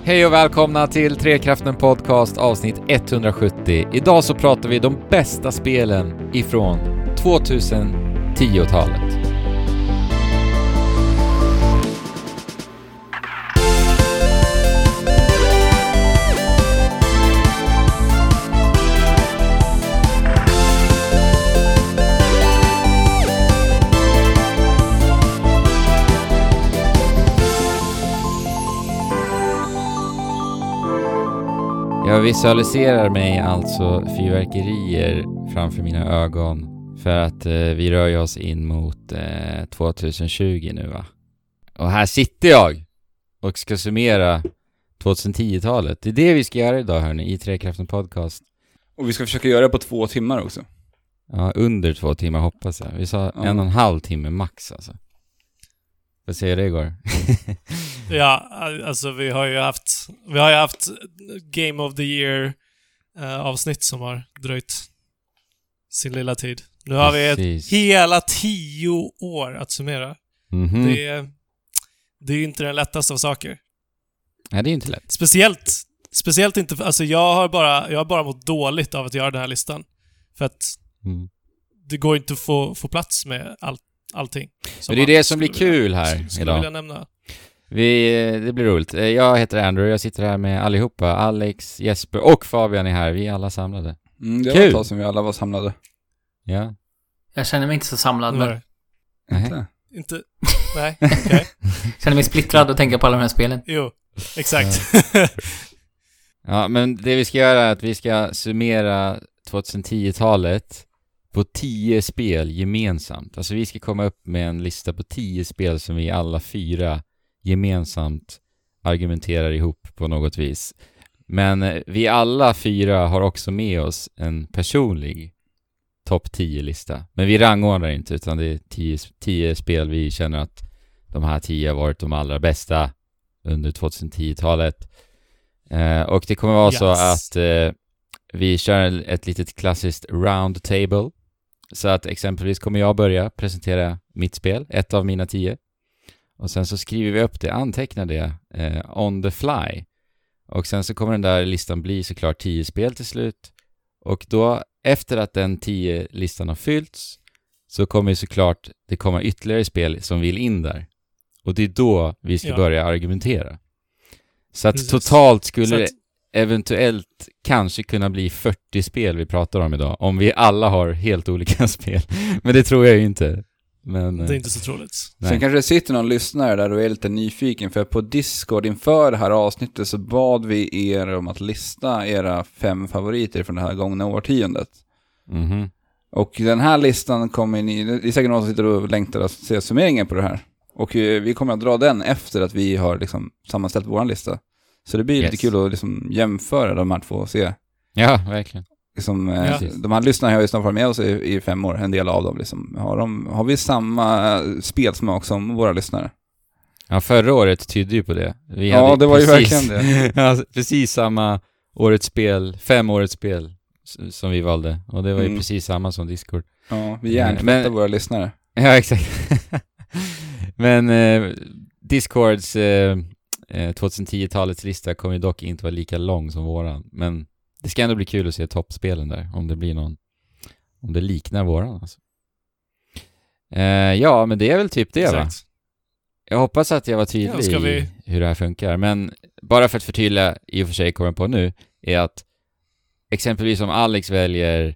Hej och välkomna till Trekraften Podcast avsnitt 170. Idag så pratar vi de bästa spelen ifrån 2010-talet. Jag visualiserar mig alltså fyrverkerier framför mina ögon för att vi rör oss in mot 2020 nu, va? Och här sitter jag och ska summera 2010-talet. Det är det vi ska göra idag, hörni, i Trekraften Podcast. Och vi ska försöka göra det på 2 timmar också. Ja, under 2 timmar hoppas jag. Vi sa 1,5 timme max alltså. Vad säger det igår? Ja, alltså vi har ju haft Game of the Year avsnitt som har dröjt sin lilla tid. Nu har vi hela 10 år att summera. Mm-hmm. Det är ju inte den lättaste av saker. Nej, det är ju inte lätt. Speciellt inte, alltså jag har bara mått dåligt av att göra den här listan. För att det går inte att få plats med allting. Men det är det som blir kul här idag. Vilja nämna. Det blir roligt. Jag heter Andrew, jag sitter här med allihopa. Alex, Jesper och Fabian är här. Vi är alla samlade. Det var ett tag som vi alla var samlade. Ja. Jag känner mig inte så samlad. Men... Inte? Nej, okej. Känner mig splittrad och tänker på alla de här spelen. Jo, exakt. Ja, men det vi ska göra är att vi ska summera 2010-talet på 10 spel gemensamt. Alltså vi ska komma upp med en lista på 10 spel som vi alla 4 gemensamt argumenterar ihop på något vis. Men vi alla 4 har också med oss en personlig topp 10-lista. Men vi rangordnar inte, utan det är 10 spel vi känner att de här 10 har varit de allra bästa under 2010-talet. Och det kommer vara så att vi kör ett litet klassiskt round table. Så att exempelvis kommer jag börja presentera mitt spel, ett av mina 10. Och sen så skriver vi upp det, antecknar det on the fly. Och sen så kommer den där listan bli såklart 10 spel till slut. Och då, efter att den 10-listan har fyllts, så kommer såklart det komma ytterligare spel som vill in där. Och det är då vi ska börja argumentera. Så att totalt skulle det eventuellt kanske kunna bli 40 spel vi pratar om idag. Om vi alla har helt olika spel. Men det tror jag ju inte. Men, det är inte så troligt. Nej. Sen kanske det sitter någon lyssnare där och är lite nyfiken. För på Discord inför det här avsnittet så bad vi er om att lista era 5 favoriter från det här gångna årtiondet. Mm-hmm. Och den här listan kommer ni... Det är säkert någon som sitter och längtar att se summeringen på det här. Och vi kommer att dra den efter att vi har liksom sammanställt våran lista. Så det blir lite kul att liksom jämföra de här 2 och se. Ja, verkligen. Liksom, de här lyssnarna har ju snart varit med oss i 5 år, en del av dem. Liksom. Har vi samma spelsmak som våra lyssnare? Ja, förra året tydde ju på det. Det var ju verkligen det. Ja, precis samma årets spel, 5 årets spel som vi valde. Och det var ju precis samma som Discord. Ja, vi hjärntvättar våra lyssnare. Ja, exakt. Men Discords 2010-talets lista kommer ju dock inte vara lika lång som våran. Men det ska ändå bli kul att se toppspelen där. Om det blir om det liknar våran alltså. Ja, men det är väl typ det. Exakt. Va? Jag hoppas att jag var tydlig i hur det här funkar. Men bara för att förtydliga, i och för sig kommer på nu, är att exempelvis om Alex väljer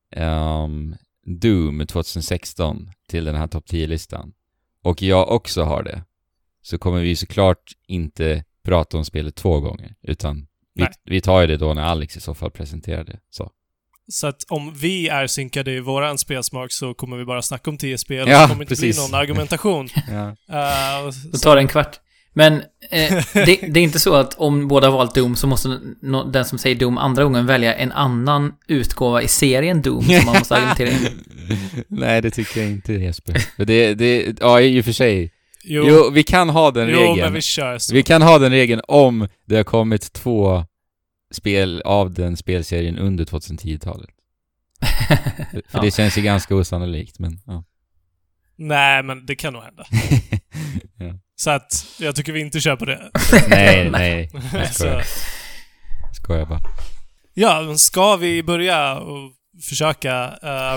Doom 2016 till den här topp 10-listan och jag också har det, så kommer vi såklart inte prata om spelet 2 gånger, utan vi tar ju det då när Alex i så fall presenterar det. Så att om vi är synkade i våran spelsmak så kommer vi bara snacka om 10 spel. Ja, och det kommer inte bli någon argumentation. Då tar det en kvart. Men det är inte så att om båda har valt Doom så måste den som säger Doom andra gången välja en annan utgåva i serien Doom som man måste argumentera in. Nej, det tycker jag inte, Jesper. Ja, i och för sig. Jo, vi kan ha den regeln. Men vi kör så. Vi kan ha den regeln om det har kommit 2 spel av den spelserien under 2010-talet. För det känns ju ganska osannolikt, men ja. Nej, men det kan nog hända. Ja. Så att jag tycker vi inte kör på det. Nej. Jag skojar bara. Ja, men ska vi börja och försöka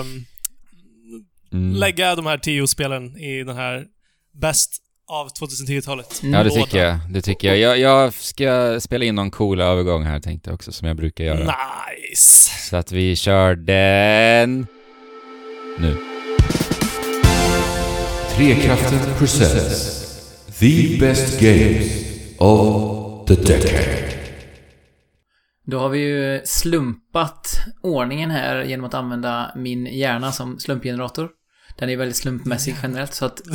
lägga de här 10 spelen i den här bäst av 2010-talet? Ja, det tycker jag. Jag ska spela in någon cool övergång här, tänkte jag också, som jag brukar göra. Nice! Så att vi kör den nu. Trekraften presents the best games of the decade. Då har vi ju slumpat ordningen här genom att använda min hjärna som slumpgenerator. Den är väldigt slumpmässig generellt, så att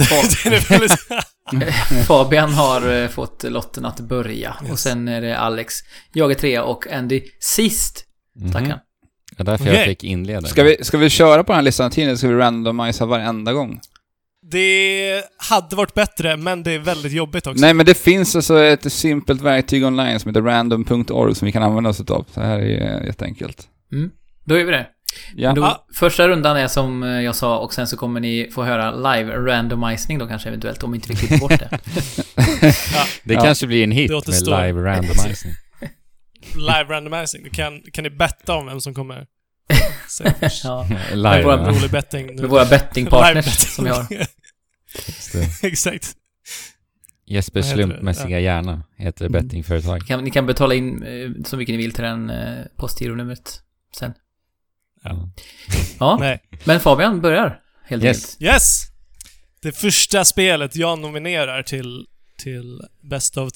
Fabian har fått lotten att börja. Yes. Och sen är det Alex, jag är 3 och Andy sist. Tackar. Ja, därför jag fick inleda. Ska vi köra på den här listan till? Ska vi randomisa varenda gång? Det hade varit bättre, men det är väldigt jobbigt också. Nej, men det finns alltså ett simpelt verktyg online som heter random.org som vi kan använda oss av. Så här är jätteenkelt. Då är vi det. Ja. Då, första rundan är som jag sa, och sen så kommer ni få höra live randomizing då kanske eventuellt, om inte vi klipper bort det. Det kanske blir en hit med live randomizing. Live randomizing. Kan ni betta om vem som kommer? Live. Med våra bettingpartners som vi har. Exakt. Jesper slumpmässiga hjärna heter bettingföretag. Ni kan betala in så mycket ni vill till den postgironumret sen. Ja. Nej. Men Fabian börjar helt enkelt. Yes. Det första spelet jag nominerar till Best of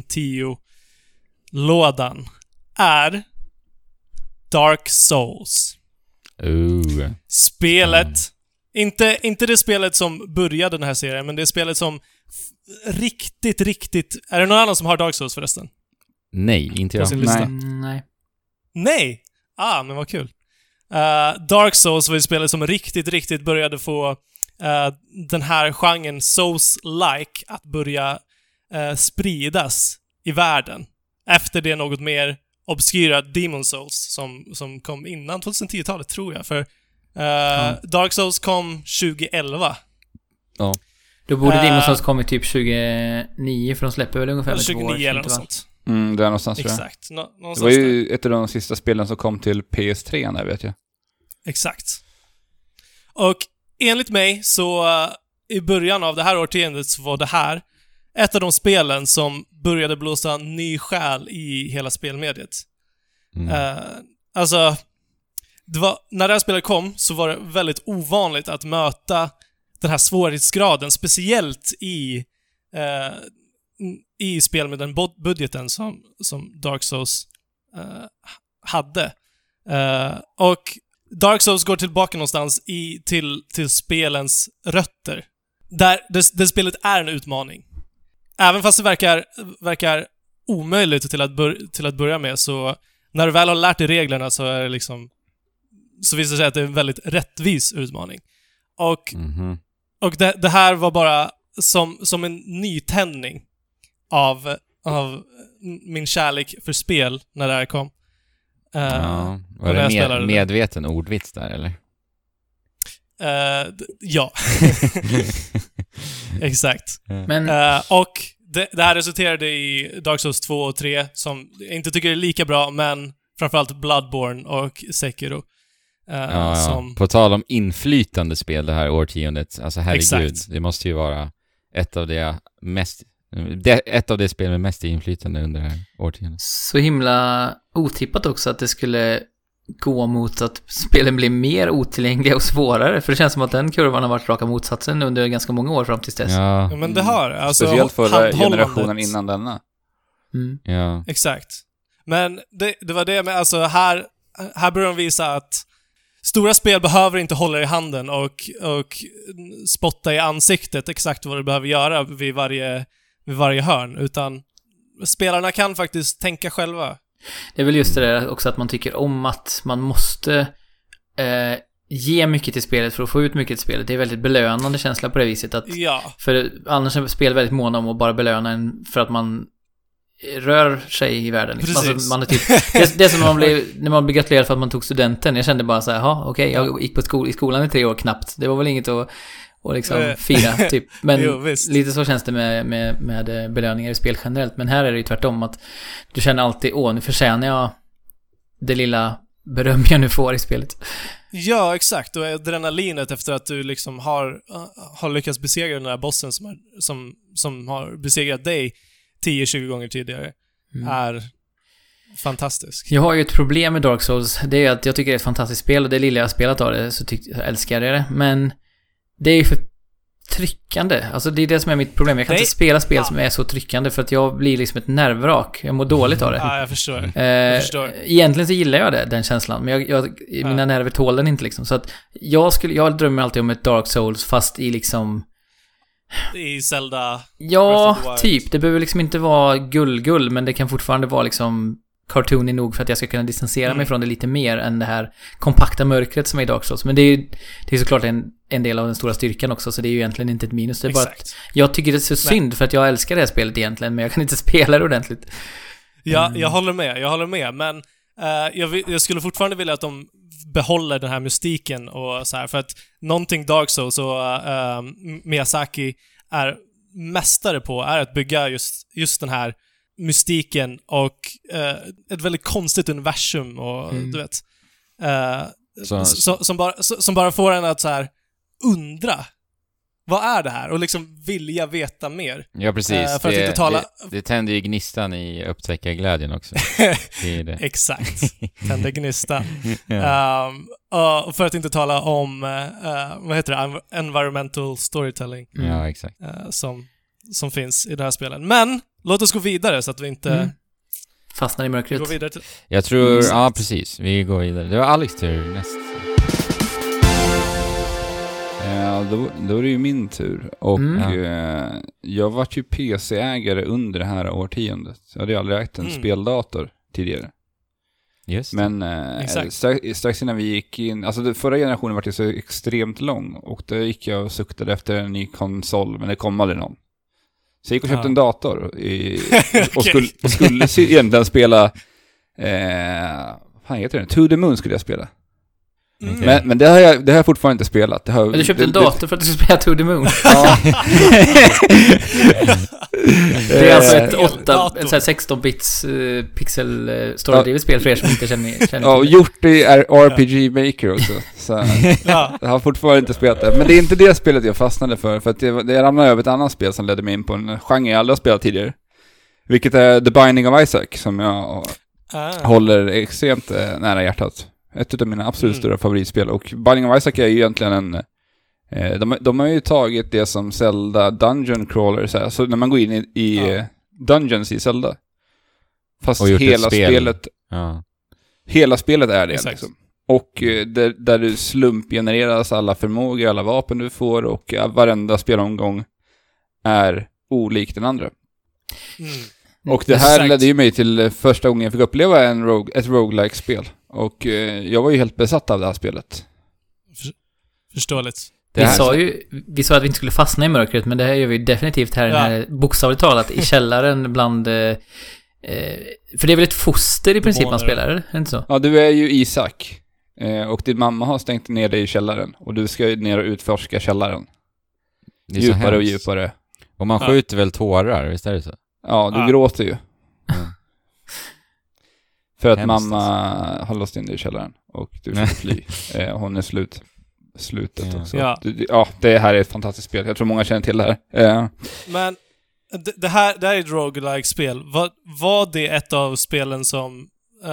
2010-lådan är Dark Souls. Spelet, inte det spelet som började den här serien, men det är spelet som riktigt... Är det någon annan som har Dark Souls förresten? Nej, inte jag. Nej? Men vad kul. Dark Souls var ju spelet som riktigt började få den här genren Souls-like att börja spridas i världen. Efter det något mer obskyra Demon Souls som kom innan 2010-talet, tror jag. För Dark Souls kom 2011. Ja. Då borde Demon Souls kommit typ 2009, för de släpper väl ungefär 2009 eller något sånt. Det är någonstans, exakt. Det var ju ett av de sista spelen som kom till PS3 där, vet jag. Exakt. Och enligt mig så i början av det här årtiondet så var det här ett av de spelen som började blåsa ny själ i hela spelmediet. Alltså, när det här spelet kom så var det väldigt ovanligt att möta den här svårighetsgraden, speciellt i spel med den budgeten som Dark Souls hade. Och Dark Souls går tillbaka någonstans till spelens rötter. Där det spelet är en utmaning. Även fast det verkar omöjligt till att börja med, så när du väl har lärt dig reglerna så är det liksom, så visar det sig att det är en väldigt rättvis utmaning. Och det här var bara som en nytändning av min kärlek för spel när det här kom. Var det medveten ordvits där, eller? Ja. Exakt. Men och det här resulterade i Dark Souls 2 och 3, som jag inte tycker är lika bra, men framförallt Bloodborne och Sekiro. På tal om inflytande spel det här årtiondet, alltså herregud, exakt. Det måste ju vara ett av de spel med mest inflytande under det här årtiondet. Så himla otippat också att det skulle gå mot att spelen blir mer otillgängliga och svårare, för det känns som att den kurvan har varit raka motsatsen under ganska många år fram till dess. Ja, men det har alltså, speciellt för generationen innan denna. Ja. Exakt. Men det var det med, alltså här börjar de visa att stora spel behöver inte hålla i handen och spotta i ansiktet exakt vad du behöver göra vid varje hörn, utan spelarna kan faktiskt tänka själva. Det är väl just det där också, att man tycker om att man måste ge mycket till spelet för att få ut mycket till spelet. Det är väldigt belönande känsla på det viset. För annars är spel väldigt måna om att bara belöna en för att man rör sig i världen. Alltså, man är typ, det är som när man blir gratulerad för att man tog studenten. Jag kände bara så här, okej, jag gick i skolan i 3 år knappt. Det var väl inget att och liksom fira typ. Men jo, lite så känns det med belöningar i spel generellt. Men här är det ju tvärtom att du känner alltid, nu förtjänar jag det lilla beröm jag nu får i spelet. Ja, exakt. Och adrenalinet efter att du liksom har lyckats besegra den där bossen som har besegrat dig 10-20 gånger tidigare är fantastisk. Jag har ju ett problem med Dark Souls. Det är att jag tycker det är ett fantastiskt spel och det lilla jag har spelat av det så älskar jag det. Men det är ju för tryckande. Alltså det är det som är mitt problem. Jag kan inte spela spel som är så tryckande för att jag blir liksom ett nervvrak. Jag mår dåligt av det. Ja, jag förstår. Egentligen så gillar jag den känslan. Men mina nerver tål den inte liksom. Så att jag drömmer alltid om ett Dark Souls fast i liksom... I Zelda... Ja, typ. Det behöver liksom inte vara gull, men det kan fortfarande vara liksom cartoony nog för att jag ska kunna distansera mig från det lite mer än det här kompakta mörkret som är i Dark Souls. Men det är såklart en del av den stora styrkan också, så det är ju egentligen inte ett minus. Det är bara att jag tycker det är så synd för att jag älskar det här spelet egentligen, men jag kan inte spela det ordentligt. Ja, jag håller med, men jag skulle fortfarande vilja att de behåller den här mystiken och så här, för att någonting Dark Souls och Miyazaki är mästare på är att bygga just den här mystiken och ett väldigt konstigt universum och du vet som bara får en att så här undra vad är det här och liksom vilja veta mer. Ja, precis. För att inte tala... det tänder ju gnistan i upptäcka glädjen också. Det är det. Exakt. Tänder gnistan. Och för att inte tala om vad heter det? Environmental storytelling. Ja, exakt. Som finns i det här spelet. Men låt oss gå vidare så att vi inte fastnar i mörkret. Gå vidare till... Jag tror, ja precis. Vi går vidare. Det var Alex tur näst. Då är det ju min tur. Och jag var ju PC-ägare under det här årtiondet. Jag hade ju aldrig ägt en speldator tidigare. Just. Men strax innan vi gick in... Alltså förra generationen var det så extremt lång. Och då gick jag och suktade efter en ny konsol. Men det kom aldrig någon. Så jag gick och köpte en dator. Och skulle egentligen spela... vad heter det? To the Moon skulle jag spela. Men det har jag fortfarande inte spelat. Du köpte en dator för att du skulle spela To the Moon. Ja. Det är alltså ett 16-bits pixel story-drivet spel för er som inte känner. Ja, och gjort det i RPG Maker också. Så jag har fortfarande inte spelat det. Men det är inte det spelet jag fastnade för att det ramlade över ett annat spel som ledde mig in på en genre jag aldrig har spelat tidigare. Vilket är The Binding of Isaac som jag håller extremt nära hjärtat. Ett av mina absolut stora favoritspel. Och Binding of Isaac är ju egentligen de har ju tagit det som Zelda Dungeon Crawler så här. Så när man går in i Dungeons i Zelda. Fast hela spelet hela spelet är det liksom. Och där du slumpgenereras alla förmågor, alla vapen du får och varenda spelomgång är olik den andra. Och det här ledde ju mig till första gången jag fick uppleva ett roguelike-spel. Och jag var ju helt besatt av det här spelet. Förståeligt. Vi sa att vi inte skulle fastna i mörkret, men det här gör vi definitivt här, bokstavligt talat i källaren bland... för det är väl ett foster i princip man spelar, är det inte så? Ja, du är ju Isak. Och din mamma har stängt ner dig i källaren. Och du ska ner och utforska källaren. Djupare och djupare. Och man skjuter väl tårar, visst är det så? Ja, du gråter ju. För att mamma har låst in dig i källaren. Och du får fly. Hon är slutet också. Det här är ett fantastiskt spel. Jag tror många känner till det här. Men det här är ett roguelike-spel. Var det ett av spelen som...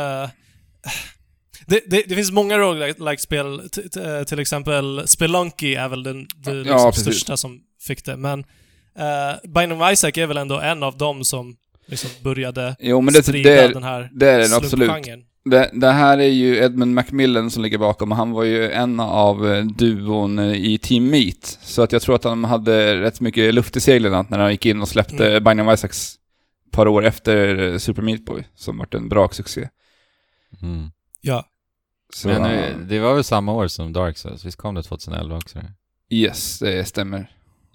Det finns många roguelike-spel. Till exempel Spelunky är väl den liksom största som fick det. Men Binding of Isaac är väl ändå en av dem som liksom började sprida den här slumpgenren. Det här är ju Edmund Macmillan som ligger bakom, och han var ju en av duon i Team Meat. Så att jag tror att han hade rätt mycket luft i seglen när han gick in och släppte Binding of Isaacs ett par år efter Super Meat Boy, som varit en bra succé. Ja. Så, men det var väl samma år som Dark Souls, visst kom det 2011 också? Yes, det stämmer.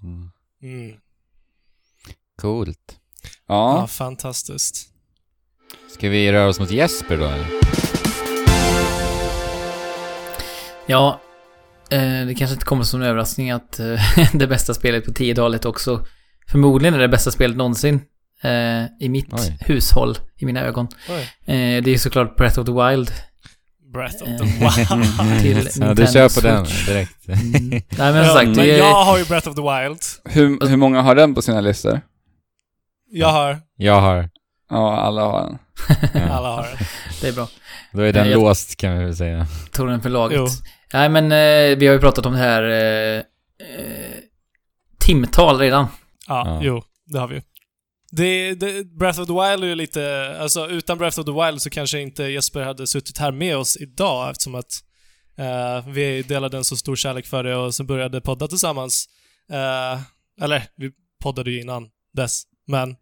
Coolt. Ja, fantastiskt. Ska vi röra oss mot Jesper då? Eller? Ja, det kanske inte kommer som en överraskning att det bästa spelet på 10-talet också förmodligen är det bästa spelet någonsin i mitt hushåll, i mina ögon. Det är såklart Breath of the Wild. Breath of the Wild. Till du kör på den direkt. Nej, men som sagt, men jag har ju Breath of the Wild. Hur många har den på sina listor? Jag har. Ja, alla har den. Alla har den. Det är bra. Då är den låst, kan vi väl säga. Tog den för laget. Nej, men vi har ju pratat om det här timtal redan. Ja, jo, det har vi ju. Breath of the Wild är ju lite... Alltså, utan Breath of the Wild så kanske inte Jesper hade suttit här med oss idag, eftersom att vi delade en så stor kärlek för det och så började podda tillsammans. Eller, vi poddade ju innan dess, men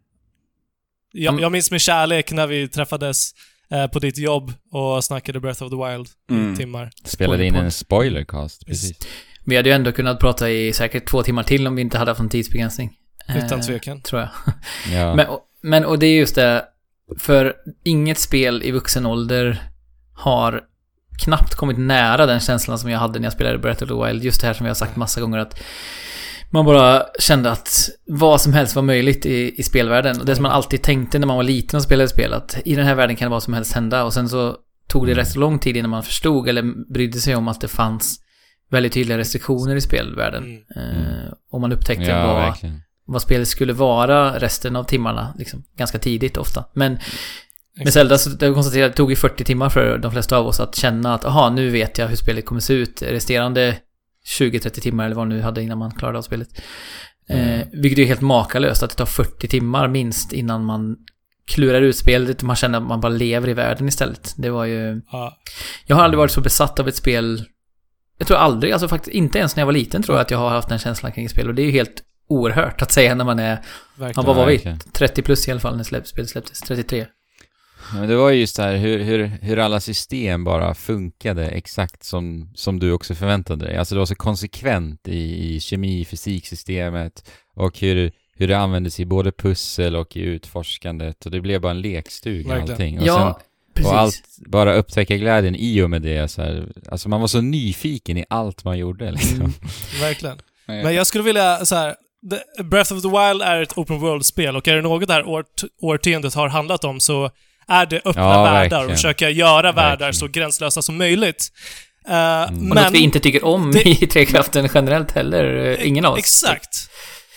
jag minns med kärlek när vi träffades på ditt jobb och snackade Breath of the Wild i timmar. Spelade in en spoilercast, precis. Vi hade ju ändå kunnat prata i säkert 2 timmar till om vi inte hade haft en tidsbegränsning. Utan tvekan. Tror jag. Ja. Men och det är just det, för inget spel i vuxen ålder har knappt kommit nära den känslan som jag hade när jag spelade Breath of the Wild. Just det här som vi har sagt massa gånger, att man bara kände att vad som helst var möjligt i spelvärlden. Och det som man alltid tänkte när man var liten och spelade spel, att i den här världen kan det vad som helst hända. Och sen så tog det rätt så lång tid innan man förstod eller brydde sig om att det fanns väldigt tydliga restriktioner i spelvärlden. Och man upptäckte vad spelet skulle vara resten av timmarna, liksom, ganska tidigt ofta. Men med Zelda så jag konstaterade att det tog ju 40 timmar för de flesta av oss att känna att nu vet jag hur spelet kommer se ut. Resterande 20-30 timmar eller vad nu hade innan man klarade av spelet. Vilket är helt makalöst att det tar 40 timmar minst innan man klurar ut spelet. Man känner att man bara lever i världen istället. Det var ju... Jag har aldrig varit så besatt av ett spel. Jag tror aldrig, alltså faktiskt inte ens när jag var liten tror jag att jag har haft den känslan kring spel. Och det är ju helt oerhört att säga när man är... Verkligen. Vad var vi? 30 plus i alla fall när spelet släpptes. 33. Men det var ju just det här hur alla system bara funkade exakt som du också förväntade dig. Alltså det var så konsekvent i kemi, fysiksystemet och hur det användes i både pussel och i utforskandet, och det blev bara en lekstuga allting. Och precis. Och allt, bara upptäcka glädjen i och med det så här, alltså man var så nyfiken i allt man gjorde liksom. Verkligen. Men jag skulle vilja så här, Breath of the Wild är ett open world-spel, och är det något det här årtiondet har handlat om så är det öppna världar och försöka göra världar så gränslösa som möjligt. Men något vi inte tycker om i Trekraften generellt heller, ingen av oss. Exakt.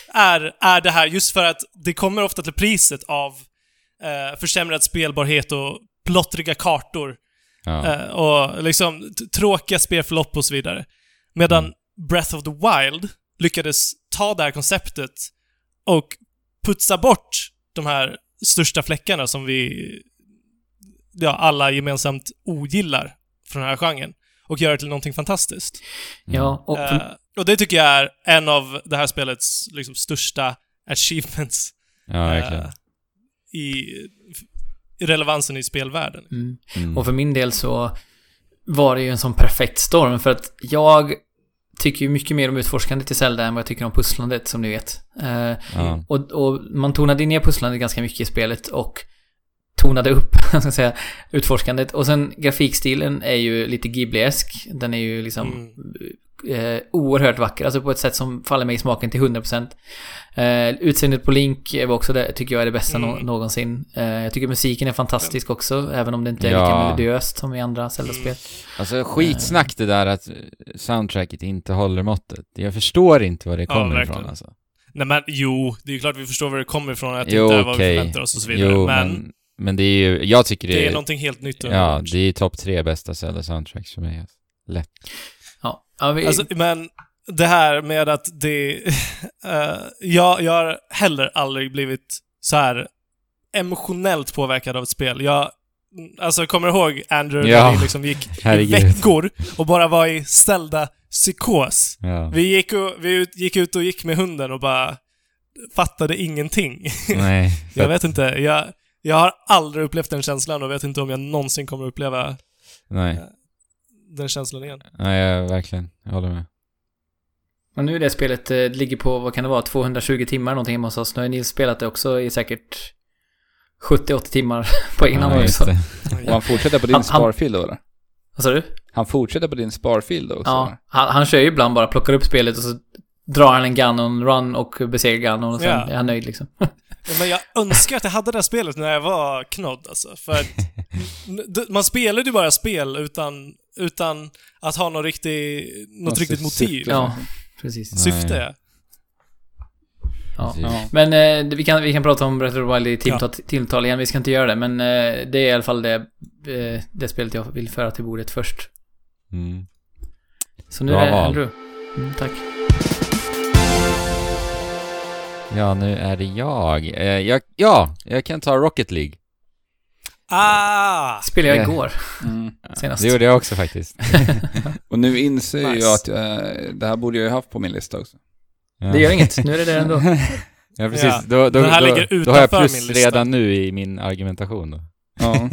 Är det här just för att det kommer ofta till priset av försämrad spelbarhet och plottriga kartor. Och liksom tråkiga spelförlopp och så vidare. Medan Breath of the Wild lyckades ta det här konceptet och putsa bort de här största fläckarna som vi alla gemensamt ogillar från den här genren och göra det till någonting fantastiskt. Ja, och det tycker jag är en av det här spelets liksom största achievements i relevansen i spelvärlden. Och för min del så var det ju en sån perfekt storm, för att jag tycker ju mycket mer om utforskandet i Zelda än vad jag tycker om pusslandet, som ni vet. Och man tonade ner pusslandet ganska mycket i spelet och tonade upp ska säga, utforskandet. Och sen grafikstilen är ju lite Ghibli-esk. Den är ju liksom oerhört vacker, alltså på ett sätt som faller mig i smaken till 100%. Utseendet på Link var också det, tycker jag är det bästa någonsin. Jag tycker musiken är fantastisk också, även om det inte är lika melodiöst som i andra Zelda-spel. Alltså skitsnack det där att soundtracket inte håller måttet. Jag förstår inte var det kommer ifrån alltså. Nej men det är ju klart vi förstår var det kommer ifrån, att det inte är vad vi förväntar oss och så vidare. Men det är ju, jag tycker det är någonting helt nytt. Ja, det är topp 3 bästa Zelda soundtracks för mig. Lätt. Ja, alltså, men det här med att det... jag har heller aldrig blivit så här emotionellt påverkad av ett spel. Jag kommer ihåg Andrew när vi liksom gick i veckor och bara var i ställda psykos. Ja. Vi gick ut och gick med hunden och bara fattade ingenting. Nej. Jag vet inte. Jag har aldrig upplevt den känslan och vet inte om jag någonsin kommer uppleva den känslan igen. Nej, verkligen. Jag håller med. Och nu är det spelet ligger på, vad kan det vara, 220 timmar någonting hemma hos oss. Nu har ni spelat det också i säkert 70-80 timmar på egen hand också. Och han fortsätter på din sparfil då, eller? Vad sa du? Han fortsätter på din sparfil då också? Ja, han kör ju ibland bara, plockar upp spelet och så drar han en Ganon run och besegrar Ganon och sen är han nöjd liksom. Men jag önskar att jag hade det här spelet när jag var knodd alltså. För att man spelade ju bara spel utan att ha något riktigt motiv. Ja, precis. Syfte. Ja. Men vi kan prata om Breath of the Wild i timtal igen. Vi ska inte göra det, men det är i alla fall det spelet jag vill föra till bordet först. Så nu är det Andrew. Tack. Ja, nu är det jag kan ta Rocket League. Spelade jag igår. Senast. Det gjorde jag också faktiskt. Och nu inser jag att det här borde jag ju haft på min lista också. Ja. Det gör inget, nu är det ändå. Ja, precis. Då har jag plus redan nu i min argumentation då. Ja.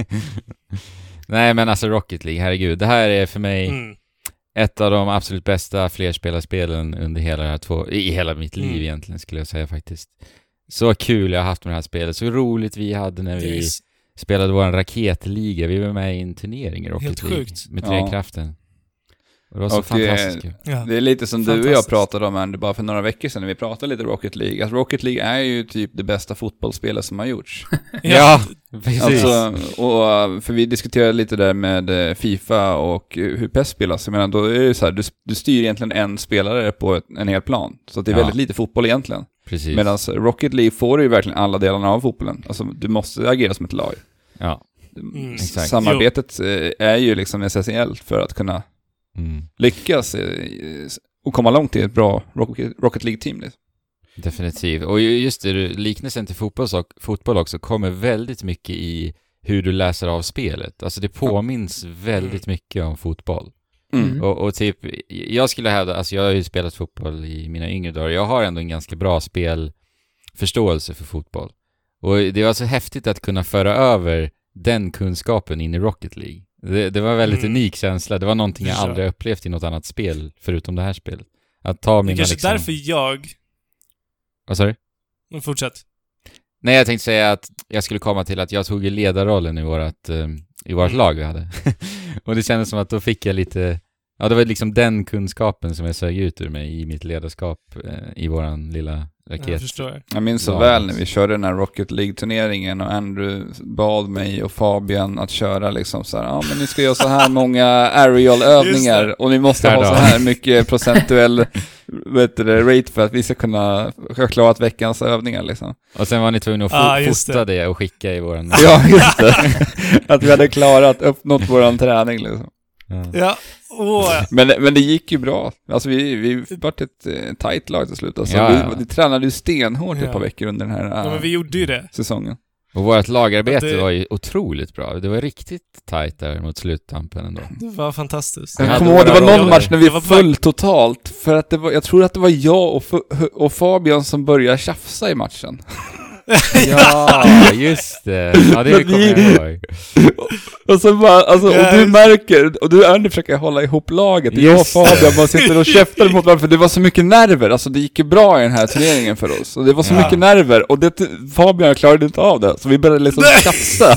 Nej, men alltså Rocket League, herregud. Det här är för mig ett av de absolut bästa flerspelarspelen under hela mitt liv egentligen, skulle jag säga faktiskt. Så kul jag har haft med det här spelet. Så roligt vi hade när vi spelade vår raketliga. Vi var med i en turnering i Rocket League med Trekraften. Och det var så fantastiskt kul. Det är lite som du och jag pratade om bara för några veckor sedan när vi pratade lite Rocket League. Alltså Rocket League är ju typ det bästa fotbollsspelet som har gjorts. Ja, precis. Alltså, och för vi diskuterade lite där med FIFA och hur PES spelas. Jag menar, då är det så här, du styr egentligen en spelare på en hel plan. Så att det är väldigt lite fotboll egentligen. Precis. Medan Rocket League får du ju verkligen alla delarna av fotbollen. Alltså du måste agera som ett lag. Ja, exakt. Samarbetet är ju liksom essentiellt för att kunna lyckas och komma långt till ett bra Rocket League-team. Liksom. Definitivt. Och just det, liknelsen till fotboll också kommer väldigt mycket i hur du läser av spelet. Alltså det påminns väldigt mycket om fotboll. Och typ, jag skulle hävda, alltså jag har ju spelat fotboll i mina yngre dagar. Jag har ändå en ganska bra spelförståelse för fotboll. Och det var så häftigt att kunna föra över den kunskapen in i Rocket League. Det var en väldigt unik känsla. Det var någonting jag aldrig upplevt i något annat spel förutom det här spelet. Att ta mina det kanske därför Vad sa du? Fortsätt. Nej, jag tänkte säga att jag skulle komma till att jag tog ledarrollen i vårt lag vi hade. Och det kändes som att då fick jag lite... Ja, det var liksom den kunskapen som jag sög ut ur mig i mitt ledarskap i våran lilla raket. Jag förstår. Jag minns så väl när vi körde den här Rocket League-turneringen och Andrew bad mig och Fabian att köra liksom så här, men ni ska göra så här många aerial-övningar och ni måste ha så här mycket procentuell rate för att vi ska kunna klara veckans övningar liksom. Och sen var ni tvungna att fota det och skicka i våran... Ja, just det. Att vi hade uppnått våran träning liksom. Ja. Men det gick ju bra. Alltså vi vart ett tight lag till slut. Alltså, vi tränade ju stenhårt ett par veckor under den här men vi gjorde ju det. Säsongen. Och vårt lagarbete var ju otroligt bra. Det var riktigt tight där mot sluttampen ändå. Det var fantastiskt. Jag kommer ihåg, det var någon match när vi föll totalt. För att jag tror att det var jag och Fabian som började tjafsa i matchen. Ja, just det. Ja, det kommer jag ihåg. Och så bara, alltså, och du märker, och du Andy försöker hålla ihop laget. Jag och Fabian bara sitter och käftar mot varandra, för det var så mycket nerver. Alltså det gick ju bra i den här turneringen för oss. Och det var så mycket nerver, och Fabian klarade inte av det. Så vi började liksom tjafsa.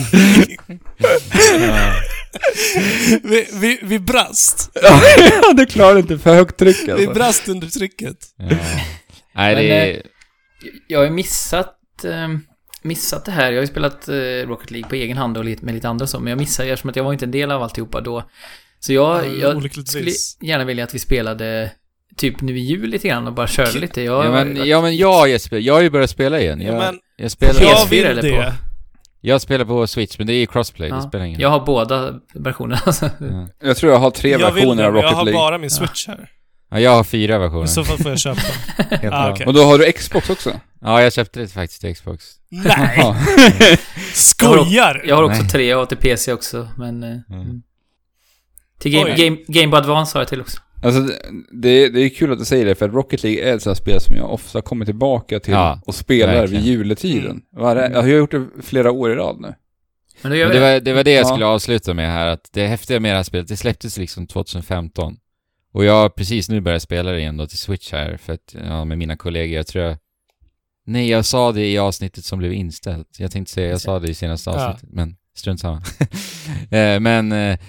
Vi brast. Ja, det klarade inte för högt tryck alltså. Vi brast under trycket. Ja. Nej, jag har missat det här. Jag har ju spelat Rocket League på egen hand och med lite andra så, men jag missade eftersom att jag var inte en del av alltihopa då. Så jag skulle gärna vilja att vi spelade typ nu i jul lite grann och bara körde lite. Jag har ju börjat spela igen. Jag spelar PS4 eller på. Jag spelar på Switch, men det är crossplay, det spelar ingen. Jag har båda versionerna. Jag tror jag har 3 versioner av Rocket League. Jag har bara min Switch här. Ja, jag har 4 versioner. I så fall får jag köpa. Okay. Och då har du Xbox också? Ja, jag köpte det faktiskt till Xbox. Nej! Skojar! Jag har också 3, jag har till PC också, men... Till Game Boy Advance har jag till också. Alltså, det är kul att du säger det, för att Rocket League är ett sådant spel som jag ofta kommer tillbaka till och spelar verkligen vid juletiden. Jag har gjort det flera år i rad nu. Men det var det jag skulle avsluta med här, att det häftiga med det här spelet, det släpptes liksom 2015. Och jag har precis nu börjat spela det igen då till Switch här, för att med mina kollegor, jag sa det i avsnittet som blev inställt. Jag tänkte säga, jag sa det i senaste avsnittet, men strunt samma.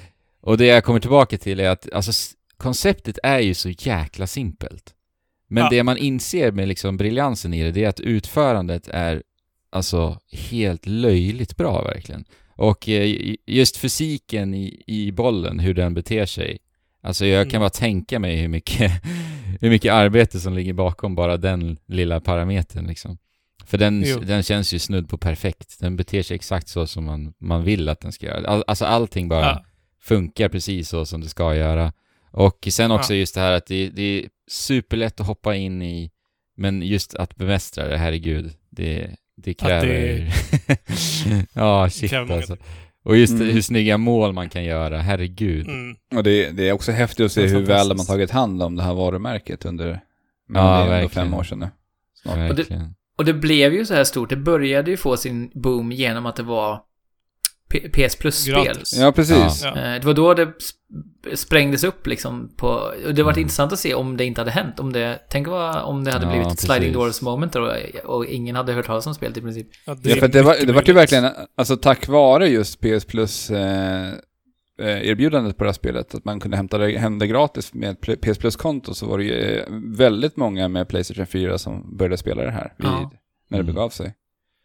Och det jag kommer tillbaka till är att alltså, konceptet är ju så jäkla simpelt. Men det man inser med liksom briljansen i det är att utförandet är alltså helt löjligt bra verkligen. Och just fysiken i bollen, hur den beter sig. Alltså jag kan bara tänka mig hur mycket arbete som ligger bakom bara den lilla parametern liksom. För den känns ju snudd på perfekt. Den beter sig exakt så som man vill att den ska göra. Alltså allting bara funkar precis så som det ska göra. Och sen också just det här att det är superlätt att hoppa in i, men just att bemästra det, herregud, det kräver shit alltså. Och just hur snygga mål man kan göra, herregud. Och det är också häftigt att se hur väl man tagit hand om det här varumärket under 5 år sedan nu. Och det blev ju så här stort. Det började ju få sin boom genom att det var PS Plus-spel. Ja, precis. Ja. Det var då det sprängdes upp liksom på... Och det var intressant att se om det inte hade hänt. Tänk om det hade blivit ett sliding doors moment och ingen hade hört talas om spelet i princip. Ja, för det var ju verkligen, alltså tack vare just PS Plus erbjudandet på det här spelet, att man kunde hämta det gratis med ett PS Plus-konto, så var det ju väldigt många med PlayStation 4 som började spela det här när det begav sig.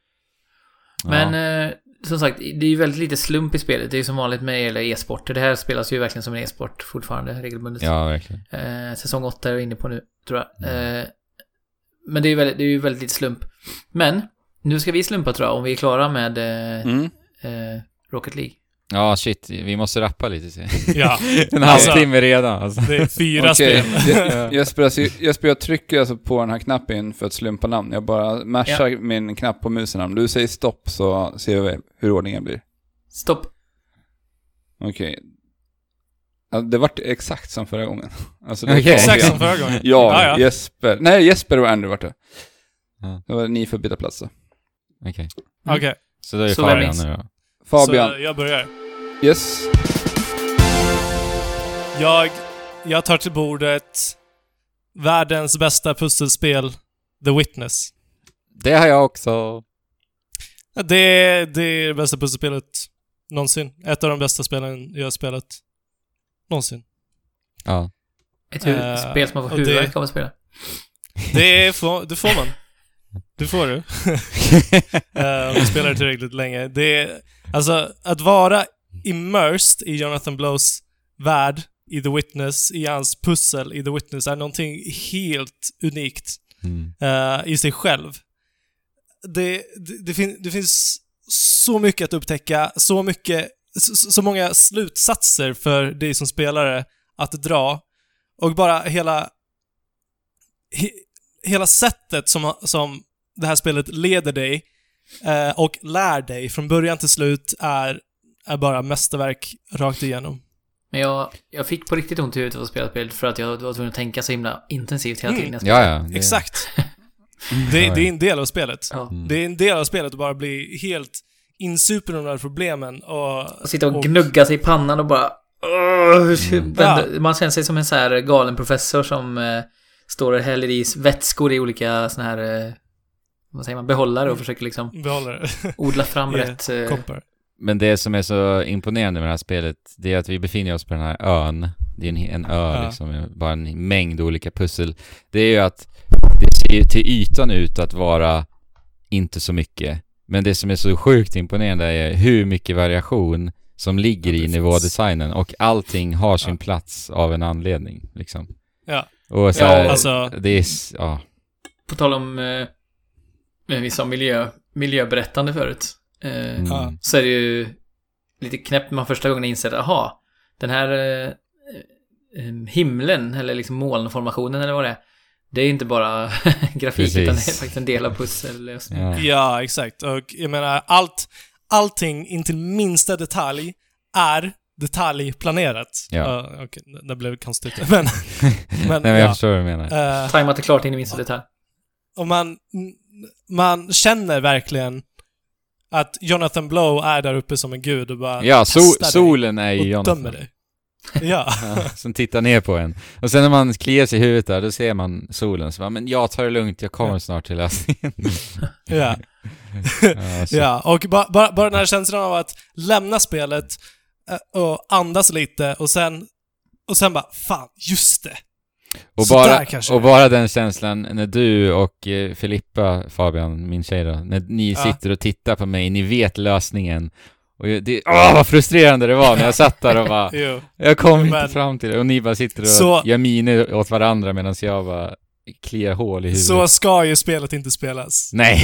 Men som sagt, det är ju väldigt lite slump i spelet. Det är ju som vanligt med e-sport. Det här spelas ju verkligen som en e-sport fortfarande, regelbundet. Ja, verkligen. Säsong 8 är vi inne på nu, tror jag. Men det är ju väldigt lite slump. Men nu ska vi slumpa, tror jag, om vi är klara med Rocket League. Ja, shit. Vi måste rappa lite. Ja. En halvtimme redan. Alltså. Det är 4 spel. Jesper, jag trycker alltså på den här knappen för att slumpa namn. Jag bara mashar min knapp på musen. Om du säger stopp så ser vi hur ordningen blir. Stopp. Okej. Ja, det var exakt som förra gången. Alltså, Exakt som förra gången? Ja. Jesper. Nej, Jesper och Andrew var det. Ja. Det var ni för att byta plats då. Okej. Så då är det Fabian nu då. Fabian. Så jag börjar. Yes. Jag tar till bordet världens bästa pusselspel, The Witness. Det har jag också. Det är det bästa pusselspelet någonsin. Ett av de bästa spelen jag har spelat någonsin. Ja. Ett spel som man får huvudvärk av att spela. Det får man. Du får du. Om du spelar tillräckligt länge. Alltså, att vara immersed i Jonathan Blows värld i The Witness, i hans pussel i The Witness, är någonting helt unikt i sig själv. Det finns så mycket att upptäcka, så många slutsatser för dig som spelare att dra, och bara hela sättet som det här spelet leder dig och lär dig från början till slut är bara mästerverk rakt igenom. Men jag fick på riktigt ont i huvudet av att spela spelet för att jag var tvungen att tänka så himla intensivt hela tiden. Exakt. Det är en del av spelet. Ja. Det är en del av spelet att bara bli helt insupen av de här problemen och sitta och gnugga sig i pannan och bara man känner sig som en så här galen professor som står och häller i vätskor i olika såna här vad säger man, behållare och försöker liksom odla fram rätt koppar. Men det som är så imponerande med det här spelet, det är att vi befinner oss på den här ön. Det är en ö liksom, med bara en mängd olika pussel. Det är ju att det ser till ytan ut att vara inte så mycket. Men det som är så sjukt imponerande är hur mycket variation som ligger i nivådesignen, och allting har sin plats av en anledning liksom. Ja. Och så det är på tal om vi sa miljöberättande förut. Så är det ju lite knäppt när man första gången inser att den här himlen eller liksom molnformationen eller vad det är inte bara grafik. Precis. Utan det är faktiskt en del av pussellösningen. Ja, exakt. Och jag menar, allting in till minsta detalj är detaljplanerat. Ja. Okej, det blev konstigt. Men nej, jag förstår vad du menar. Timat är klart in i minsta detalj. Och man känner verkligen att Jonathan Blow är där uppe som en gud och bara solen är ju Jonathan. Dig. Ja. Som tittar ner på en. Och sen när man kliar sig i huvudet där, då ser man solen. Så bara, men jag tar det lugnt, jag kommer snart till lösningen. Ja, och bara den här känslan av att lämna spelet och andas lite och sen bara, fan, just det. Och bara den känslan när du och Filippa, Fabian, min tjej då, när ni sitter och tittar på mig, ni vet lösningen. Och vad frustrerande det var när jag satt där och bara jag kom inte fram till det. Och ni bara sitter och gör miner åt varandra medan jag bara kliar hål i huvudet. Så ska ju spelet inte spelas. Nej.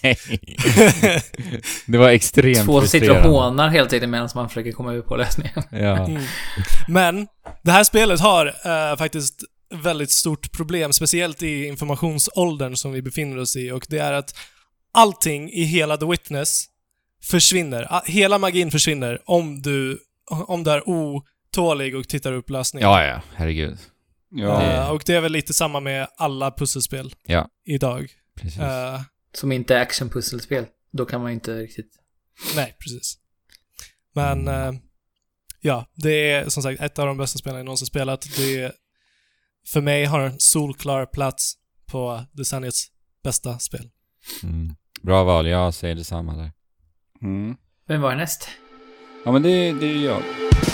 Det var extremt Två sitter och hånar hela tiden medan man försöker komma ut på lösningen. Ja. Men det här spelet har faktiskt väldigt stort problem, speciellt i informationsåldern som vi befinner oss i, och det är att allting i hela The Witness försvinner. Hela magin försvinner om du är otålig och tittar upp lösningen. Ja, herregud. Ja. Och det är väl lite samma med alla pusselspel idag. Precis. Som inte är action-pusselspel. Då kan man inte riktigt... Nej, precis. Men det är som sagt ett av de bästa spelen jag någonsin spelat. Det för mig har en solklar plats på decenniets bästa spel. Bra val, jag säger detsamma där. Vem var näst? Ja, men det är jag.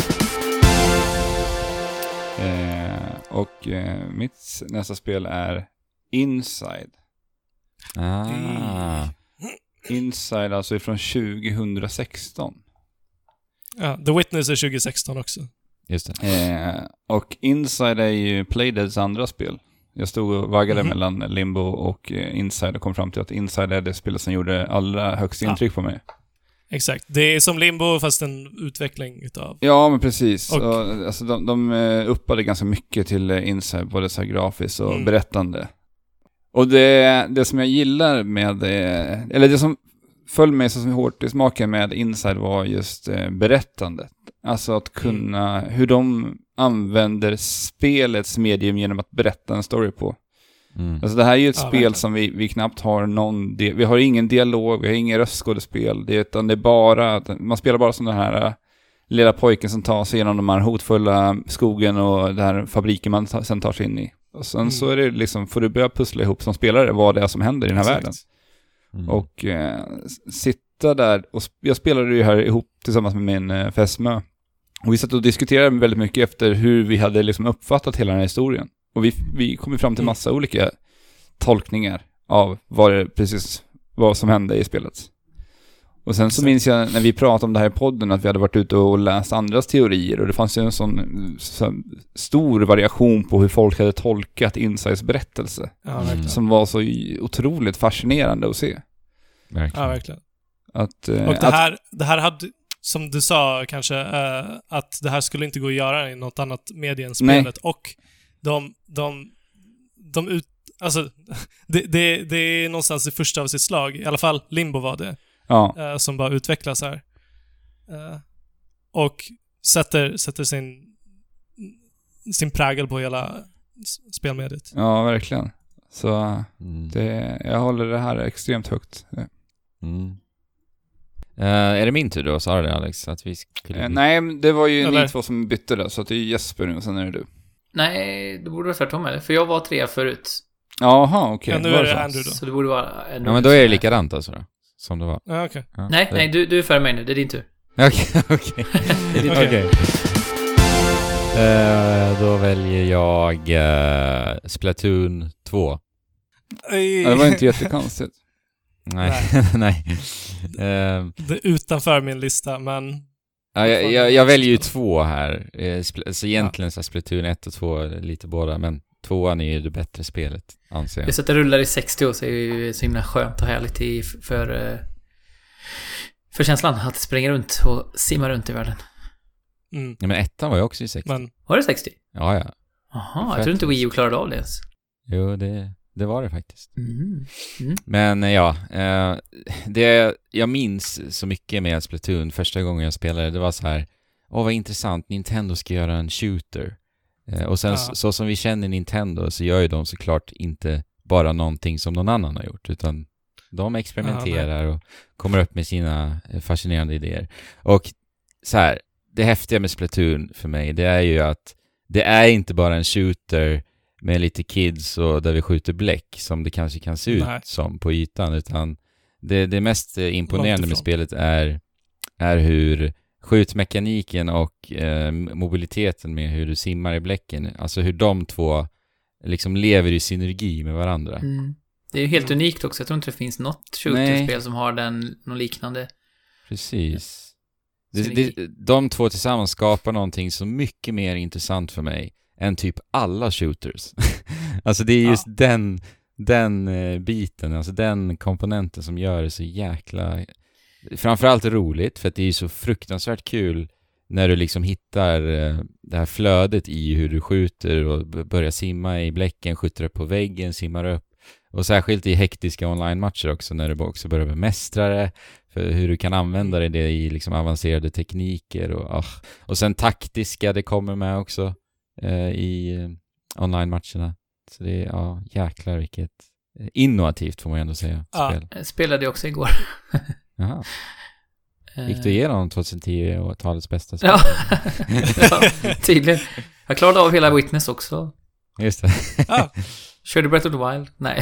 Och mitt nästa spel är Inside. Inside alltså är från 2016. Ja, The Witness är 2016 också. Just det. Och Inside är ju Playdeads andra spel. Jag stod och vaggade mellan Limbo och Inside och kom fram till att Inside är det spelet som gjorde allra högst intryck på mig. Exakt. Det är som Limbo fast en utveckling utav... Ja, men precis. Och alltså, de uppade ganska mycket till Inside, både så här grafiskt och berättande. Och det som jag gillar med... eller det som föll mig så hårt i smaken med Inside var just berättandet. Alltså att kunna... Hur de använder spelets medium genom att berätta en story på. Alltså det här är ju ett spel som vi knappt har någon... vi har ingen dialog, vi har ingen röstskådespel. Utan det är bara... Man spelar bara som den här lilla pojken som tar sig igenom de här hotfulla skogen och den här fabriken man sen tar sig in i. Och sen så är det liksom... Får du börja pussla ihop som spelare vad det är som händer i den här världen. Och sitta där... Och jag spelade ju här ihop tillsammans med min fästmö. Och vi satt och diskuterade väldigt mycket efter hur vi hade liksom uppfattat hela den här historien. Och vi kom fram till massa olika tolkningar av vad som hände i spelet. Och sen så minns jag när vi pratade om det här i podden att vi hade varit ute och läst andras teorier. Och det fanns ju en sån stor variation på hur folk hade tolkat Insides berättelse. Som var så otroligt fascinerande att se. Verkligen. Ja, verkligen. Och det här hade... Som du sa kanske, att det här skulle inte gå att göra i något annat medie än spelet. Nej. Och alltså, det är någonstans det första av sitt slag. I alla fall Limbo var det. Ja. Som bara utvecklas här. Och sätter sin prägel på hela spelmediet. Ja, verkligen. Så jag håller det här extremt högt. Är det min tur då, sa det Alex? Att vi skulle... nej, det var ju ni två som bytte det, så att det är Jesper nu och sen är det du. Nej, det borde vara tvärtom eller? För jag var 3 förut. Jaha, okej. Ja, nu är det Andrew då. Så det borde vara... Ja, men då är det likadant alltså då, som det var. Ja, okej. Ja, nej, du är före mig nu, det är din tur. Okej. Det är din tur. Okej. Då väljer jag Splatoon 2. Ja, det var inte jättekonstigt. Nej. Det är utanför min lista, men... Ja, jag väljer ju 2 här. Så egentligen så Splatoon 1 och 2 lite båda, men 2an är ju det bättre spelet, anser jag. Just att det rullar i 60 så är det ju så himla skönt och härligt för känslan att springa runt och simma runt i världen. Ja, men 1an var ju också i 60. Men... Var det 60? Ja. Jaha, jag tror inte Wii U klarade av det ens. Jo, det var det faktiskt. Men det jag minns så mycket med Splatoon första gången jag spelade, det var så här: vad intressant, Nintendo ska göra en shooter. Och sen så som vi känner Nintendo så gör ju de såklart inte bara någonting som någon annan har gjort, utan de experimenterar och kommer upp med sina fascinerande idéer. Och så här, det häftiga med Splatoon för mig, det är ju att det är inte bara en shooter med lite kids och där vi skjuter bläck som det kanske kan se ut som på ytan, utan det mest imponerande med spelet är hur skjutmekaniken och mobiliteten med hur du simmar i bläcken. Alltså hur de två liksom lever i synergi med varandra. Det är ju helt unikt också. Jag tror inte det finns något shooterspel som har någon liknande. Precis. De två tillsammans skapar någonting så mycket mer intressant för mig än typ alla shooters. Alltså det är just den biten, alltså den komponenten som gör det så jäkla framförallt roligt, för att det är så fruktansvärt kul när du liksom hittar det här flödet i hur du skjuter och börjar simma i bläcken, skjuter upp på väggen, simmar upp. Och särskilt i hektiska online-matcher också, när du också börjar bemästra det, för hur du kan använda det i liksom avancerade tekniker och sen taktiska, det kommer med också i online-matcherna. Så det är, jäklar vilket innovativt får man ändå säga. Spel. Jag spelade det också igår. Jaha. Gick du igenom 2010 och talets bästa spel? Ja, tydligen. Jag klarade av hela Witness också. Just det. Körde Breath of the Wild? Nej.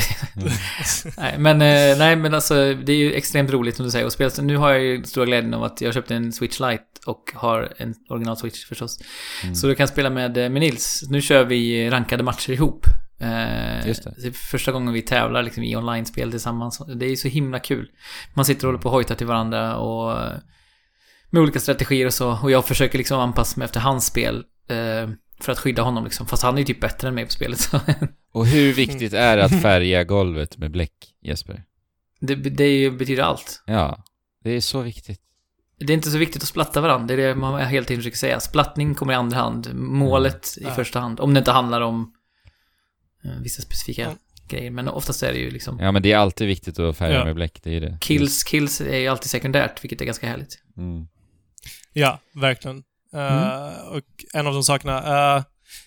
nej, men alltså det är ju extremt roligt som du säger. Och spelet, nu har jag ju stora glädjen av att jag köpte en Switch Lite och har en original Switch förstås. Så du kan spela med Nils. Nu kör vi rankade matcher ihop. Just det. Det är första gången vi tävlar liksom, i online-spel tillsammans. Det är så himla kul. Man sitter och håller på och hojtar till varandra och med olika strategier och så. Och jag försöker liksom anpassa mig efter hans spel för att skydda honom liksom. Fast han är ju typ bättre än mig på spelet. Så. Och hur viktigt är det att färga golvet med bläck, Jesper? Det betyder allt. Ja, det är så viktigt. Det är inte så viktigt att splatta varandra. Det är det man helt enkelt försöker säga. Splattning kommer i andra hand. Målet i första hand. Om det inte handlar om vissa specifika grejer. Men oftast är det ju liksom... Ja, men det är alltid viktigt att färga med bläck. Det är det. Kills är ju alltid sekundärt, vilket är ganska härligt. Ja, verkligen. Och en av de sakerna...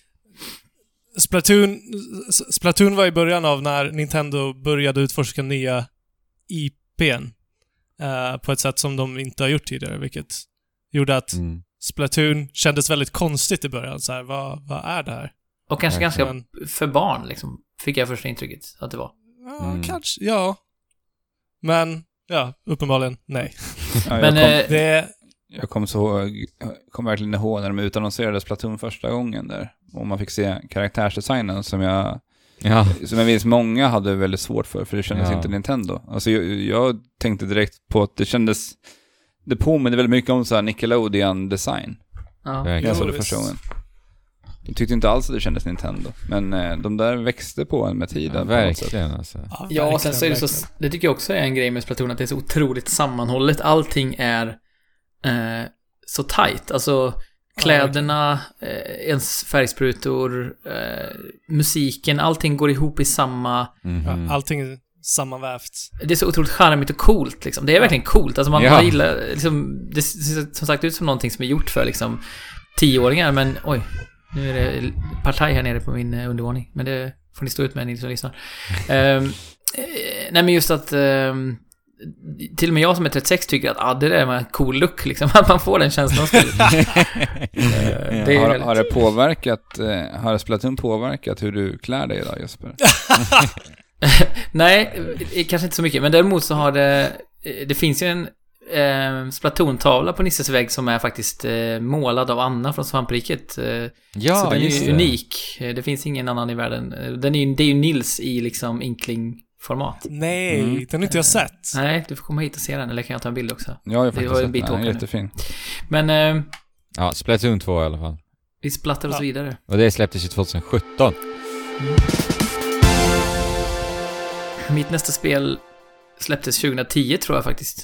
Splatoon var i början av när Nintendo började utforska nya IP:n på ett sätt som de inte har gjort tidigare, vilket gjorde att Splatoon kändes väldigt konstigt i början. Så här, vad är det här? Och kanske ganska för barn, liksom, fick jag första intrycket att det var. Ja, kanske, ja. Men, uppenbarligen, nej. Men jag kom verkligen ihåg när de utannonserade Splatoon första gången där. Och man fick se karaktärsdesignen som jag vet många hade väldigt svårt för det kändes inte Nintendo. Alltså jag tänkte direkt på att det påminner väldigt mycket om så här Nickelodeon design. Jag såg det första gången. Jag tyckte inte alls att det kändes Nintendo. Men de där växte på en med tiden. Verkligen alltså. Ja, och sen så är det så... Det tycker jag också är en grej med Splatoon, att det är så otroligt sammanhållet. Allting är så tight. Alltså kläderna, ens färgsprutor, musiken, allting går ihop i samma... Allting är sammanvävt. Det är så otroligt charmigt och coolt liksom. Det är verkligen coolt. Alltså man gillar liksom, det ser som sagt ut som någonting som är gjort för liksom 10-åringar, men oj, nu är det partaj här nere på min undervåning. Men det får ni stå ut med, ni som lyssnar. Nej, men just att till och med jag som är 36 tycker att det där är en cool look liksom. Att man får den känslan. Har det påverkat, har Splatoon påverkat hur du klär dig idag, Jesper? Nej, kanske inte så mycket. Men däremot så har det finns ju en Splatoon-tavla på Nisses vägg som är faktiskt målad av Anna från Svampriket. Så den är ju unik. Det finns ingen annan i världen. Det är ju Nils i liksom inkling-format. Nej, den har inte jag sett. Nej, du får komma hit och se den. Eller kan jag ta en bild också? Ja, jag faktiskt sett den. Den är jättefin. Men... Splatoon 2 i alla fall. Vi splattar oss vidare. Och det släpptes ju 2017. Mitt nästa spel släpptes 2010 tror jag faktiskt.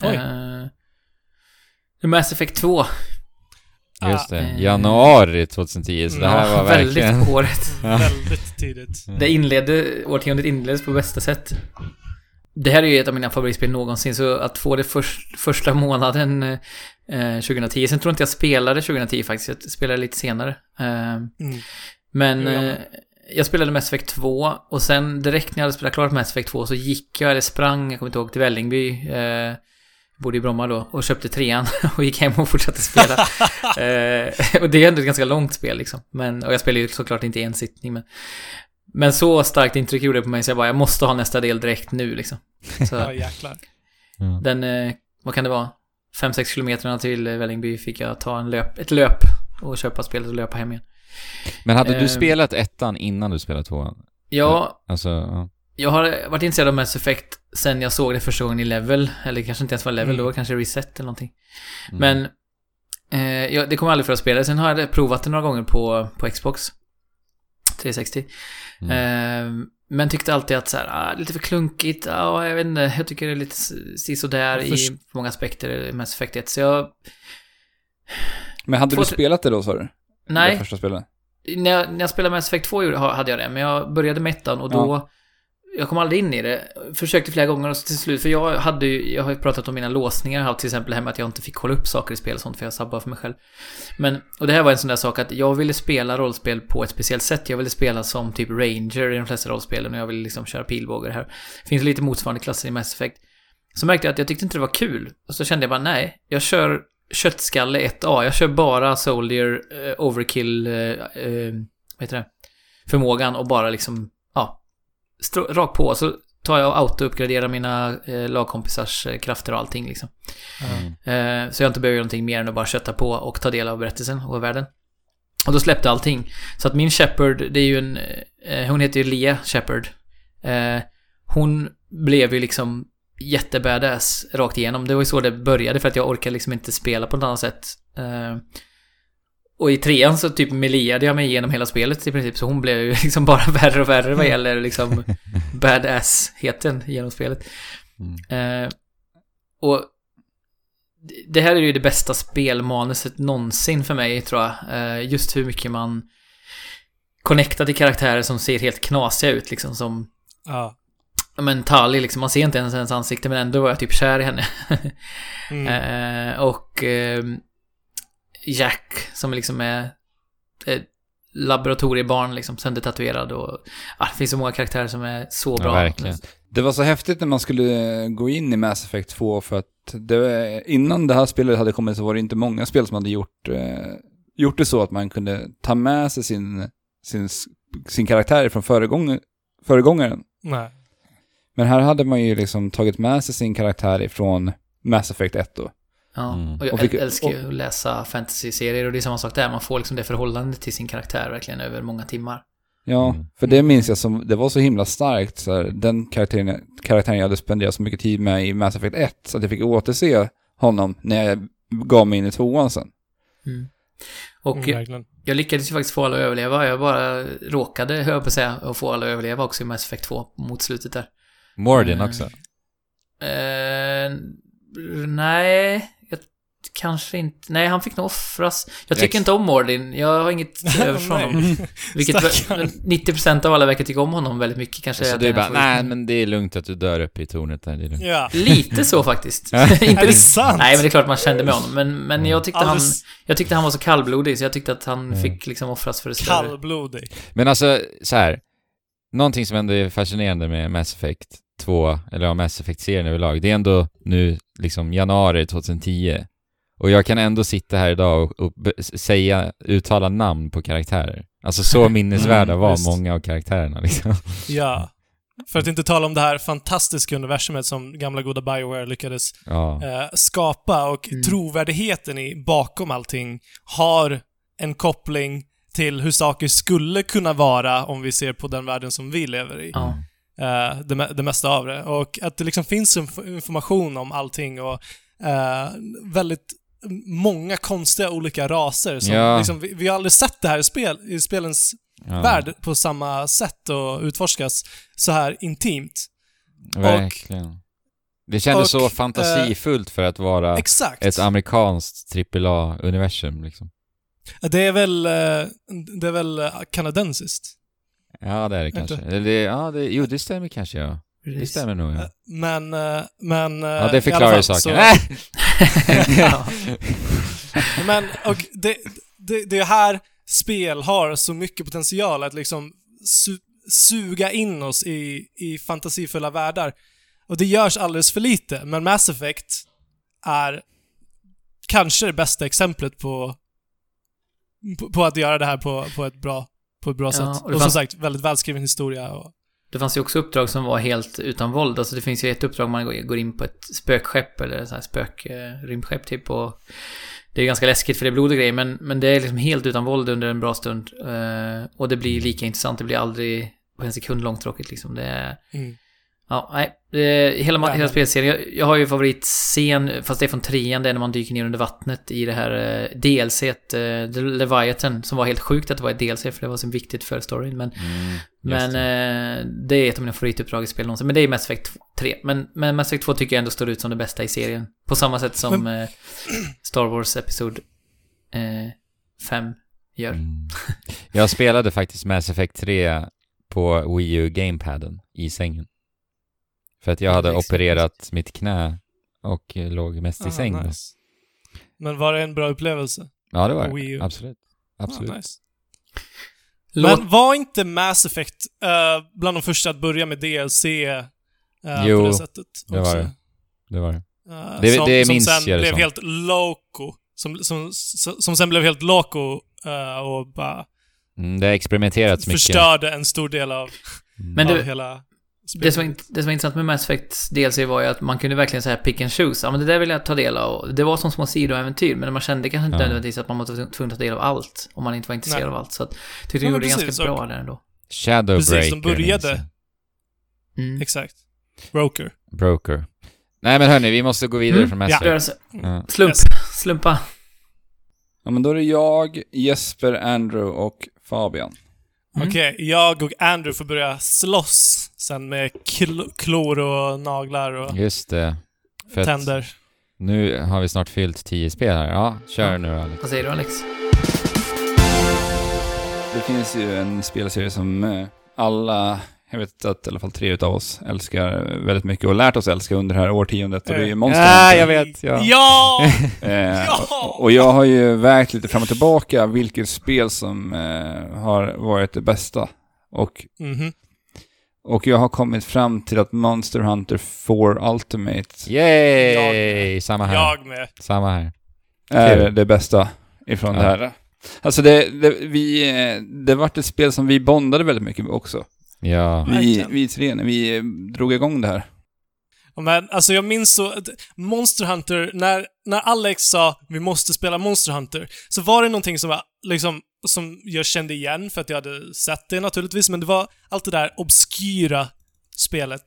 Mass Effect 2. Just det, januari 2010. Så det här var verkligen... Väldigt året. Väldigt tidigt. Årtiondet inleddes på bästa sätt. Det här är ju ett av mina favoritspel någonsin. Så att få det första månaden 2010. Sen tror inte jag spelade 2010 faktiskt. Jag spelade lite senare. Men... jag spelade Mass Effect 2 och sen direkt när jag hade spelat klart Mass Effect 2 så gick jag, eller sprang, jag kommer inte ihåg, till Vällingby, bodde i Bromma då, och köpte 3:an och gick hem och fortsatte spela. Och det är ändå ett ganska långt spel liksom. Och jag spelade ju såklart inte i en sittning, men så starkt intryck gjorde det på mig så jag måste ha nästa del direkt nu liksom. Så jäklar. den, vad kan det vara? 5-6 kilometerna till Vällingby fick jag ta ett löp och köpa spelet och löpa hem igen. Men hade du spelat ettan innan du spelade tvåan? Ja, alltså, ja. Jag har varit intresserad av Mass Effect sen jag såg det första gången i Level, eller kanske inte ens var Level då, kanske Reset eller någonting. Men det kommer aldrig för att spela. Sen har jag provat det några gånger på Xbox 360. Men tyckte alltid att så här, lite för klunkigt. Jag vet inte, jag tycker det är lite sådär i många aspekter Mass Effect 1. Så jag... Men hade du spelat det då, sa du? Nej. Det första spelet? När jag spelade Mass Effect 2 hade jag det. Men jag började med ettan och då... Jag kom aldrig in i det. Försökte flera gånger och till slut. För jag har ju pratat om mina låsningar. Jag har till exempel hemma att jag inte fick kolla upp saker i spel och sånt. För jag sabbar för mig själv. Och det här var en sån där sak att jag ville spela rollspel på ett speciellt sätt. Jag ville spela som typ Ranger i de flesta rollspelen. Och jag ville liksom köra pilbågar här. Det finns lite motsvarande klasser i Mass Effect. Så märkte jag att jag tyckte inte det var kul. Och så kände jag bara, nej. Jag kör köttskalle 1A. Jag kör bara Soldier Overkill förmågan och bara liksom rakt på, så tar jag och auto-uppgraderar mina lagkompisars krafter och allting liksom. Så jag inte behöver någonting mer än att bara kötta på och ta del av berättelsen och världen. Och då släppte allting. Så att min Shepard, det är ju hon heter ju Leah Shepard. Hon blev ju liksom jättebadass rakt igenom. Det var ju så det började, för att jag orkade liksom inte spela på ett annat sätt. Och i 3:an så typ meleade jag mig igenom hela spelet i princip. Så hon blev ju liksom bara värre och värre vad gäller liksom badass-heten genom spelet. Och det här är ju det bästa spelmanuset någonsin för mig, tror jag. Just hur mycket man connectar till karaktärer som ser helt knasiga ut liksom, som men Tali liksom, man ser inte ens hennes ansikte, men ändå var jag typ kär i henne. Och Jack som liksom är laboratoriebarn liksom, sen det tatuerad, och det finns så många karaktärer som är så bra. Verkligen. Det var så häftigt när man skulle gå in i Mass Effect 2, för att innan det här spelet hade kommit så var det inte många spel som hade gjort det så att man kunde ta med sig sin karaktär från föregångaren. Nej. Men här hade man ju liksom tagit med sig sin karaktär ifrån Mass Effect 1 då. Ja, och jag älskar ju att läsa fantasy-serier, och det är samma sak där. Man får liksom det förhållandet till sin karaktär verkligen över många timmar. Ja, för det minns jag som, det var så himla starkt så här, den karaktären jag hade spenderat så mycket tid med i Mass Effect 1, så att jag fick återse honom när jag gav mig in i 2:an sen. Och jag lyckades ju faktiskt få alla att överleva. Jag bara råkade, hör på säga, att få alla att överleva också i Mass Effect 2 mot slutet där. Mordin också? Nej, kanske inte. Nej, han fick nog offras. Jag tycker inte om Mordin. Jag har inget till över från honom. Vilket 90% av alla verkar tycka om honom väldigt mycket. Kanske så det är bara, nej, men det är lugnt att du dör uppe i tornet där. Det är lugnt. Ja. Lite så faktiskt. Inte är det sant? Nej, men det är klart man kände med honom. Men jag tyckte han var så kallblodig, så jag tyckte att han fick liksom offras för det större. Kallblodig. Men alltså, så här, någonting som ändå är fascinerande med Mass Effect 2, eller Mass Effect-serien överlag, det är ändå nu liksom januari 2010. Och jag kan ändå sitta här idag och uttala namn på karaktärer. Alltså så minnesvärda var många av karaktärerna liksom. Ja. För att inte tala om det här fantastiska universumet som gamla goda BioWare lyckades skapa, och trovärdigheten bakom allting har en koppling till hur saker skulle kunna vara om vi ser på den världen som vi lever i. Det mesta av det. Och att det liksom finns information om allting, och väldigt många konstiga olika raser som liksom, vi har aldrig sett det här i spelens värld på samma sätt och utforskas så här intimt. Verkligen. Det kändes så fantasifullt för att vara ett amerikanskt AAA-universum liksom. Det är väl kanadensiskt. Ja, det är det kanske. Det stämmer kanske, ja. Det stämmer nog, ja. Men det förklarar saken. Men och det här spel har så mycket potential att liksom suga in oss i fantasifulla världar. Och det görs alldeles för lite. Men Mass Effect är kanske det bästa exemplet på på att göra det här på ett bra sätt. Och som sagt, väldigt välskriven historia. Och det fanns ju också uppdrag som var helt utan våld. Alltså det finns ju ett uppdrag man går in på ett spökskepp eller så här spökrymdskepp typ, och det är ganska läskigt för det är blod och grejer, men det är liksom helt utan våld under en bra stund. Och det blir lika intressant, det blir aldrig på en sekund långtråkigt liksom. Det är... Ja, nej. Hela spelserien. Jag har ju favoritscen, fast det är från 3:an, det är när man dyker ner under vattnet i det här DLC-et, Leviathan, som var helt sjukt att det var ett DLC, för det var så viktigt för storyn. Men det är ett av mina favorituppdrag i spel någonsin. Men det är Mass Effect 3. Men Mass Effect 2 tycker jag ändå står ut som det bästa i serien. På samma sätt som Star Wars Episod 5 gör. Jag spelade faktiskt Mass Effect 3 på Wii U Gamepaden i sängen. För att jag hade opererat mitt knä och låg mest i säng. Nice. Men var det en bra upplevelse? Ja, det var det. Absolut. Nice. Men var inte Mass Effect bland de första att börja med DLC på det sättet? Jo, det var det. Det minns jag. Som sen blev som. helt loco. Som sen blev helt loco och bara... det har experimenterats mycket. Förstörde en stor del av, av hela... Det som var intressant med Mass Effect DLC var ju att man kunde verkligen säga pick and choose. Ja, men det där vill jag ta del av. Det var som små sidoäventyr, men man kände kanske inte nödvändigtvis att man måste tvungen att ta del av allt om man inte var intresserad av allt. Så att tyckte jag gjorde det ganska bra där ändå. Shadowbreaker. Precis, de började. Exakt. Broker. Nej, men hörni, vi måste gå vidare från Mass Effect. Slumpa. Ja, men då är det jag, Jesper, Andrew och Fabian. Okej, jag och Andrew får börja slåss sen med klor och naglar och just det. tänder. Nu har vi snart fyllt 10 spel här. Ja, kör nu Alex. Vad säger du, Alex? Det finns ju en spelserie som alla, jag vet att i alla fall 3 utav oss älskar väldigt mycket och lärt oss älska under det här årtiondet, och det är Monster Hunter. Jag vet. Och jag har ju vägt lite fram och tillbaka vilket spel som har varit det bästa. Och jag har kommit fram till att Monster Hunter 4 Ultimate Samma här. Jag med. Samma här. Är det bästa ifrån det här. Alltså det var ett spel som vi bondade väldigt mycket med också. Ja. Vi tre, när vi drog igång det här. Men alltså jag minns så Monster Hunter, när Alex sa vi måste spela Monster Hunter, så var det någonting som var liksom, som jag kände igen för att jag hade sett det naturligtvis, men det var allt det där obskyra spelet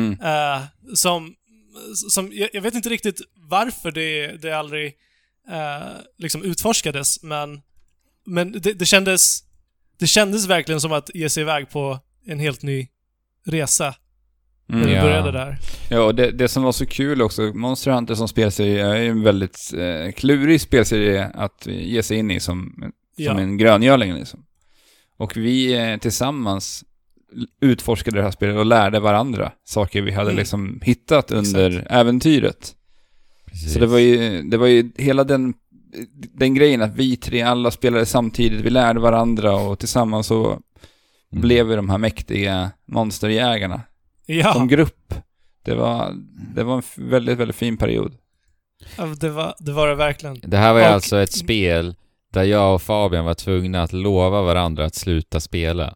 som jag vet inte riktigt varför det aldrig liksom utforskades, men det kändes verkligen som att ge sig iväg på en helt ny resa när vi började där. Ja, och det som var så kul också, Monster Hunter som spelserie är en väldigt klurig spelserie att ge sig in i som en gröngöling liksom. Och vi tillsammans utforskade det här spelet och lärde varandra saker vi hade liksom hittat under äventyret. Precis. Så det var ju hela den grejen att vi tre alla spelade samtidigt, vi lärde varandra och tillsammans så blev vi de här mäktiga monsterjägarna. Ja. Som grupp. Det var en väldigt, väldigt fin period. Ja, det var det verkligen. Det här var alltså ett spel där jag och Fabian var tvungna att lova varandra att sluta spela.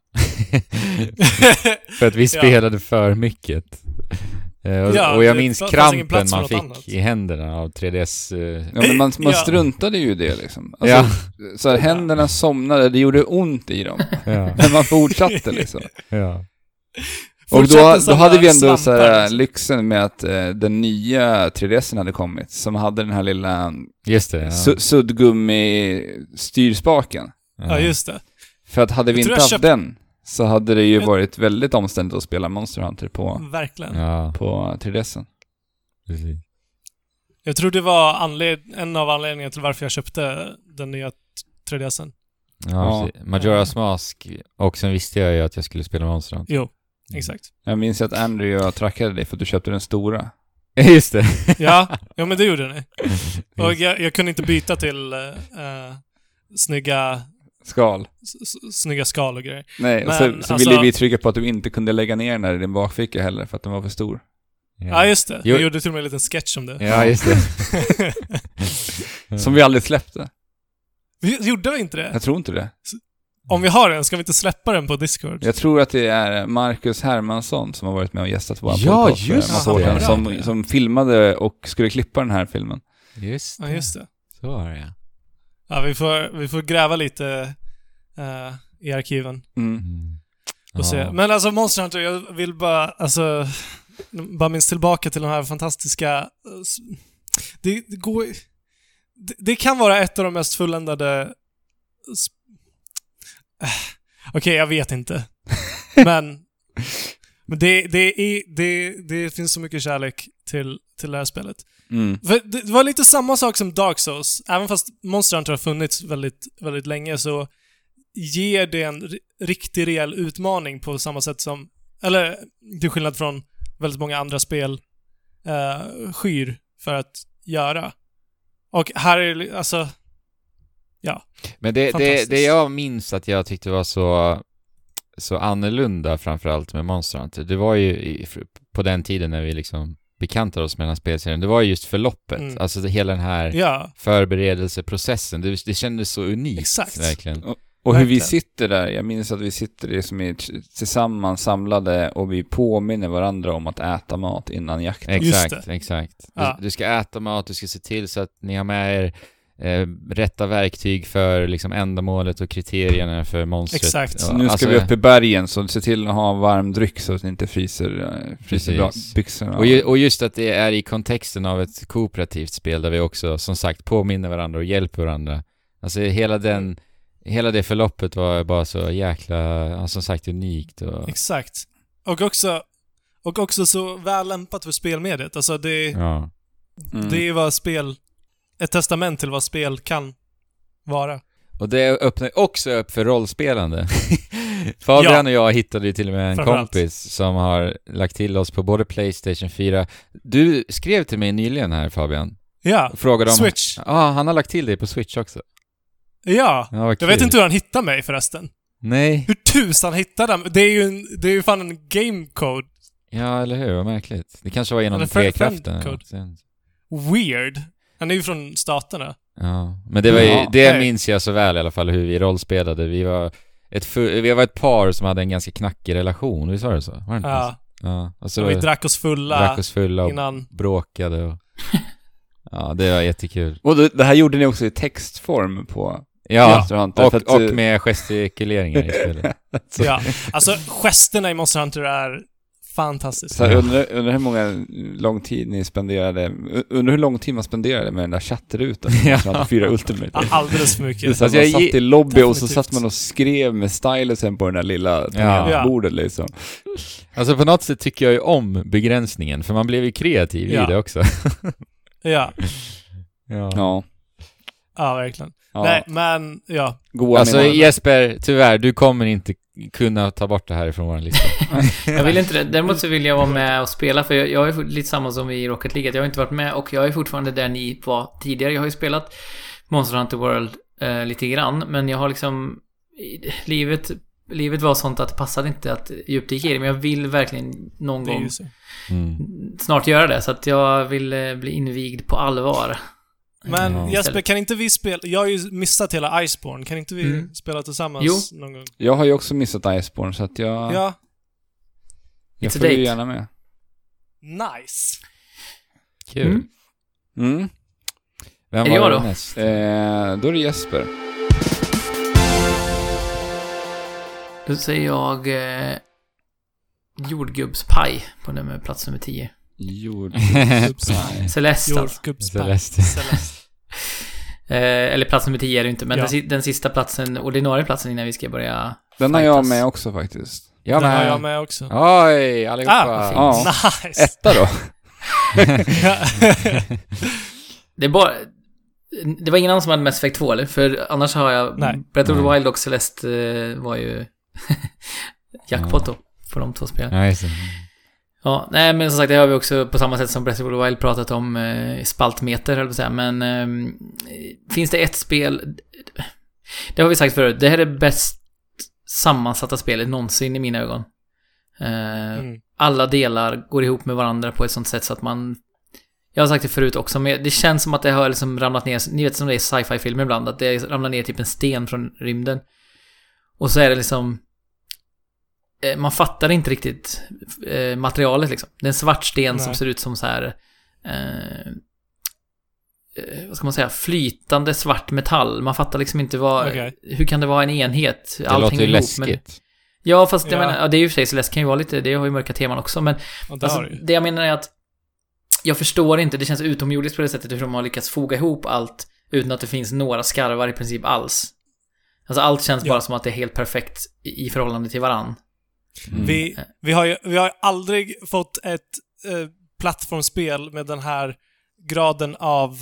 För att vi spelade för mycket. Och jag minns krampen man fick i händerna av 3DS. Ja, men man struntade ju i det liksom. Alltså, så här, händerna somnade, det gjorde ont i dem. Men man fortsatte liksom. Ja. Och då hade vi ändå så här lyxen med att den nya 3DSen hade kommit, som hade den här lilla suddgummi styrspaken. Ja, just det. För att hade vi inte haft den så hade det ju varit väldigt omständigt att spela Monster Hunter på 3DSen. Precis. Jag tror det var en av anledningarna till varför jag köpte den nya 3DSen. Ja. Majora's Mask, och sen visste jag ju att jag skulle spela Monster Hunter. Jo. Exakt. Jag minns att Andrew och jag trackade dig för att du köpte den stora. Just det. Ja, men det gjorde ni. Och jag kunde inte byta till snygga skal och grejer. Nej, men, så ville vi trycka på att du inte kunde lägga ner den i din bakficka heller för att den var för stor. Ja, just det. Jag gjorde till och med en liten sketch om det. Ja, just det. Som vi aldrig släppte. Gjorde vi inte det? Jag tror inte det. Om vi har den, ska vi inte släppa den på Discord? Jag tror att det är Marcus Hermansson som har varit med och gästat vår podcast just för en massa år sedan, som filmade och skulle klippa den här filmen. Just det. Ja, just det. Så var det. Ja, vi får gräva lite i arkiven. Och se. Men alltså Monster Hunter, jag vill bara minns tillbaka till den här fantastiska... Det kan vara ett av de mest fulländade... Okej, jag vet inte. Men det finns så mycket kärlek till det här spelet. För det var lite samma sak som Dark Souls. Även fast Monster Hunter har funnits väldigt, väldigt länge, så ger det en riktig rejäl utmaning på samma sätt som, eller till skillnad från väldigt många andra spel skyr för att göra. Och här är det, alltså, ja. Men det jag minns att jag tyckte var så annorlunda framförallt med Monster Hunter, det var ju på den tiden när vi liksom bekantade oss med den här spelserien, det var ju just förloppet. Alltså hela den här förberedelseprocessen. Det kändes så unikt. Exakt. Verkligen. Och hur vi sitter där, jag minns att vi sitter liksom tillsammans samlade och vi påminner varandra om att äta mat innan jakten. Exakt. Du ska äta mat, du ska se till så att ni har med er rätta verktyg för liksom ändamålet och kriterierna för monstret. Exakt. Så nu ska vi upp i bergen, så se till att ha en varm dryck så att det inte fryser bra byxorna. Och just att det är i kontexten av ett kooperativt spel där vi också som sagt påminner varandra och hjälper varandra. Alltså hela det förloppet var bara så jäkla, som sagt, unikt. Exakt. Och också så väl lämpat för spelmediet. Alltså det var ett testament till vad spel kan vara. Och det öppnar också upp för rollspelande. Fabian och jag hittade ju till och med en kompis som har lagt till oss på både PlayStation 4. Du skrev till mig nyligen här, Fabian. Ja, frågade om Switch. Han har lagt till dig på Switch också. Ja, jag vet inte hur han hittar mig förresten. Nej. Hur tusan hittade han? Det är ju fan en gamecode. Ja, eller hur? Vad märkligt. Det kanske var genom Trekraften. Weird. Han är ju från staterna. Ja, men det var ju, det minns jag så väl i alla fall, hur vi rollspelade. Vi var ett par som hade en ganska knackig relation. Visst var det så? Var det inte så? Ja. Och så vi drack oss fulla och innan bråkade och... Ja, det var jättekul. Och det här gjorde ni också i textform på... Ja, och med gestikuleringar i spelet. Ja, alltså gesterna i Monster Hunter är fantastiskt. Så under hur lång tid ni spenderade, under hur lång tid man spenderade med den där chattrutan från 4 Ultimate. Ja, alldeles för mycket. Så jag satt i lobby och så satt man och skrev med stylusen på den där lilla bordet liksom. Alltså på något sätt tycker jag ju om begränsningen, för man blev ju kreativ i det också. Ja, verkligen. Ja. Nej, men alltså Jesper, tyvärr, du kommer inte kunna ta bort det här från vår lista. Jag vill inte det. Däremot så vill jag vara med och spela, för jag är lite samma som i Rocket League. Jag har inte varit med och jag är fortfarande där ni var tidigare. Jag har ju spelat Monster Hunter World lite grann, men jag har liksom livet var sånt att det passade inte att djupdyka i det, men jag vill verkligen någon gång snart göra det, så att jag vill bli invigd på allvar. Men Jesper, kan inte vi spela... Jag har ju missat hela Iceborne. Kan inte vi spela tillsammans någon gång? Jag har ju också missat Iceborne, så att jag får ju gärna med. Nice. Kul. Vem var jag då? Näst? Då är det Jesper. Då säger jag jordgubbspaj på den med plats nummer 10. Jordgubbspaj. Celeste. Eller plats nummer 10 är det inte, men den sista platsen, ordinarie platsen innan vi ska börja den har jag med också faktiskt. Den har jag med också. Oj, allihopa. Nice. Etta då. Det var ingen annan som hade Mass Effect 2, eller? För annars har jag Breath of the Wild och Celeste var ju jackpot då för de två spelen. Ja, nej, men som sagt, det har vi också på samma sätt som Breath of the Wild pratat om spaltmeter, eller vad säga. Men finns det ett spel, det har vi sagt förut, det här är det bäst sammansatta spelet någonsin i mina ögon. Alla delar går ihop med varandra på ett sånt sätt så att man, jag har sagt det förut också, men det känns som att det har liksom ramlat ner, ni vet som det är sci-fi-filmer ibland, att det ramlar ner typ en sten från rymden. Och så är det liksom man fattar inte riktigt materialet liksom. Det är en svart sten som ser ut som så här vad ska man säga, flytande svart metall. Man fattar liksom inte hur kan det vara en enhet? Det låter ju läskigt. Ja, fast jag menar, det är ju för sig så läskigt kan ju vara lite, det har ju mörka teman också, men alltså, det jag menar är att jag förstår inte, det känns utomjordiskt på det sättet hur de har lyckats foga ihop allt utan att det finns några skarvar i princip alls. Alltså allt känns bara som att det är helt perfekt i förhållande till varann. Vi har ju aldrig fått ett plattformsspel med den här graden av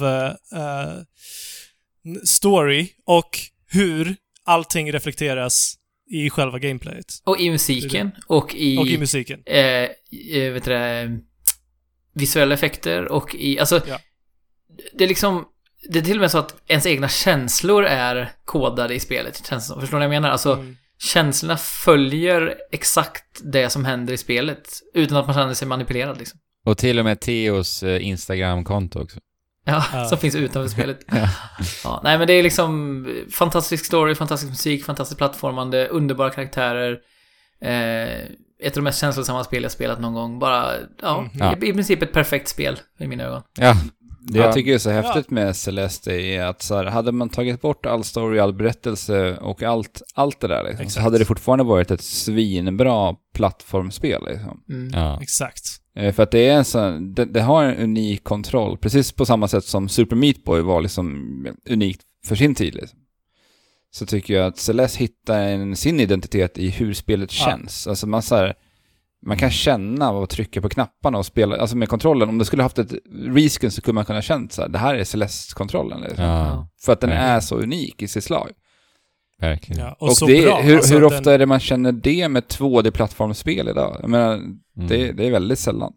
story och hur allting reflekteras i själva gameplayet. Och i musiken. Och i musiken. Vet du det, visuella effekter och i... Alltså, det är liksom... Det är till och med så att ens egna känslor är kodade i spelet. Förstår ni vad jag menar? Alltså, känslorna följer exakt det som händer i spelet utan att man känner sig manipulerad liksom. Och till och med Theos Instagram-konto också. Ja, som finns utanför spelet. Ja, nej, men det är liksom fantastisk story, fantastisk musik, fantastiskt plattformande, underbara karaktärer. Ett av de mest känslosamma spel jag spelat någon gång. Bara, i princip ett perfekt spel i mina ögon. Ja. Det jag tycker är så häftigt med Celeste är att så här, hade man tagit bort all story, all berättelse och allt det där liksom, så hade det fortfarande varit ett svinbra plattformspel liksom. Ja. Exakt. För att det är en sån, det har en unik kontroll, precis på samma sätt som Super Meat Boy var liksom unikt för sin tid liksom. Så tycker jag att Celeste hittar sin identitet i hur spelet känns. Alltså man kan känna och trycka på knapparna och spela, alltså med kontrollen. Om det skulle haft ett reskin så kunde man kunna känt så här, det här är Celeste-kontrollen liksom. För att den är så unik i sitt slag. Verkligen. Ja, och så det, bra. hur ofta är det man känner det med 2D-plattformsspel idag? Jag menar, det är väldigt sällan.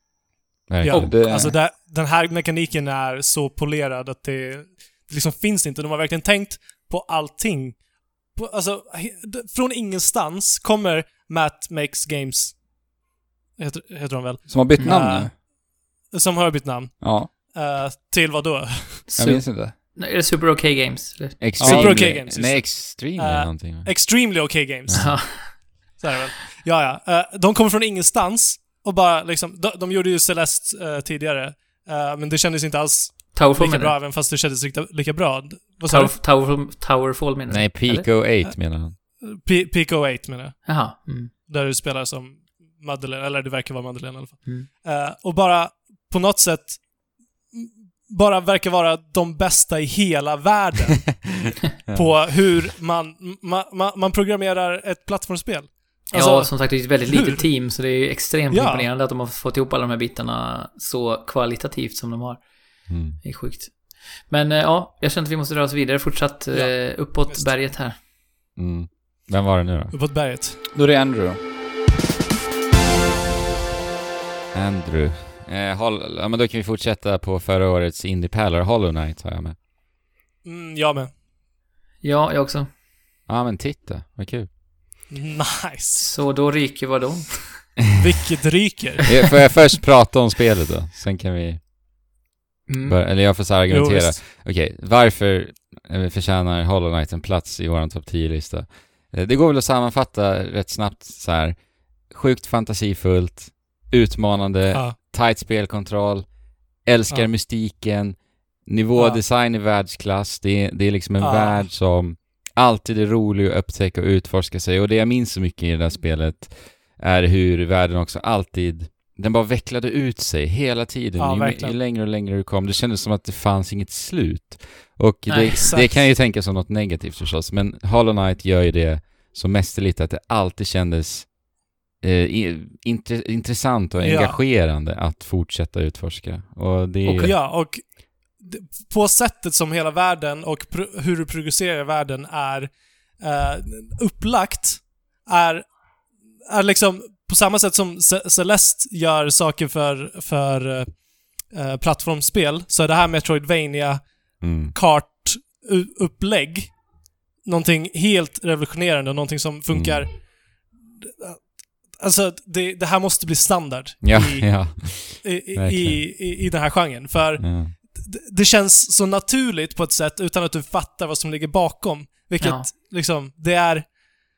Ja, alltså den här mekaniken är så polerad att det liksom finns inte. De har verkligen tänkt på allting. Alltså, från ingenstans kommer Matt Makes Games, heter de väl? Som har bytt namn nu? Som har bytt namn. Ja. Till vad då? Jag minns inte. Är det Super OK Games? Super OK Games. Nej, Extreme eller någonting. Extremely OK Games. Så är det väl. Ja. De kommer från ingenstans och bara liksom, de gjorde ju Celeste tidigare. Men det kändes inte alls lika bra, även fast det kändes lika bra. Towerfall menar du? Nej, Pico 8 menar han. Pico 8 menar jag. Jaha. Där du spelar som Madeleine, eller det verkar vara Madeleine i alla fall. Och bara på något sätt bara verkar vara de bästa i hela världen på hur man programmerar ett plattformsspel. Alltså, ja, som sagt, det är ett väldigt litet team, så det är extremt imponerande att de har fått ihop alla de här bitarna så kvalitativt som de har. Det är sjukt. Men jag känner att vi måste dra oss vidare, fortsatt uppåt berget här. Vem var det nu då? Uppåt berget. Då är det Andrew. Ja, men då kan vi fortsätta på förra årets Indie Pärlor. Hollow Knight har jag med. Jag med. Ja, jag också. Ja, men titta, vad kul. Nice. Så då ryker vad då? Vilket ryker? Får jag först prata om spelet då? Sen kan vi... Eller jag får så argumentera. Okej, varför förtjänar Hollow Knight en plats i våran topp 10-lista? Det går väl att sammanfatta rätt snabbt så här. Sjukt fantasifullt, utmanande, tight spelkontroll, älskar mystiken, nivådesign i världsklass. Det är liksom en värld som alltid är rolig att upptäcka och utforska sig. Och det jag minns så mycket i det där spelet är hur världen också alltid... Den bara vecklade ut sig hela tiden. Ju längre och längre du kom. Det kändes som att det fanns inget slut. Och det kan ju tänkas som något negativt förstås. Men Hollow Knight gör ju det så mästerligt att det alltid kändes intressant och engagerande att fortsätta utforska. Och på sättet som hela världen och hur du progresserar världen är upplagt är liksom på samma sätt som Celeste gör saker för plattformsspel, så är det här Metroidvania kartupplägg någonting helt revolutionerande och någonting som funkar. Alltså det här måste bli standard i den här genren, för det känns så naturligt på ett sätt utan att du fattar vad som ligger bakom, vilket liksom det är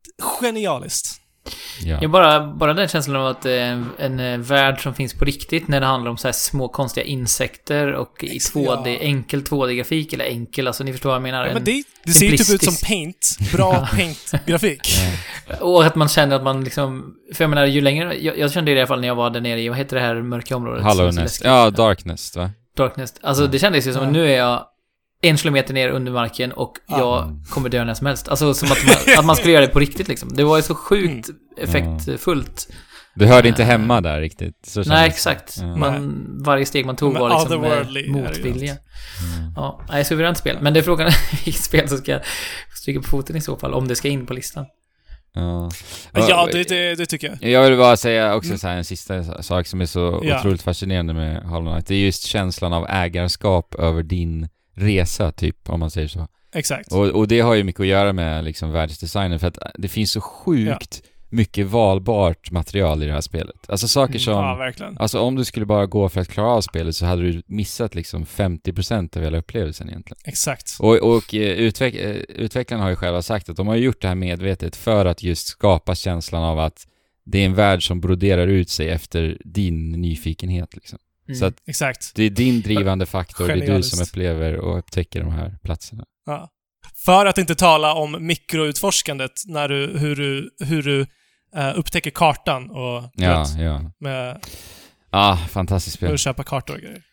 genialiskt. Ja, bara den känslan av att en värld som finns på riktigt när det handlar om så här små konstiga insekter och i 2D, enkel 2D-grafik eller enkel, alltså ni förstår vad jag menar. Ja, men det ser ju typ ut som Paint, bra Paint-grafik. Och att man känner att man liksom, för jag menar ju längre, jag kände i alla fall när jag var där nere i, vad heter det här mörka området? Hallownest, ja, Darknest va? Darknest, alltså det kändes ju som att nu är jag 1 kilometer ner under marken och jag kommer dö när som helst. Alltså som att man skulle göra det på riktigt liksom. Det var ju så sjukt effektfullt. Du hörde inte hemma där riktigt. Så nej, exakt. Varje steg man tog var liksom motvilja. Ja, nej, suveränt spel. Men det är frågan vilket spel som ska stryka på foten i så fall, om det ska in på listan. Ja, det tycker jag. Jag vill bara säga också så här, en sista sak som är så otroligt fascinerande med Hollow Knight. Det är just känslan av ägarskap över din resa typ, om man säger så. Exakt. Och det har ju mycket att göra med liksom världsdesignen, för att det finns så sjukt mycket valbart material i det här spelet. Alltså saker som verkligen. Alltså om du skulle bara gå för att klara av spelet så hade du missat liksom 50% av hela upplevelsen egentligen. Exakt. Och utvecklarna har ju själva sagt att de har gjort det här medvetet för att just skapa känslan av att det är en värld som broderar ut sig efter din nyfikenhet liksom. Så att exakt. Det är din drivande faktor. Det är du som upplever och upptäcker de här platserna. Ja. För att inte tala om mikroutforskandet när hur du upptäcker kartan och med fantastiskt spel. Att köpa kartor och grejer.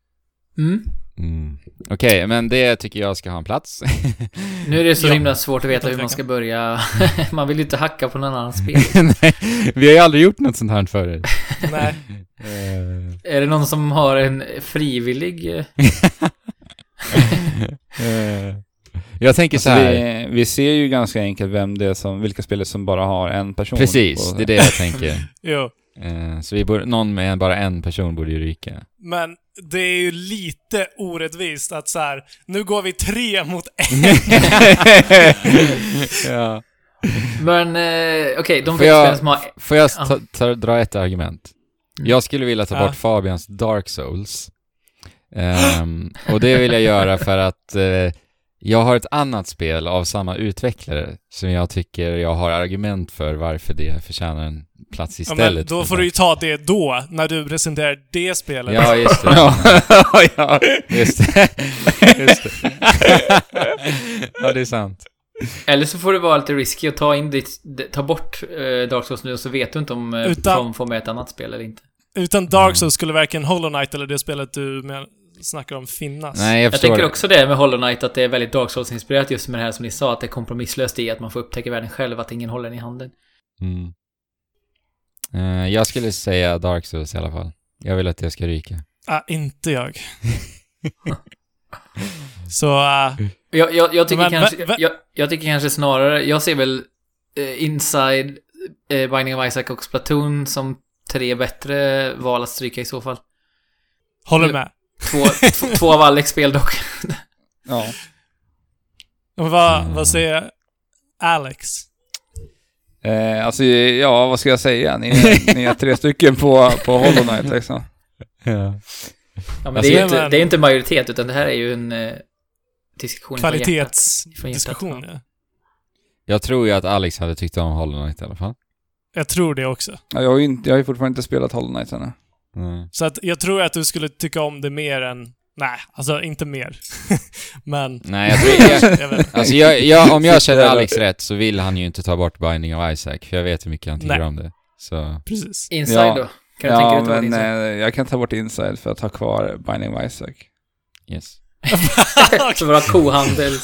Okej, men det tycker jag ska ha en plats. Nu är det så himla svårt att veta hur man ska börja. Man vill ju inte hacka på någon annan spel. Nej, vi har ju aldrig gjort något sånt här förut. Nej. Är det någon som har en frivillig? Jag tänker så här. Vi ser ju ganska enkelt vilka spel som bara har en person. Precis, det är det jag tänker. Jo. Så någon med bara en person borde ju ryka. Men det är ju lite orättvist att så här, nu går vi 3 mot 1. Ja. Men okej, de spel som har... Får jag dra ett argument? Jag skulle vilja ta bort Fabians Dark Souls. Och det vill jag göra för att jag har ett annat spel av samma utvecklare som jag tycker jag har argument för varför det förtjänar en plats istället. Men då får du ju ta det då, när du presenterar det spelet. Ja, just det. Just det. Ja, det är sant. Eller så får du vara lite risky och ta bort Dark Souls nu, och så vet du inte om de får med ett annat spel eller inte. Utan Dark Souls skulle varken Hollow Knight eller det spelet du snackar om finnas. Nej, jag tänker också det med Hollow Knight, att det är väldigt Dark Souls-inspirerat just med det här som ni sa, att det är kompromisslöst i att man får upptäcka världen själv, att ingen håller den i handen. Jag skulle säga Dark Souls i alla fall. Jag vill att det ska ryka. Inte jag. Så... Jag tycker kanske snarare... Jag ser väl Inside, Binding of Isaac och Splatoon som 3 bättre val att stryka i så fall. Håller med. 2 av Alex spel dock. Ja. Vad säger Alex? Alltså, vad ska jag säga? Ni är 3 stycken på Hollow Knight liksom. Ja, men det är inte majoritet, utan det här är ju en diskussion. Kvalitetsdiskussion, ja. Jag tror ju att Alex hade tyckt om Hollow Knight i alla fall. Jag tror det också. Ja, jag har ju fortfarande inte spelat Hollow Knight ännu. Så att jag tror att du skulle tycka om det mer än... Nej, alltså inte mer. Men... Nej, jag tror alltså om jag känner Alex rätt så vill han ju inte ta bort Binding of Isaac, för jag vet hur mycket han tycker om det. Så... Precis. Inside då? Kan du tänka dig ta Inside? Jag kan ta bort Inside för att ha kvar Binding of Isaac. Yes. Så våra kohandels...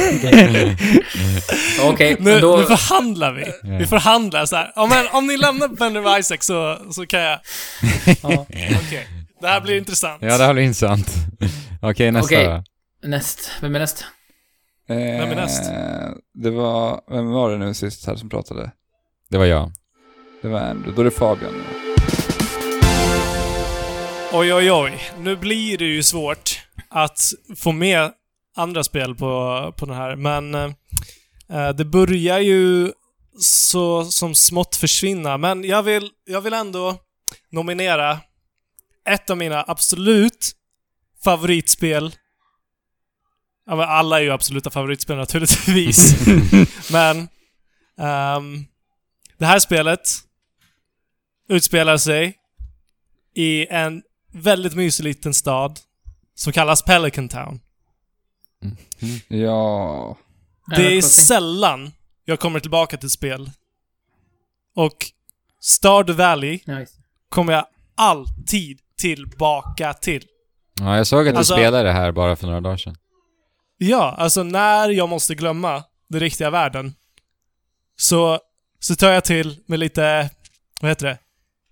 Okej, nu förhandlar vi. Yeah. Vi förhandlar så här. Om ni lämnar Binding of Isaac så kan jag... Okej. Det här blir intressant. Ja, det här blir intressant. Okej, nästa då. Vem är näst? Vem är näst? Vem var det nu sist här som pratade? Det var jag. Det var Andrew. Då är det Fabian nu. Oj. Nu blir det ju svårt att få med andra spel på den här. Men det börjar ju som smått försvinna. Men jag vill ändå nominera ett av mina absolut favoritspel. Ja, men alla är ju absoluta favoritspel naturligtvis. Men Det här spelet utspelar sig i en väldigt mysig liten stad som kallas Pelican Town. Ja. Det är sällan jag kommer tillbaka till spel. Och Stardew Valley kommer jag alltid tillbaka till. Ja, jag såg att du spelade det här bara för några dagar sedan. Ja, alltså när jag måste glömma den riktiga världen så tar jag till med lite, vad heter det?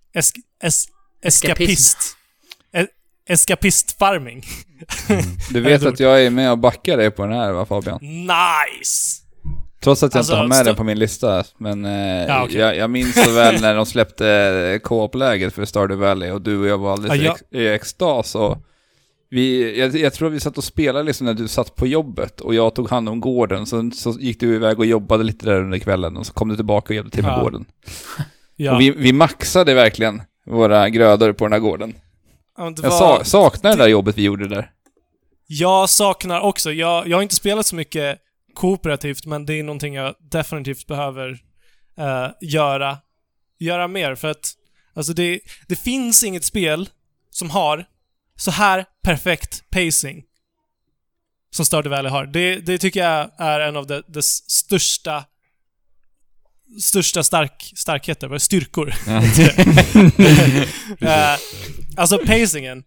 Escapist-farming. Du vet att jag är med och backar dig på den här, va, Fabian? Nice! Trots att jag inte har med den på min lista. Men jag minns så väl när de släppte co-op-läget för Stardew Valley och du och jag var alldeles i extas. Och jag tror vi satt och spelade liksom när du satt på jobbet och jag tog hand om gården. Så gick du iväg och jobbade lite där under kvällen och så kom du tillbaka och hjälpte till med gården. Ja. Och vi maxade verkligen våra grödor på den här gården. Jag saknar det där jobbet vi gjorde där. Jag saknar också. Jag har inte spelat så mycket kooperativt, men det är någonting jag definitivt behöver göra mer. För att alltså det finns inget spel som har så här perfekt pacing som Stardew Valley har. Det tycker jag är en av dess största starkheter, styrkor. Alltså pacingen.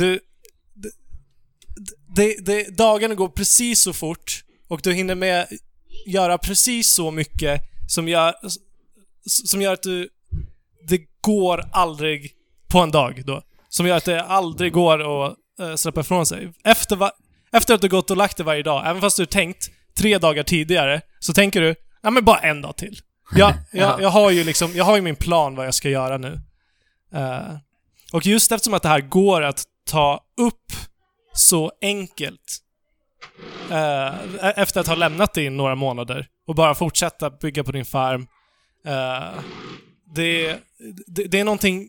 Dagarna går precis så fort och du hinner med göra precis så mycket som gör att det går aldrig på en dag då. Som gör att det aldrig går att släppa ifrån sig. Efter att du gått och lagt det varje dag, även fast du tänkt 3 dagar tidigare, så tänker du, ja men bara en dag till. Jag har ju min plan vad jag ska göra nu. Och just eftersom att det här går att ta upp så enkelt efter att ha lämnat det i några månader och bara fortsätta bygga på din farm, det är någonting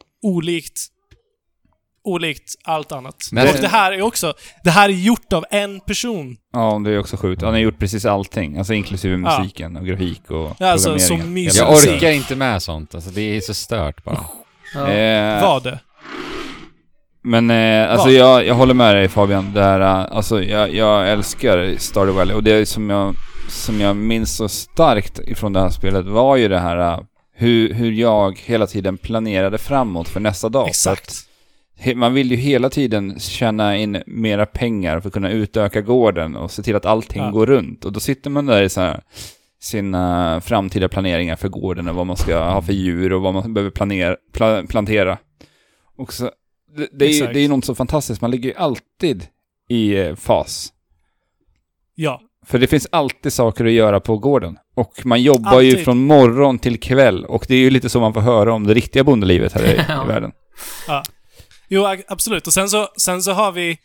olikt allt annat. Men och det här är gjort av en person. Ja, det är också sjukt. Han har gjort precis allting, alltså inklusive musiken och grafik och programmeringen. Jag orkar inte med sånt. Alltså det är så stört bara. Vad det? Men alltså jag håller med dig, Fabian. Det här, alltså jag älskar Stardew Valley och det som jag minns så starkt ifrån det här spelet var ju det här hur jag hela tiden planerade framåt för nästa dag. Exakt. Man vill ju hela tiden tjäna in mera pengar för att kunna utöka gården och se till att allting går runt. Och då sitter man där i så här, sina framtida planeringar för gården och vad man ska ha för djur och vad man behöver plantera. Och så, det är ju något så fantastiskt. Man ligger ju alltid i fas. Ja. För det finns alltid saker att göra på gården. Och man jobbar ju från morgon till kväll. Och det är ju lite så man får höra om det riktiga bondelivet här i världen. Ja. Jo, absolut. Och sen så har vi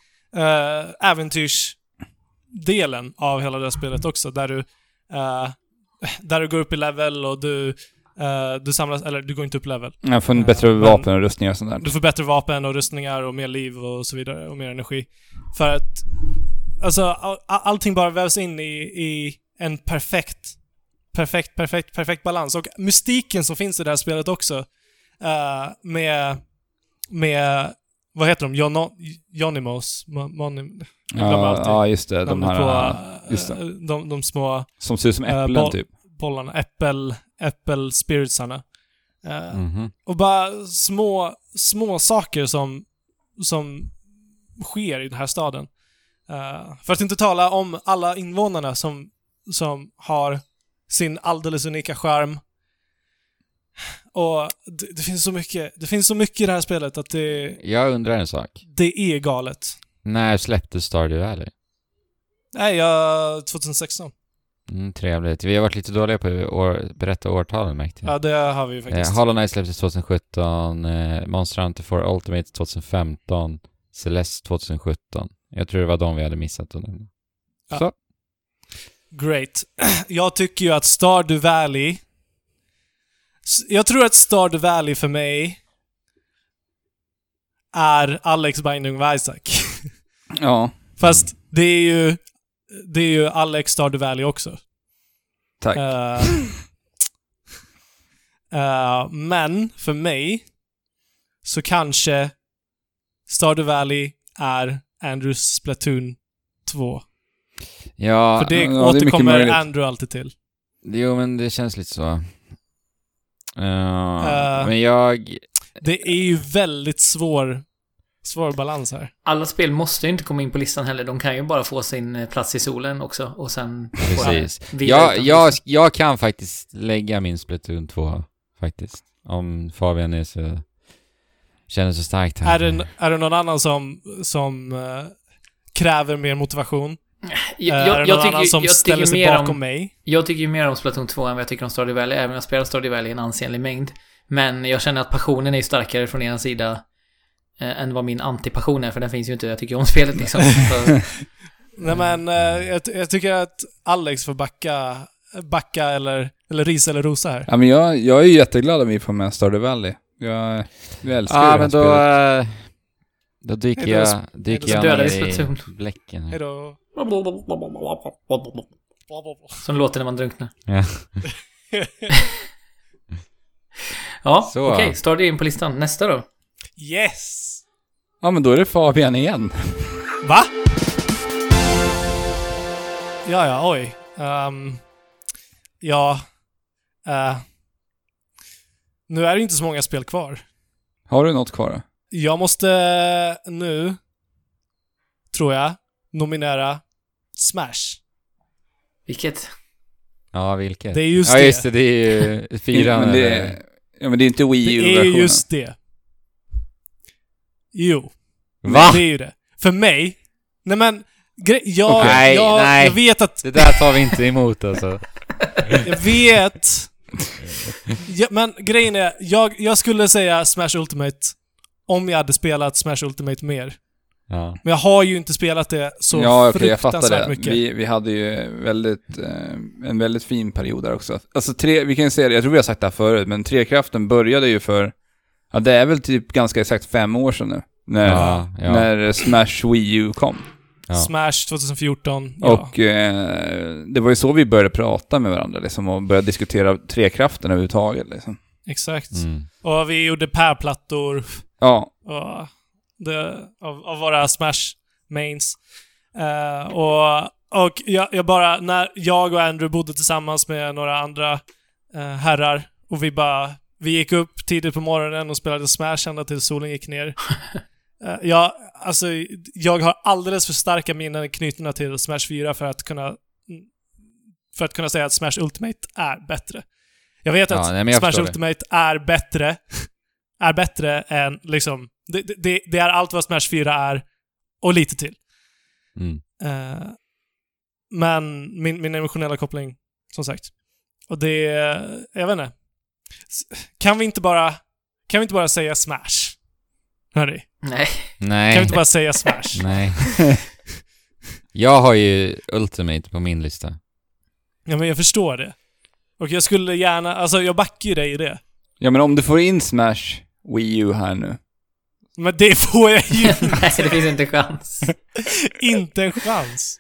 äventyrsdelen av hela det här spelet också. Där du går upp i level och du samlas, eller du går inte upp i level. Jag får bättre vapen och rustningar och sånt där. Du får bättre vapen och rustningar och mer liv och så vidare och mer energi. För att alltså allting bara vävs in i en perfekt balans. Och mystiken som finns i det här spelet också med vad heter de? Jonimos. Ja, just det. De här... De små... Som ser ut som äpplen, typ. Bollarna. Äppelspiritsarna. Och bara små saker som sker i den här staden. För att inte tala om alla invånarna som har sin alldeles unika charm. Och det finns så mycket i det här spelet att det... Jag undrar en sak. Det är galet. När släppte Stardew Valley? Nej, 2016. Trevligt. Vi har varit lite dåliga på att berätta årtalen, märkte jag. Ja, det har vi faktiskt. Hollow Knight släpptes 2017, Monster Hunter 4 Ultimate 2015, Celeste 2017. Jag tror det var de vi hade missat. Ja. Så. Great. Jag tycker ju att Stardew Valley... Jag tror att Stardew Valley för mig är Alex Binding of Isaac. Ja. Fast det är ju Alex Stardew Valley också. Tack. Men för mig så kanske Stardew Valley är Andrews Splatoon 2. Ja, för det det är återkommer mycket Andrew alltid till. Jo, men det känns lite så. Men jag... Det är ju väldigt svår balans här. Alla spel måste ju inte komma in på listan heller. De kan ju bara få sin plats i solen också. Och sen... Precis. Jag kan faktiskt lägga min Splatoon 2, faktiskt. Om Fabian är så... Känner så starkt här. Är det någon annan som kräver mer motivation? Jag som ställer sig bakom mig? Jag tycker ju mer om Splatoon 2 än vad jag tycker om Stardew Valley. Även om jag spelar Stardew Valley i en ansenlig mängd. Men jag känner att passionen är starkare från er sida än vad min antipassion är. För den finns ju inte. Jag tycker om spelet liksom. Nej, men jag tycker att Alex får backa eller ris eller rosa här. Ja, men jag är ju jätteglad att vi får med Stardew Valley. Jag älskar det här spelet. Då dyker jag ner i bläcken. Hejdå. Som låter när man drunknar. Ja. Ja, okej. Stardew in på listan. Nästa då? Yes! Ja, men då är det Fabian igen. Va? Ja, oj. Nu är det inte så många spel kvar. Har du något kvar då? Jag måste nu, tror jag, nominera Smash. Vilket? Ja, vilket? Det är just det. Ja, just det. Det är ju 4. men det är inte Wii U-versionen. Det är just det. Jo. Va? Det är ju det. För mig... Nej, men... Nej. Jag vet att... Det där tar vi inte emot, alltså. Jag vet... men grejen är... Jag skulle säga Smash Ultimate om jag hade spelat Smash Ultimate mer. Ja. Men jag har ju inte spelat det så jag fattar det. Mycket. Vi hade ju en väldigt fin period där också. Alltså vi kan ju säga det, jag tror vi har sagt det här förut, men Trekraften började ju för... Ja, det är väl typ ganska exakt 5 år sedan nu. När Smash Wii U kom. Ja. Smash 2014. Ja. Och det var ju så vi började prata med varandra liksom, och började diskutera Trekraften överhuvudtaget. Liksom. Exakt. Och vi gjorde pärplattor. Ja. Av våra Smash mains. Och jag bara, när jag och Andrew bodde tillsammans med några andra herrar, och vi gick upp tidigt på morgonen och spelade Smash ända till solen gick ner. Jag har alldeles för starka minnen knutna till Smash 4 för att kunna säga att Smash Ultimate är bättre. Jag vet att Smash Ultimate är bättre än liksom... Det är allt vad Smash 4 är och lite till. Men min emotionella koppling, som sagt. Och det... Jag vet inte. Kan vi inte bara säga Smash? Hörni? Nej. Kan vi inte bara säga Smash? Nej. Jag har ju Ultimate på min lista. Ja, men jag förstår det. Och jag skulle gärna... Alltså, jag backar ju dig i det. Ja, men om du får in Smash Wii U här nu. Men det får jag ju inte. Nej, det finns inte en chans. Inte en chans.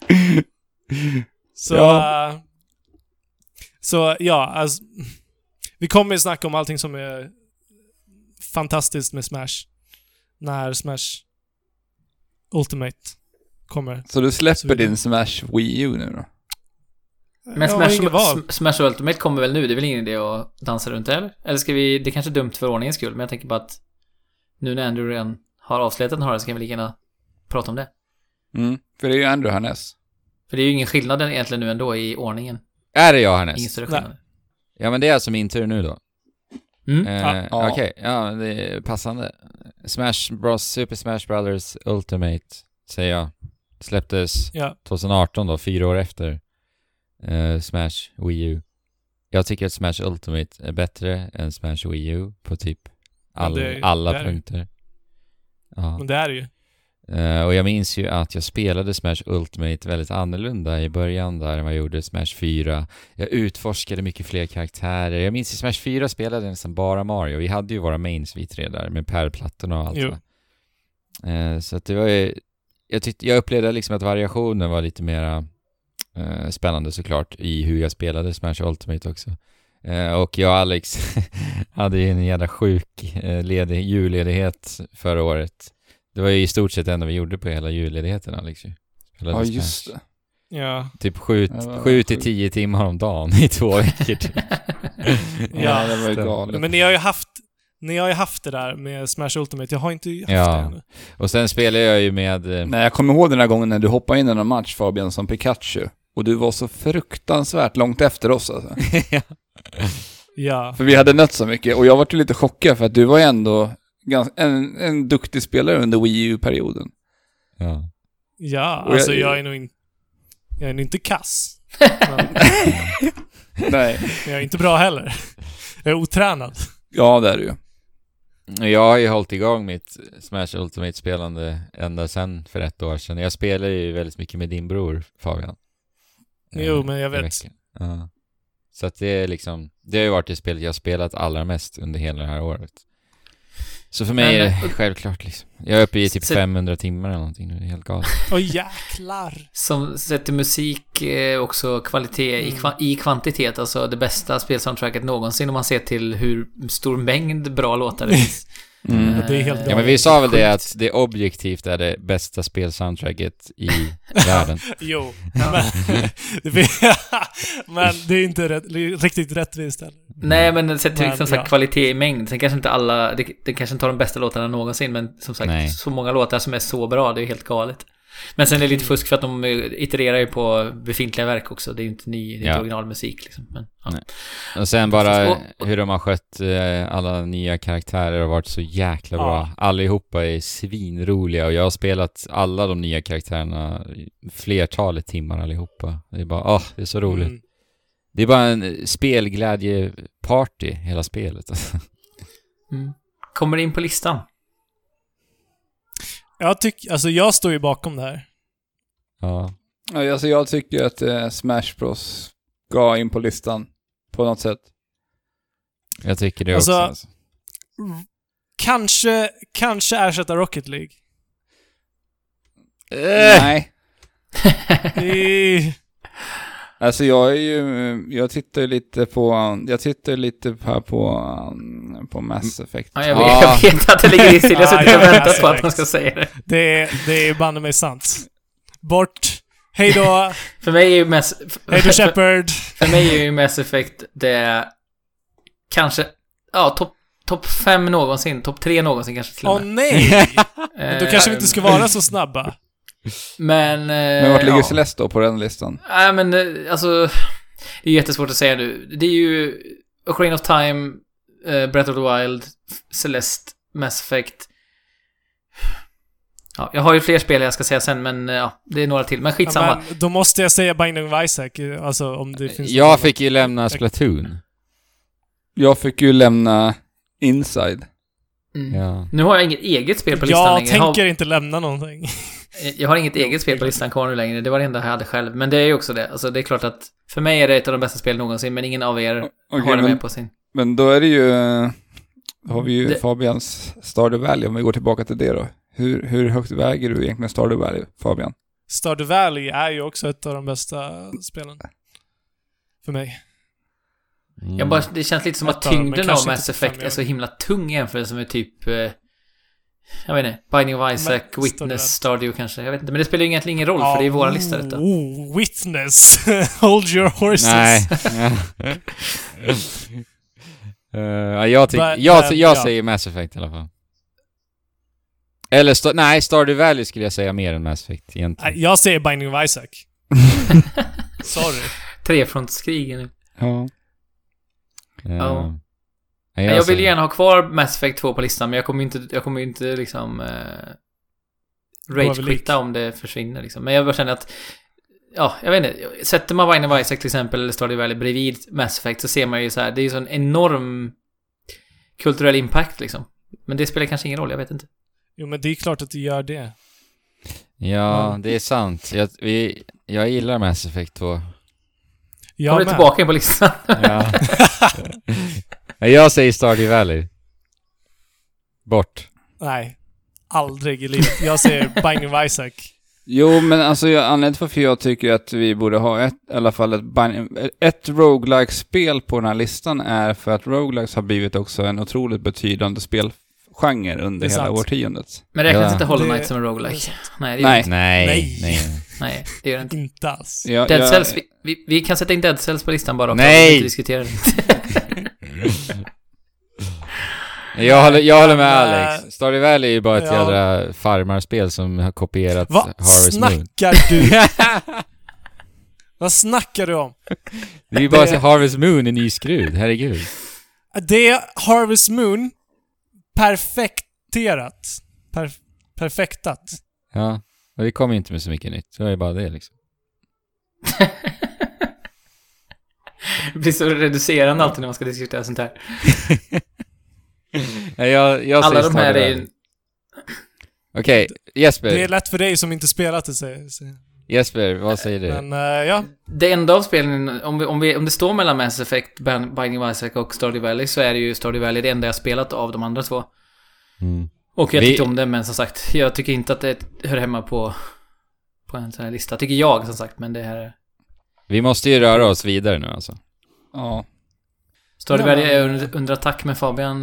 Så ja, alltså, vi kommer ju snacka om allting som är fantastiskt med Smash när Smash Ultimate kommer. Så du släpper din Smash Wii U nu då? Men Smash Ultimate kommer väl nu? Det är väl ingen idé att dansa runt, eller? Eller ska vi... Det är kanske dumt för ordningens skull, men jag tänker bara att nu när Andrew redan har avslutat den här så kan vi lika gärna prata om det. För det är ju Andrew härnäst. För det är ju ingen skillnad egentligen nu ändå i ordningen. Är det jag härnäst? Ingen större skillnad. Ja, men det är alltså min tur nu då. Okej. Ja, det är passande. Super Smash Brothers Ultimate, säger jag. Släpptes 2018 då, 4 år efter Smash Wii U. Jag tycker att Smash Ultimate är bättre än Smash Wii U på typ alla punkter. Ja. Men det är det ju. Och jag minns ju att jag spelade Smash Ultimate väldigt annorlunda i början där än vad jag gjorde Smash 4. Jag utforskade mycket fler karaktärer. Jag minns i Smash 4 spelade jag nästan bara Mario. Vi hade ju våra mains vi tre där med pärlplattorna och allt. Så att det var ju... Jag upplevde liksom att variationen var lite mera spännande såklart i hur jag spelade Smash Ultimate också. Och jag och Alex hade ju en jävla sjuk julledighet förra året. Det var ju i stort sett det enda vi gjorde på hela julledigheten, Alex. Ja, just det. Ja. Typ 7 till 10 timmar om dagen i 2 veckor. Typ. Ja, det var ju galet. Men ni har ju haft det där med Smash Ultimate. Jag har inte haft det ännu. Och sen spelar jag ju med... Nej, jag kommer ihåg den här gången när du hoppade in i en match, Fabian, som Pikachu. Och du var så fruktansvärt långt efter oss alltså. Ja. För vi hade nött så mycket. Och jag var ju lite chockad för att du var ju ändå en duktig spelare under Wii U-perioden. Ja, alltså jag är nog inte kass. Nej. Men jag är inte bra heller. Jag är otränad. Ja, det är det ju. Jag har ju hållit igång mitt Smash Ultimate-spelande ända sedan för 1 år sedan. Jag spelar ju väldigt mycket med din bror, Fabian. Jo, men jag vet. Ja. Så att det är liksom... Det har ju varit det spelet jag har spelat allra mest under hela det här året. Så för mig är det självklart liksom. Jag är uppe i typ 500 timmar eller någonting nu. Det är helt galet. Jäklar! Som sätter musik också kvalitet i kvantitet. Alltså det bästa spelsoundtracket någonsin om man ser till hur stor mängd bra låtar det finns. Det är helt galet. Ja, men vi sa väl det att det objektivt är det bästa spelsoundtracket i världen. Jo, men det är inte riktigt rättvist heller. Nej, men sett till liksom kvalitet i mängd. Sen kanske inte alla, det kanske inte har de bästa låtarna någonsin, men som sagt, så många låtar som är så bra, det är helt galet. Men sen är det lite fusk för att de itererar ju på befintliga verk också. Det är ju inte ny, det är inte originalmusik liksom. Men, och sen bara hur de har skött alla nya karaktärer har varit så jäkla bra. Allihopa är svinroliga och jag har spelat alla de nya karaktärerna flertalet timmar allihopa. Det är bara, det är så roligt. Det är bara en spelglädjeparty hela spelet. Kommer in på listan. Jag står ju bakom det här. Ja, alltså jag tycker att Smash Bros ska in på listan på något sätt. Jag tycker det också. Alltså. Kanske ersätta Rocket League. Nej. Alltså jag tittar lite på Mass Effect. Ja, jag vet att det ligger i still. Jag sitter och väntar på att man ska säga det. Det är banne mig sant. Bort. Hej då. För mig är ju Hej då Shepard. För mig är ju Mass Effect det kanske topp 5 någonsin, topp 3 någonsin kanske till och med. Nej. Då kanske vi inte ska vara så snabba. Men vart ligger Celeste då på den listan? Nej, men alltså det är jättesvårt att säga nu. Det är ju Ocarina of Time, Breath of the Wild, Celeste, Mass Effect. Ja, jag har ju fler spel jag ska säga sen, men det är några till. Men skitsamma. Men då måste jag säga Binding of Isaac, alltså om det finns. Jag fick ju lämna Splatoon. Jag fick ju lämna Inside. Ja. Nu har jag inget eget spel på listan längre. Jag tänker inte lämna någonting. Jag har inget eget spel på listan kvar nu längre. Det var det enda jag hade själv. Men det är ju också det. Alltså det är klart att för mig är det ett av de bästa spelen någonsin, men ingen av er har det med på sin. Men då är det ju har vi ju Fabians Stardew Valley, om vi går tillbaka till det då. Hur högt väger du egentligen Stardew Valley, Fabian? Stardew Valley är ju också ett av de bästa spelen för mig. Det känns lite som att tyngden av Mass Effect är så himla tung jämfört med typ jag vet inte, Binding of Isaac, Witness, Stardew kanske, jag vet inte, men det spelar ju egentligen ingen roll för det är våra lista detta. Witness. Hold your horses. Nej. Jag säger Mass Effect i alla fall. Eller Stardew Valley skulle jag säga mer än Mass Effect egentligen. Jag säger Binding of Isaac. Sorry. Trefrontskrigen nu. Ja. Jag vill gärna ha kvar Mass Effect 2 på listan, men jag kommer inte liksom rage-quitta om det försvinner liksom. Men jag bara känner att jag vet inte, sätter man Binding of Isaac till exempel eller Stardew Valley bredvid Mass Effect så ser man ju så här, det är ju sån enorm kulturell impact liksom. Men det spelar kanske ingen roll, jag vet inte. Jo, men det är klart att det gör det. Ja, det är sant. Jag gillar Mass Effect 2. Kommer du tillbaka in på listan? Ja. Jag säger Stardew Valley. Bort. Nej, aldrig i livet. Jag säger Binding of Isaac. Jo, men alltså anledningen till varför jag tycker att vi borde ha i alla fall ett roguelike-spel på den här listan är för att roguelikes har blivit också en otroligt betydande spelgenre under hela årtiondet. Men räknas inte Hollow Knight som en roguelike? Nej, det gör det inte. Inte alls. Dead Cells, vi kan sätta in Dead Cells på listan bara. Nej! Inte diskutera det. Jag håller med Alex. Stardew Valley är ju bara ett jädra farmarspel som har kopierat Harvest Moon. Vad snackar du? Vad snackar du om? Det är ju bara Harvest Moon i ny skrud, herregud. Det är Harvest Moon perfektat. Ja, och det kommer ju inte med så mycket nytt. Det är bara det liksom. Det blir så reducerande alltid när man ska diskutera sånt här. jag alla de här är ju... Okej, Jesper. Det är lätt för dig som inte spelat det, säger. Jesper, vad säger du? Men, ja. Det enda av spelen, om det står mellan Mass Effect, Binding of Isaac och Stardew Valley, så är det ju Stardew Valley det enda jag spelat av de andra två. Och jag tyckte om det, men som sagt, jag tycker inte att det hör hemma på en sån här lista. Tycker jag, som sagt, men det här... Vi måste ju röra oss vidare nu, alltså. Ja. Stardew Valley är under attack med Fabian.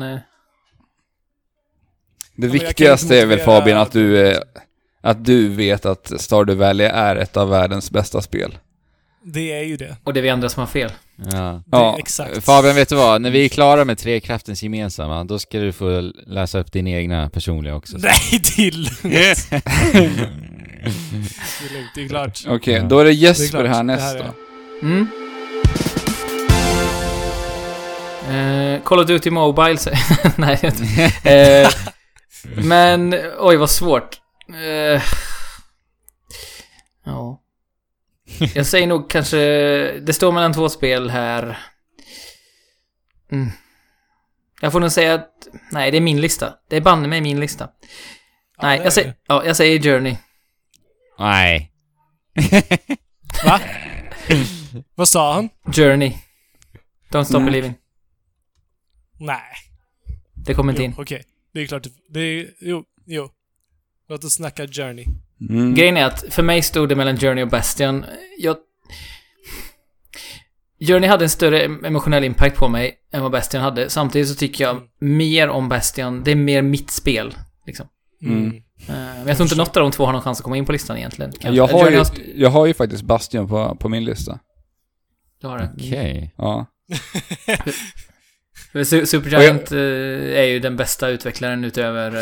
Det viktigaste är väl, Fabian, att du vet att Stardew Valley är ett av världens bästa spel. Det är ju det. Och det är vi andra som har fel. Ja. Exakt. Fabian, vet du vad? När vi är klara med Trekraftens gemensamma, då ska du få läsa upp din egna personliga också. Nej, det är lugnt. Det är klart. Okej, då är det Jesper här nästa. Call of Duty Mobile. Nej, men oj, vad svårt. Ja. Jag säger nog kanske... Det står mellan två spel här. Jag får nog säga att... Nej, det är min lista. Det är banne med min lista. Nej, jag säger Journey. Nej. Va? Vad sa han? Journey. Don't stop believing. Nej. Det kommer inte in. Okej. Det är klart. Jo. Låt oss snacka Journey. Grejen är att för mig stod det mellan Journey och Bastion. Journey hade en större emotionell impact på mig än vad Bastion hade. Samtidigt så tycker jag mer om Bastion. Det är mer mitt spel, liksom. Men jag tror inte något av de två har någon chans att komma in på listan egentligen. Jag har ju faktiskt Bastion på min lista. Du har det? Okej. Ja. Supergiant är ju den bästa utvecklaren utöver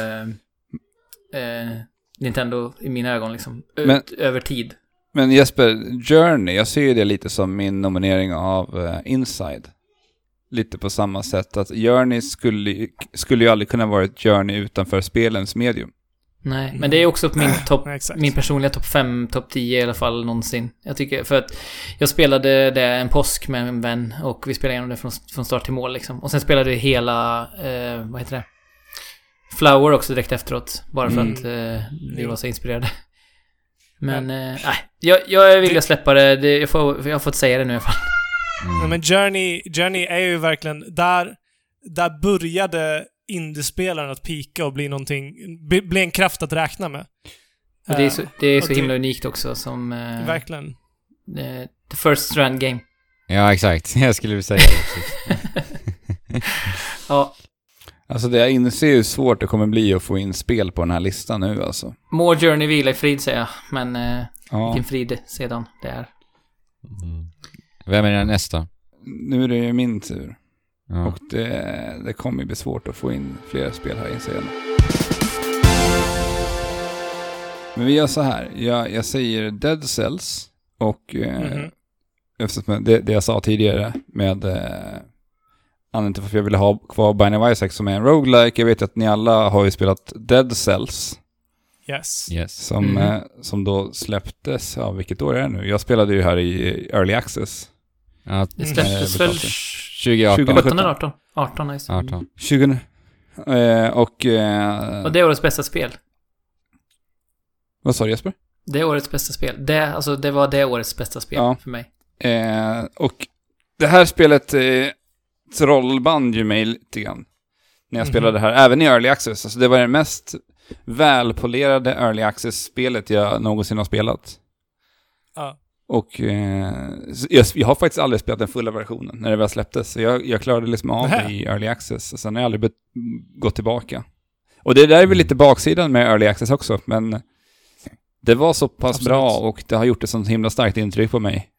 Nintendo i mina ögon, liksom. Över tid. Men Jesper, Journey, jag ser ju det lite som min nominering av Inside. Lite på samma sätt att Journey skulle ju aldrig kunna vara ett Journey utanför spelens medium. Nej, men det är också på min personliga topp 5, topp 10 i alla fall någonsin. Jag tycker, för att jag spelade det en påsk med en vän och vi spelade igenom det från start till mål, liksom. Och sen spelade vi hela, vad heter det? Flower också direkt efteråt, bara för att vi var så inspirerade. Men nej, jag vill släppa det. Jag har fått säga det nu i alla fall. Men Journey är ju verkligen där började indiespelaren att pika och bli någonting, bli en kraft att räkna med. Och det är så himla unikt också som verkligen the first Strand game. Ja, exakt. Jag skulle säga det. Ja. Alltså det jag inser hur svårt det kommer bli att få in spel på den här listan nu, alltså. More Journey vila i frid, säger jag. Men vilken frid sedan det är. Vem är den nästa? Nu är det ju min tur. Ja. Och det kommer bli svårt att få in flera spel här, inser jag. Men vi gör så här. Jag säger Dead Cells. Och eftersom det jag sa tidigare med anledningen till varför jag ville ha kvar Binding of Isaac som är en roguelike. Jag vet att ni alla har ju spelat Dead Cells. Yes. Som då släpptes. Ja, vilket år är det nu? Jag spelade ju här i Early Access. Ja, det släpptes väl 2017 eller 18? 18, nice. 18. 20. Och det är årets bästa spel. Vad sa du, Jesper? Det är årets bästa spel. Det var det årets bästa spel för mig. Och det här spelet trollband ju mig lite grann när jag spelade det här. Även i Early Access. Alltså det var den mest välpolerade Early Access-spelet jag någonsin har spelat. Ja. Och jag har faktiskt aldrig spelat den fulla versionen när det väl släpptes. Så jag klarade liksom av det i Early Access. Och sen har jag aldrig gått tillbaka. Och det där är väl lite baksidan med Early Access också. Men det var så pass bra och det har gjort ett sånt himla starkt intryck på mig.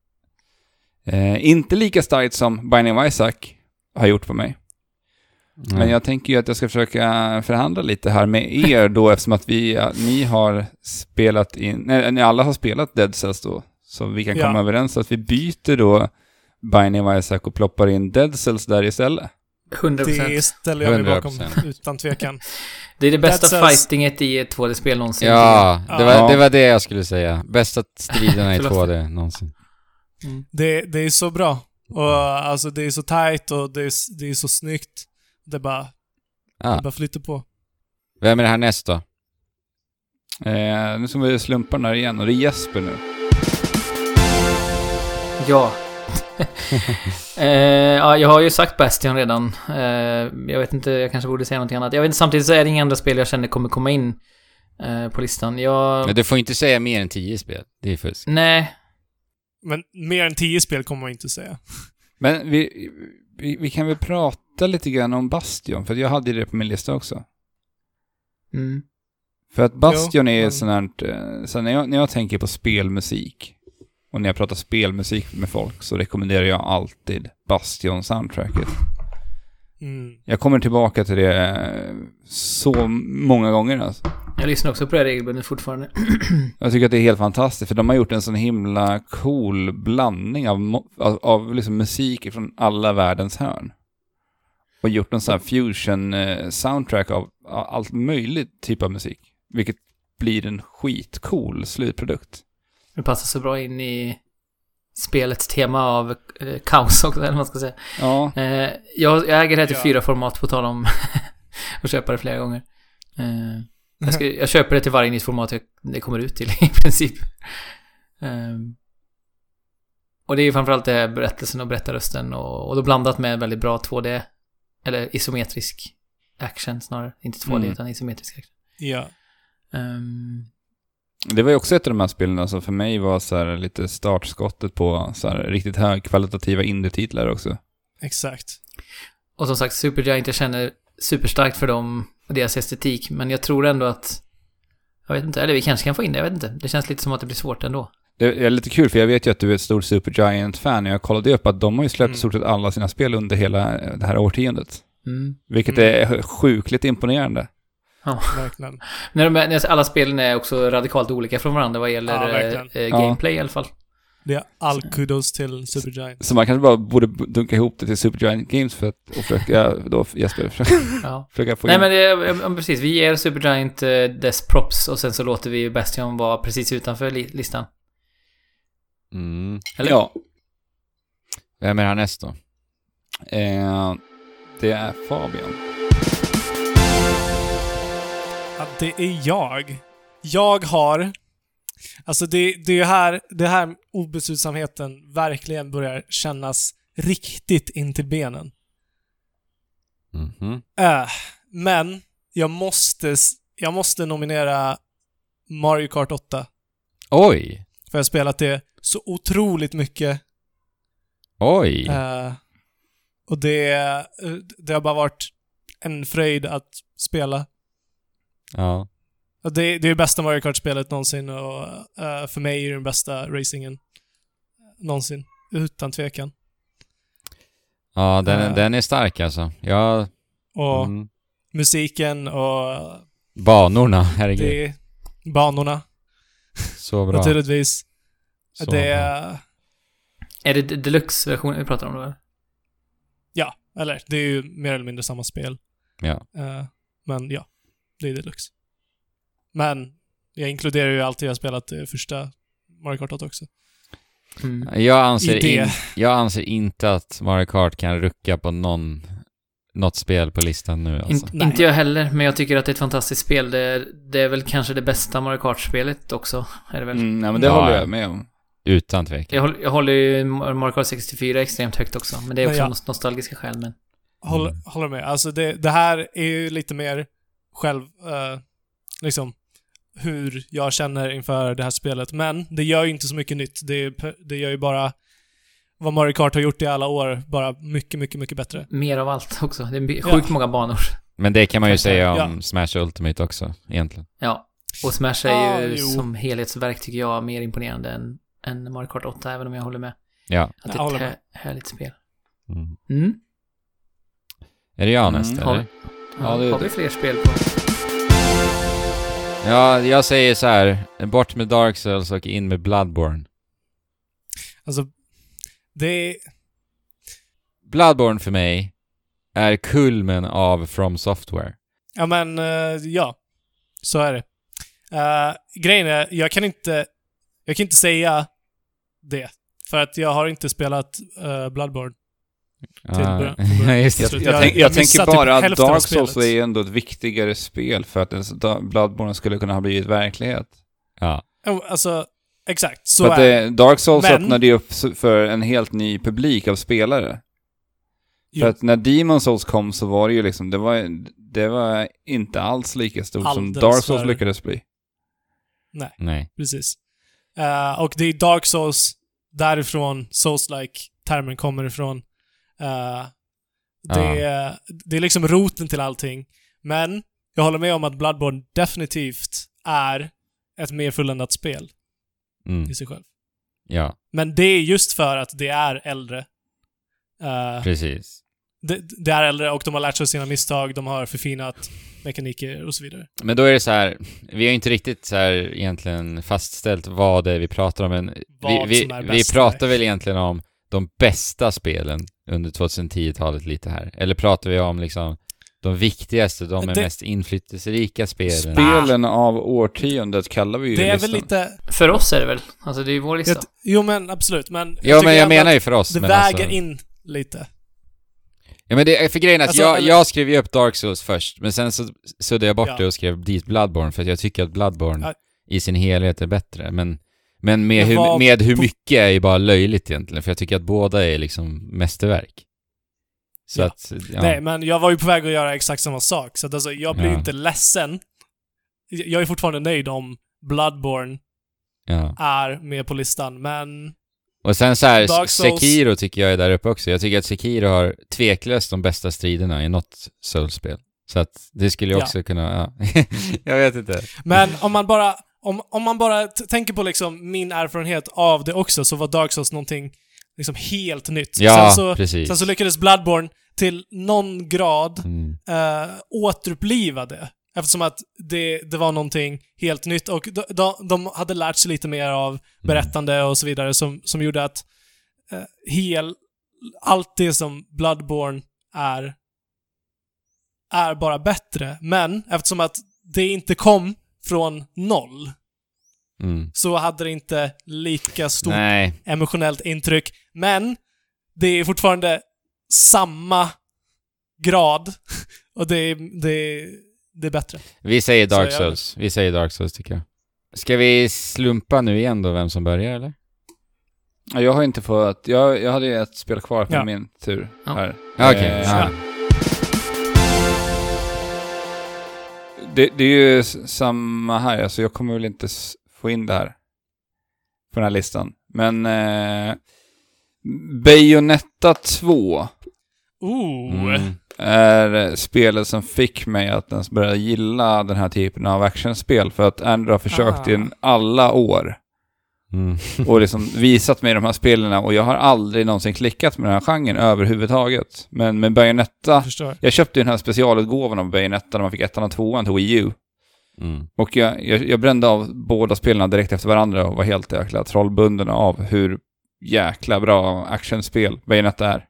Inte lika starkt som Binding of Isaac har gjort på mig. Men jag tänker ju att jag ska försöka förhandla lite här med er då, eftersom att ni har spelat ni alla har spelat Dead Cells då, så vi kan komma överens att vi byter då Binding of Isaac och ploppar in Dead Cells där istället. 100%. Det ställer jag mig bakom utan tvekan. Det är det bästa fightinget i ett 2D-spel någonsin. Ja, det var det jag skulle säga. Bästa striderna i 2D någonsin. Det är så bra. Och alltså det är så tight och det är så snyggt. Det bara flyter på. Vem är det här nästa? Nu ska vi slumpa den här igen. Och det är Jesper nu. Ja. Jag har ju sagt Bastion redan. Jag vet inte, jag kanske borde säga någonting annat. Jag vet inte, samtidigt så är det inga andra spel jag känner kommer komma in på listan. Men du får inte säga mer än 10 spel. Det är fusk. Nej. Men mer än 10 spel kommer man inte säga. Men vi kan väl prata lite grann om Bastion, för jag hade det på min lista också. För att Bastion är sån här, så när jag tänker på spelmusik och när jag pratar spelmusik med folk så rekommenderar jag alltid Bastion soundtracket. Jag kommer tillbaka till det så många gånger alltså. Jag lyssnar också på det regelbundet fortfarande. Jag tycker att det är helt fantastiskt, för de har gjort en sån himla cool blandning av liksom musik från alla världens hörn. Och gjort en sån här fusion soundtrack av allt möjligt typ av musik. Vilket blir en skitcool slutprodukt. Det passar så bra in i spelets tema av kaos också, eller vad man ska säga. Ja. Jag äger det här till 4 format på tal om att köpa det flera gånger. Jag köper det till varje nytt format det kommer ut till i princip. Och det är framförallt det här berättelsen och berättarrösten och då blandat med väldigt bra 2D eller isometrisk action snarare. Inte 2D utan isometrisk action. Ja. Det var ju också ett av de här spelen som för mig var så här lite startskottet på så här riktigt högkvalitativa indie-titlar också. Exakt. Och som sagt, Supergiant, jag känner superstarkt för dem och deras estetik, men jag tror ändå att jag vet inte, eller vi kanske kan få in det, jag vet inte. Det känns lite som att det blir svårt ändå. Det är lite kul, för jag vet ju att du är ett stort Supergiant-fan och jag kollade upp att de har ju släppt stort sett alla sina spel under hela det här årtiondet. Vilket är sjukligt imponerande. Ja, verkligen. När alla spelen är också radikalt olika från varandra vad gäller gameplay i alla fall. Det är all kudos till Supergiant. Så man kanske bara borde dunka ihop det till Supergiant Games för att försöka då försöka få in. Nej men precis, vi ger Supergiant dess props och sen så låter vi Bastion vara precis utanför listan. Eller? Ja. Vem är härnäst då? Det är Fabian. Ja, det är jag. Jag har... Alltså det här obeslutsamheten verkligen börjar kännas riktigt in till benen. Men jag måste nominera Mario Kart 8. Oj! För jag har spelat det så otroligt mycket. Oj! Och det har bara varit en fröjd att spela. Ja. Det är det bästa Mario Kart-spelet någonsin och för mig är det den bästa racingen någonsin, utan tvekan. Ja, den är stark alltså. Ja. Och musiken och banorna, herregud. Banorna. Så bra. Naturligtvis. Så det är det deluxe-versionen vi pratar om då? Ja, eller det är ju mer eller mindre samma spel. Ja. Men ja, det är deluxe. Men jag inkluderar ju alltid jag har spelat det första Mario Kart 8 också. Jag anser inte att Mario Kart kan rucka på något spel på listan nu alltså. Inte jag heller, men jag tycker att det är ett fantastiskt spel. Det är väl kanske det bästa Mario Kart-spelet också, är det väl? Nej, men det håller jag med om. Utan tvekan. Jag håller ju Mario Kart 64 extremt högt också, men det är också nostalgiska skäl. Men... Håller med. Alltså det här är ju lite mer liksom hur jag känner inför det här spelet. Men det gör ju inte så mycket nytt. Det gör ju bara vad Mario Kart har gjort i alla år, bara mycket, mycket, mycket bättre. Mer av allt också. Det är sjukt många banor. Men det kan man ju säga om Smash Ultimate också, egentligen. Ja, och Smash är ju som helhetsverk tycker jag mer imponerande än Mario Kart 8, även om jag håller med. Ja. Att det är ett härligt spel. Är det jag nästa, eller? Har vi fler spel på? Ja, jag säger så här: bort med Dark Souls och in med Bloodborne. Alltså, Bloodborne för mig är kulmen av From Software. Ja, men ja. Så är det. Grejen är, jag kan inte säga det. För att jag har inte spelat Bloodborne. Just det. Jag tänker bara att Dark Souls är ändå ett viktigare spel för att Bloodborne skulle kunna ha blivit verklighet. Ja. Alltså, exakt. Så för att Dark Souls öppnade ju upp för en helt ny publik av spelare. För att när Demon Souls kom så var det ju liksom, det var inte alls lika stort som Dark Souls lyckades bli. Nej. Precis. Och det är Dark Souls därifrån Souls-like-termen kommer ifrån. Det är liksom roten till allting. Men jag håller med om att Bloodborne definitivt är ett mer fulländat spel i sig själv. Ja. Men det är just för att det är äldre. Precis. Det är äldre och de har lärt sig sina misstag, de har förfinat mekaniker och så vidare. Men då är det så här, vi har inte riktigt så här egentligen fastställt vad det är vi pratar om, men vi pratar väl egentligen om de bästa spelen under 2010-talet lite här. Eller pratar vi om liksom de viktigaste, de mest inflytelserika spelen? Spelen av årtiondet kallar vi ju det. Det är listan. väl lite... För oss är det väl? Alltså det är ju vår lista. Jo men absolut, men... jag menar ju för oss. Det väger in lite. Ja, men det är för grejen att alltså, jag skrev ju upp Dark Souls först, men sen så suddade jag bort det och skrev dit Bloodborne för att jag tycker att Bloodborne i sin helhet är bättre. Men med hur mycket är ju bara löjligt egentligen, för jag tycker att båda är liksom mästerverk. Så att, Nej, men jag var ju på väg att göra exakt samma sak. Så att alltså, jag blir inte ledsen. Jag är fortfarande nöjd om Bloodborne är med på listan, men... Och sen så här, Sekiro tycker jag är där uppe också. Jag tycker att Sekiro har tveklöst de bästa striderna i något Souls-spel. Så att det skulle ju också kunna... jag vet inte. Men om man bara tänker på liksom min erfarenhet av det också, så var Dark Souls någonting liksom helt nytt. Ja, sen så lyckades Bloodborne till någon grad återuppliva det. Eftersom att det var någonting helt nytt och de hade lärt sig lite mer av berättande och så vidare som gjorde att allt det som Bloodborne är bara bättre. Men eftersom att det inte kom från noll så hade det inte lika stort emotionellt intryck. Men det är fortfarande samma grad och det är bättre. Vi säger Dark Souls. Vi säger Dark Souls tycker jag. Ska vi slumpa nu igen då vem som börjar eller? Ja, jag har inte fått... Jag hade ett spel kvar för min tur här. Okej. Det är ju samma här. Alltså jag kommer väl inte få in det här på den här listan. Men Bayonetta 2 är spelet som fick mig att ens börja gilla den här typen av actionspel. För att Andrew har försökt i alla år. Och liksom visat mig de här spelen, och jag har aldrig någonsin klickat med den här genren överhuvudtaget. Men med Bayonetta, jag köpte den här specialutgåvan av Bayonetta när man fick 1:an och 2:an till Wii U. Och jag brände av båda spelarna direkt efter varandra och var helt jäkla trollbunden av hur jäkla bra actionspel Bayonetta är.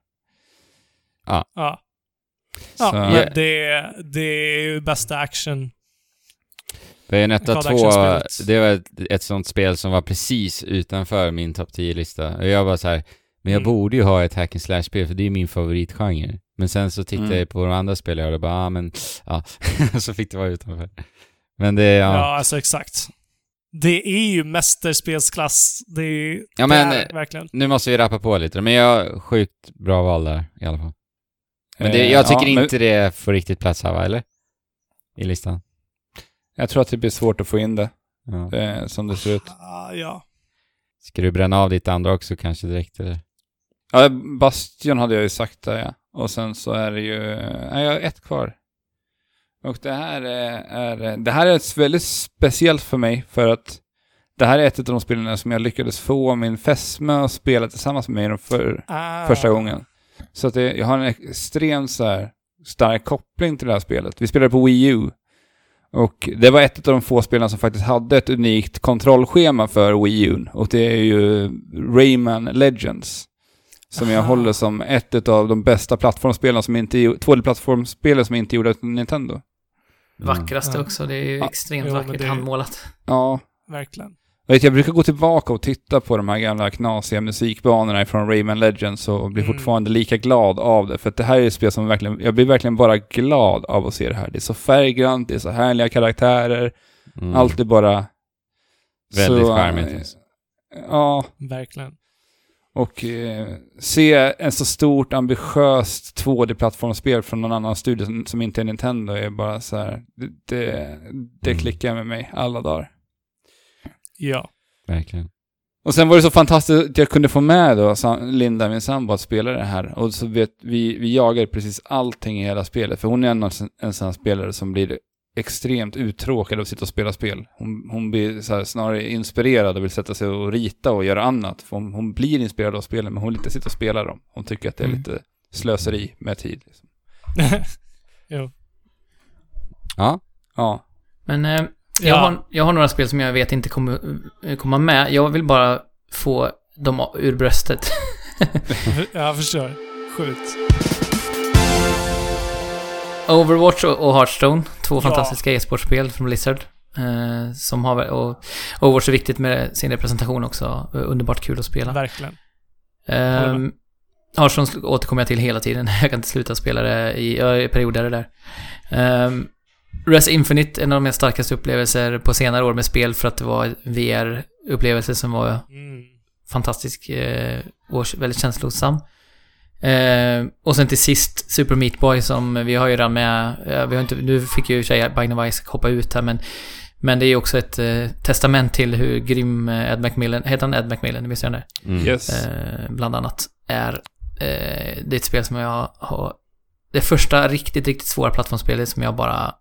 Men det är ju bästa action. Bayonetta 2, det var ett sånt spel som var precis utanför min topp 10-lista. Och jag var så här, men jag borde ju ha ett hack and slash spel för det är min favoritgenre. Men sen så tittade jag på de andra spelen och bara, så fick det vara utanför. Men det Ja, alltså exakt. Det är ju mästerspelsklass. Det är verkligen. Nu måste vi rappa på lite, men jag har sjukt bra val där i alla fall. Men jag tycker inte det får riktigt plats här, va, eller? I listan. Jag tror att det blir svårt att få in det. Ja. Som det ser ut. Ja. Ska du bränna av ditt andra också kanske direkt, eller? Ja, Bastion hade jag ju sagt där, ja. Och sen så är det ju... jag har ett kvar. Och det här är ett väldigt speciellt för mig, för att det här är ett av de spelarna som jag lyckades få min fästmö att spela tillsammans med mig första gången. Så att jag har en extremt så här stark koppling till det här spelet. Vi spelade på Wii U. Och det var ett av de få spelarna som faktiskt hade ett unikt kontrollschema för Wii U. Och det är ju Rayman Legends. Som jag håller som ett av de bästa plattformsspelen som inte 2D-plattformsspelen som inte gjorde av Nintendo. Vackraste också, det är ju extremt vackert handmålat. Ja. Verkligen. Jag brukar gå tillbaka och titta på de här gamla knasiga musikbanorna från Rayman Legends och blir fortfarande lika glad av det. För att det här är ett spel som jag blir verkligen bara glad av att se det här. Det är så färggrant, det är så härliga karaktärer. Allt är bara... Väldigt charmigt. Ja. Verkligen. Och se en så stort, ambitiöst 2D-plattformsspel från någon annan studio som inte är Nintendo är bara så här... Det klickar med mig alla dagar. Ja. Verkligen. Och sen var det så fantastiskt att jag kunde få med då Linda, min sambo, att spela det här. Och så vet vi jagar precis allting i hela spelet. För hon är en sån spelare som blir extremt uttråkad av att sitta och spela spel. Hon blir så här snarare inspirerad och vill sätta sig och rita och göra annat. För hon blir inspirerad av spelen, men hon vill inte sitta och spela dem. Hon tycker att det är lite slöseri med tid. Liksom. Jo. Ja. Men... Jag har några spel som jag vet inte kommer komma med. Jag vill bara få dem ur bröstet. Jag förstår. Sjukt. Overwatch och Hearthstone. Två fantastiska e-sportspel från Blizzard. Som har, och Overwatch är viktigt med sin representation också. Underbart kul att spela. Verkligen. Hearthstone återkommer jag till hela tiden. Jag kan inte sluta spela det i perioder där. Res Infinite är en av de mest starkaste upplevelser på senare år med spel, för att det var VR-upplevelse som var fantastisk och väldigt känslosam. Och sen till sist Super Meat Boy, som vi har ju redan med. Nu fick ju Binding of Isaac hoppa ut här, men det är ju också ett testament till hur grym Ed McMillan, heter han Ed McMillan, visst är det? Yes. Bland annat är det är ett spel som jag har, det första riktigt svåra plattformsspelet som jag bara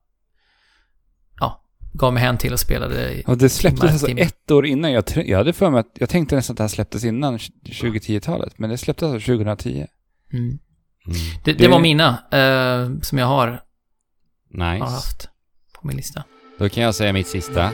gav mig hän till och spelade. Och det släpptes alltså ett år innan. Jag hade för mig att jag tänkte nästan att det här släpptes innan 2010-talet, men det släpptes alltså 2010. Det var mina som jag har haft på min lista. Då kan jag säga mitt sista.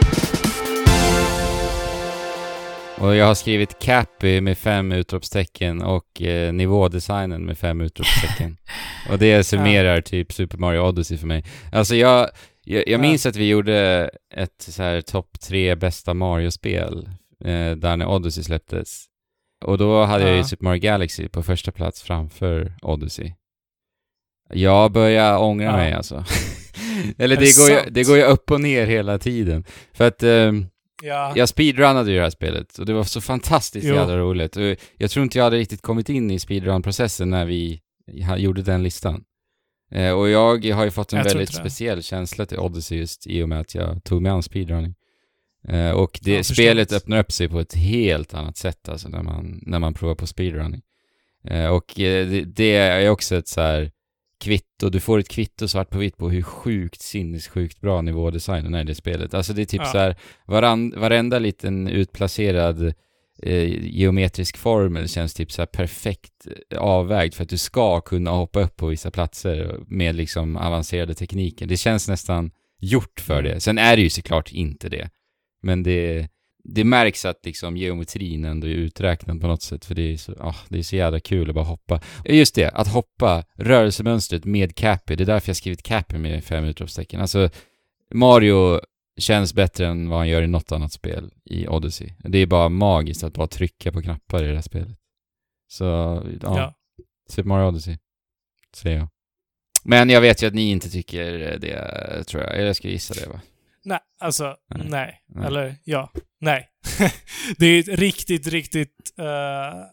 Och jag har skrivit Cappy med 5 utropstecken och nivådesignen med 5 utropstecken. Och det summerar typ Super Mario Odyssey för mig. Alltså jag minns att vi gjorde ett så här topp 3 bästa Mario-spel där när Odyssey släpptes. Och då hade jag ju Super Mario Galaxy på första plats framför Odyssey. Jag börjar ångra mig alltså. Eller det går ju upp och ner hela tiden. För att jag speedrunnade ju det här spelet och det var så fantastiskt jävla roligt. Och jag tror inte jag hade riktigt kommit in i speedrun-processen när vi gjorde den listan. Och jag har ju fått en väldigt speciell känsla till Odyssey just i och med att jag tog mig an speedrunning. Och spelet öppnar upp sig på ett helt annat sätt alltså när man provar på speedrunning. Och det är också ett så här kvitto, du får ett kvitto svart på vitt på hur sinnessjukt bra nivådesignen är i det spelet. Alltså det är typ så här varenda liten utplacerad geometrisk formel känns typ så här perfekt avvägd för att du ska kunna hoppa upp på vissa platser med liksom avancerade tekniker. Det känns nästan gjort för det. Sen är det ju såklart inte det. Men det märks att liksom geometrin ändå är uträknad på något sätt, för det är så jävla kul att bara hoppa. Just det, att hoppa rörelsemönstret med Cappy, det är därför jag skrivit Cappy med 5 utropstecken. Alltså Mario känns bättre än vad han gör i något annat spel i Odyssey. Det är bara magiskt att bara trycka på knappar i det här spelet. Så Super Mario Odyssey säger jag. Men jag vet ju att ni inte tycker det, tror jag. Jag ska gissa det, va? Nej, alltså, nej. Eller, nej. Det är ett riktigt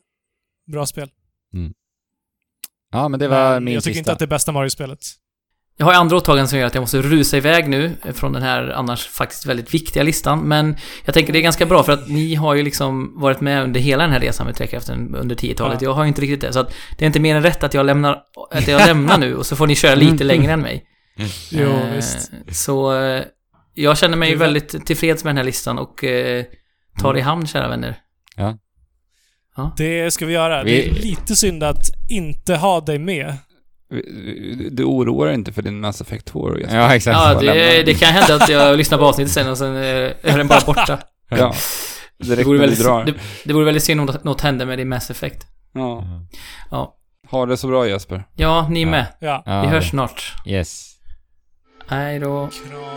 bra spel. Ja, men det var min jag tycker sista. inte att det är bästa Mario-spelet. Jag har andra åtaganden som gör att jag måste rusa iväg nu från den här annars faktiskt väldigt viktiga listan. Men jag tänker det är ganska bra för att ni har ju liksom varit med under hela den här resan med Trekkraften under 10-talet. Jag har ju inte riktigt det. Så att det är inte mer än rätt att jag lämnar nu och så får ni köra lite längre än mig. Jo, visst. Så jag känner mig väldigt tillfreds med den här listan och tar i hamn, kära vänner. Ja. Det ska vi göra. Det är lite synd att inte ha dig med. Du oroar inte för din Mass Effect 2? Ja, exakt. Ja, det kan hända att jag lyssnar på avsnittet sen och sen är den bara borta. Ja. Det vore väldigt synd om något händer med din Mass Effect. Ja. Ha det så bra, Jesper. Ja, ni med. Ja. Vi hörs snart. Yes. Hej då.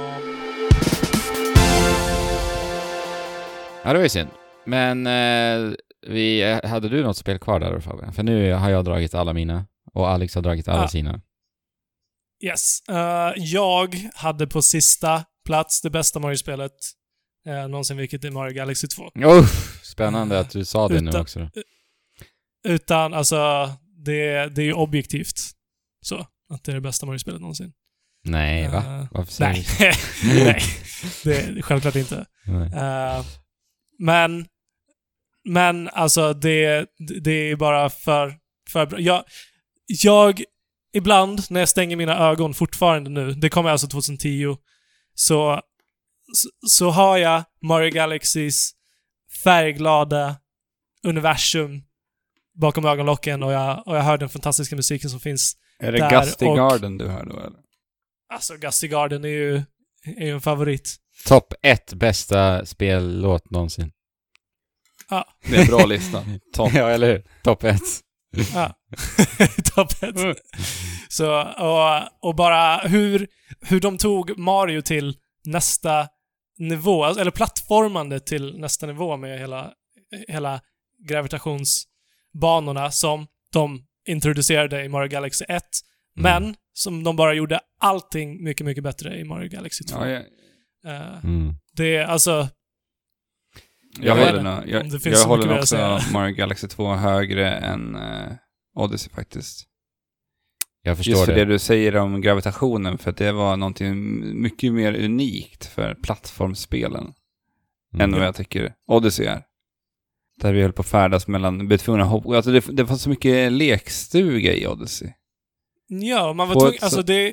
Ja, det var ju synd. Men hade du något spel kvar där då, Fabian? För nu har jag dragit alla mina. Och Alex har dragit alla sina. Yes. Jag hade på sista plats det bästa Mario-spelet någonsin, vilket är Mario Galaxy 2. Spännande att du sa det nu också då. Utan, alltså, det är ju objektivt så, att det är det bästa Mario-spelet någonsin. Nej, va? Varför säger du? Nej, det är självklart inte. Men alltså, det är bara för jag ibland, när jag stänger mina ögon fortfarande nu, det kommer alltså 2010, så har jag Mario Galaxys färgglada universum bakom ögonlocken och jag hör den fantastiska musiken som finns där. Är det Gusty Garden du hör då, eller? Alltså, Gusty Garden är ju en favorit. Topp 1 bästa spellåt någonsin. Ja. Det är en bra lista. Ja, eller hur? Topp 1. Ja. Topp 1. Så, och bara hur de tog Mario till nästa nivå, eller plattformande till nästa nivå med hela gravitationsbanorna som de introducerade i Mario Galaxy 1, men som de bara gjorde allting mycket, mycket bättre i Mario Galaxy 2. Det är alltså... Jag håller också Mario Galaxy 2 högre än Odyssey faktiskt. Jag förstår just för det du säger om gravitationen, för att det var någonting mycket mer unikt för plattformsspelen än vad jag tycker Odyssey är. Där vi höll på att färdas mellan betvungna hopp. Alltså det var så mycket lekstuga i Odyssey. Ja, man var tvungen... Alltså det...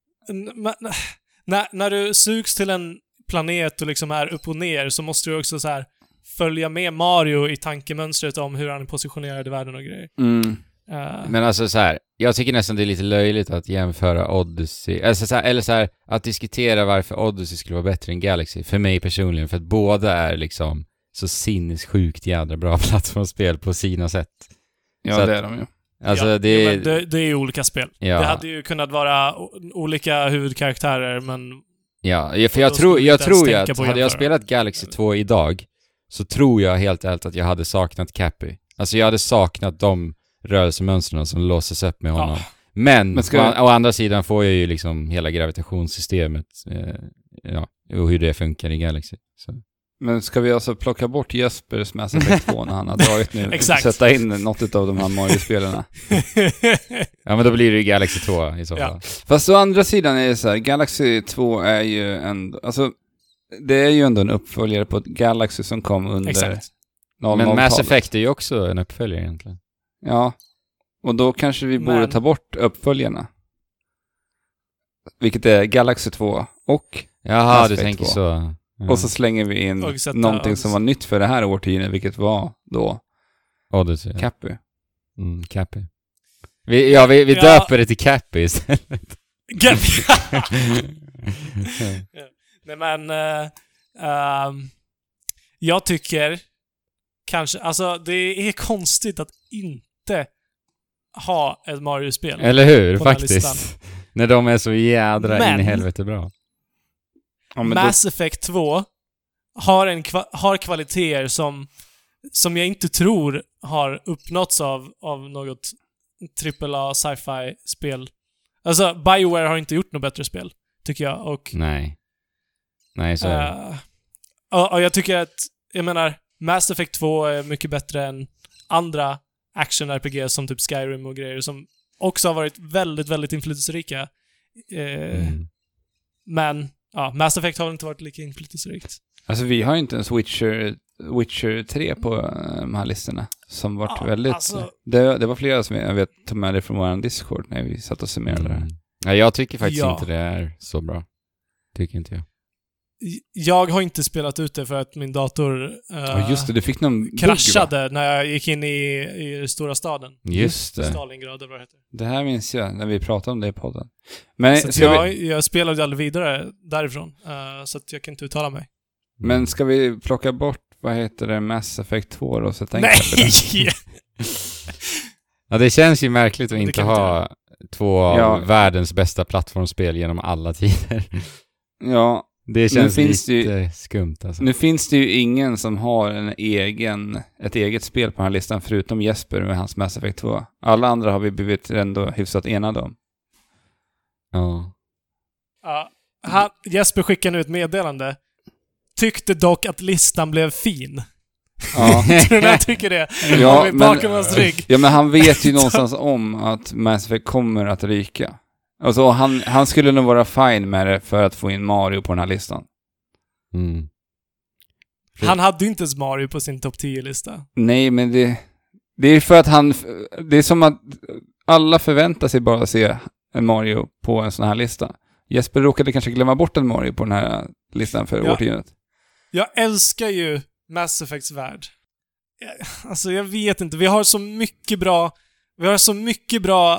När du sugs till en planet och liksom är upp och ner, så måste du också så här följa med Mario i tankemönstret om hur han är positionerad i världen och grejer. Men alltså så här, jag tycker nästan det är lite löjligt att jämföra Odyssey, alltså eller så här, att diskutera varför Odyssey skulle vara bättre än Galaxy, för mig personligen, för att båda är liksom så sinnessjukt jädra bra plattformsspel på sina sätt. Ja, så det är de ju. Alltså ja, det är ju olika spel. Ja. Det hade ju kunnat vara olika huvudkaraktärer, men... Ja, för jag tror ju att hade jag spelat Galaxy 2 idag, så tror jag helt ärligt att jag hade saknat Cappy. Alltså jag hade saknat de rörelsemönstren som låses upp med honom. Ja. Men å andra sidan får jag ju liksom hela gravitationssystemet och hur det funkar i Galaxy. Så. Men ska vi alltså plocka bort Jespers Mass Effect 2 när han har dragit nu och sätta in något av de här Mario-spelarna? Ja, men då blir det ju Galaxy 2 i så fall. Fast å andra sidan är det så här, Galaxy 2 är ju ändå, alltså det är ju ändå en uppföljare på ett Galaxy som kom under 00-talet. Men Mass Effect är ju också en uppföljare egentligen. Ja, och då kanske vi borde ta bort uppföljarna. Vilket är Galaxy 2 och Mass Effect 2. Tänker så. Ja. Och så slänger vi in någonting som var nytt för det här årtiondet, vilket var då Odyssey. Cappy. Cappy. Vi döper det till Cappy istället. Cappy! Nej, men jag tycker kanske, alltså det är konstigt att inte ha ett Mario-spel. Eller hur, faktiskt. När de är så jädra in i helvete bra. Ja, Mass Effect 2 har kvaliteter som jag inte tror har uppnåtts av något AAA sci-fi-spel. Alltså, BioWare har inte gjort något bättre spel, tycker jag. Och, nej, så är det. Och jag tycker att, jag menar, Mass Effect 2 är mycket bättre än andra action-RPG som typ Skyrim och grejer som också har varit väldigt, väldigt inflytelserika Men Mass Effect har inte varit lika inflytelserikt. Alltså vi har ju inte ens Witcher 3 på de här listorna som varit väldigt... Alltså... Det var flera som jag vet tog med det från vår Discord när vi satt och summerade det. Ja, jag tycker faktiskt inte det är så bra. Tycker inte jag. Jag har inte spelat ut det för att min dator just det, du fick någon kraschade bugg, när jag gick in i stora staden. Just det. Stalingrad, vad det heter. Det här minns jag när vi pratade om det i podden. Men så jag spelade aldrig vidare därifrån, så att jag kan inte uttala mig. Men ska vi plocka bort, vad heter det, Mass Effect 2 då? Så nej! Ja, det känns ju märkligt att inte ha två av världens bästa plattformsspel genom alla tider. Ja. Det känns lite skumt alltså. Nu finns det ju ingen som har ett eget spel på den här listan förutom Jesper med hans Mass Effect 2. Alla andra har vi blivit ändå hyfsat enade om. Ja. Jesper skickade nu ett meddelande. Tyckte dock att listan blev fin. Ja. Tror du jag tycker det? Ja, men han vet ju någonstans om att Mass Effect kommer att ryka. Alltså han skulle nog vara fine med det för att få in Mario på den här listan. Han hade ju inte ens Mario på sin topp 10-lista. Nej, men det är för att det är som att alla förväntar sig bara att se en Mario på en sån här lista. Jesper råkade kanske glömma bort en Mario på den här listan för årtiondet. Jag älskar ju Mass Effects värld. Alltså jag vet inte, vi har så mycket bra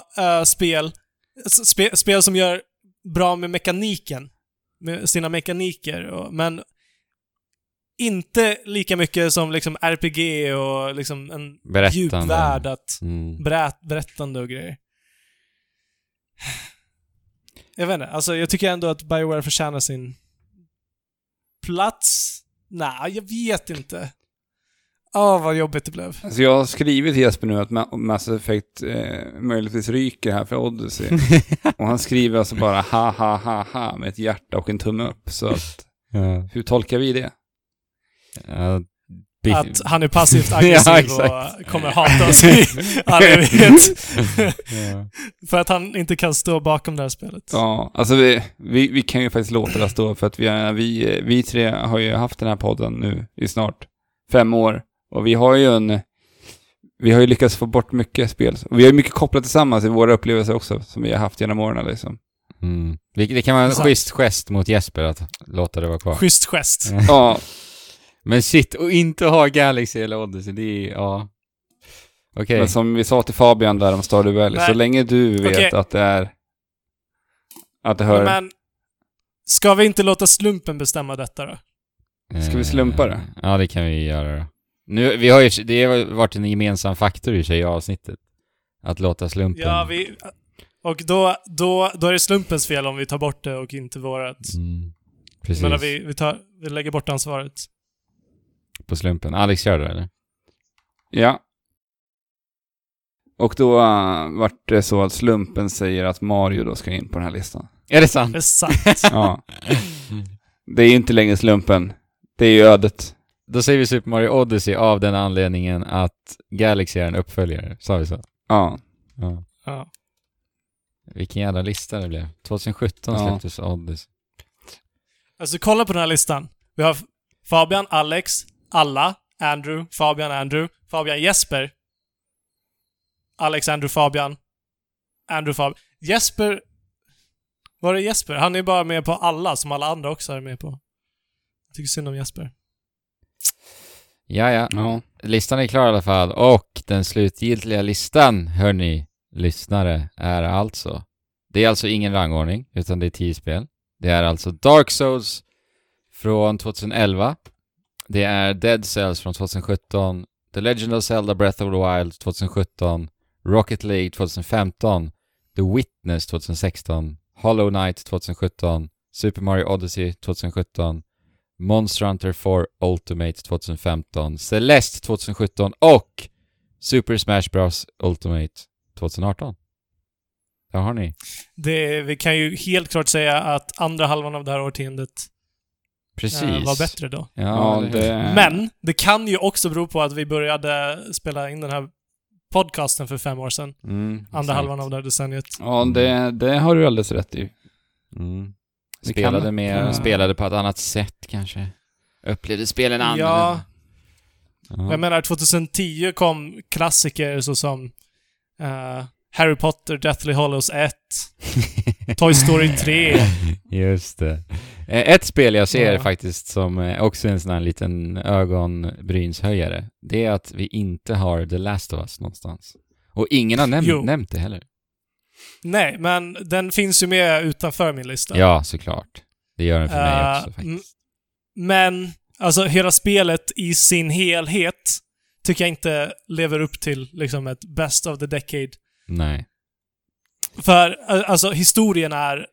spel som gör bra med mekaniken, med sina mekaniker, men inte lika mycket som liksom RPG och liksom en djup värld att berättande och grejer. Jag vet inte, alltså jag tycker ändå att BioWare förtjänar sin plats. Nej, jag vet inte. Vad jobbigt det blev. Alltså jag har skrivit till Jesper nu att Mass Effect möjligtvis ryker här för Odyssey. Och han skriver alltså bara ha med ett hjärta och en tumme upp. Så att, hur tolkar vi det? Att han är passivt aggressiv och kommer hata oss i all evighet. För att han inte kan stå bakom det här spelet. Ja, alltså vi kan ju faktiskt låta det stå för att vi tre har ju haft den här podden nu i snart 5 år. Och vi har ju lyckats få bort mycket spel. Och vi har ju mycket kopplat tillsammans i våra upplevelser också som vi har haft genom åren liksom. Det kan vara en schysst gest mot Jesper att låta det vara kvar. Schysst gest. Ja. Men shit, och inte ha Galaxy eller Odyssey, det är, Okej. Men som vi sa till Fabian där om Stardew Valley, så länge du vet att det är... Att det hör... Men ska vi inte låta slumpen bestämma detta då? Ska vi slumpa det? Ja, det kan vi göra då. Nu, det har varit en gemensam faktor i sig i avsnittet. Att låta slumpen... Ja, och då är det slumpens fel om vi tar bort det och inte vårat. Precis. Men vi lägger bort ansvaret. På slumpen. Alex gör det, eller? Ja. Och då vart det så att slumpen säger att Mario då ska in på den här listan. Är det sant? Det är sant. Ja. Det är inte längre slumpen. Det är ju ödet. Då säger vi Super Mario Odyssey av den anledningen att Galaxy är en uppföljare. Sa vi så? Ja. Vilken jävla lista det blev. 2017 släpptes Odyssey. Alltså kolla på den här listan. Vi har Fabian, Alex, alla, Andrew, Fabian, Jesper, Alex, Andrew, Fabian, Jesper. Var är Jesper? Han är bara med på alla, som alla andra också är med på. Jag tycker synd om Jesper. Ja. Listan är klar i alla fall. Och den slutgiltiga listan, hörni, lyssnare, är alltså... Det är alltså ingen rangordning, utan det är 10 spel. Det är alltså Dark Souls från 2011. Det är Dead Cells från 2017. The Legend of Zelda Breath of the Wild 2017. Rocket League 2015. The Witness 2016. Hollow Knight 2017. Super Mario Odyssey 2017. Monster Hunter 4 Ultimate 2015. Celeste 2017. Och Super Smash Bros Ultimate 2018. Där har ni. Vi kan ju helt klart säga att andra halvan av det här årtiondet var bättre då. Men det kan ju också bero på att vi började spela in den här podcasten för 5 år sedan. Andra halvan av det här decenniet. Ja, det har du alldeles rätt i. Spelade mer, spelade på ett annat sätt kanske. Upplevde spelen annorlunda. Ja. Jag menar, 2010 kom klassiker såsom Harry Potter, Deathly Hallows 1, Toy Story 3. Just det. Ett spel jag ser faktiskt som också en sån här liten ögonbrynshöjare, det är att vi inte har The Last of Us någonstans. Och ingen har nämnt det heller. Nej, men den finns ju med utanför min lista. Ja, såklart. Det gör den för mig också faktiskt. Men, alltså hela spelet i sin helhet tycker jag inte lever upp till liksom ett Best of the Decade. Nej. För, alltså historien är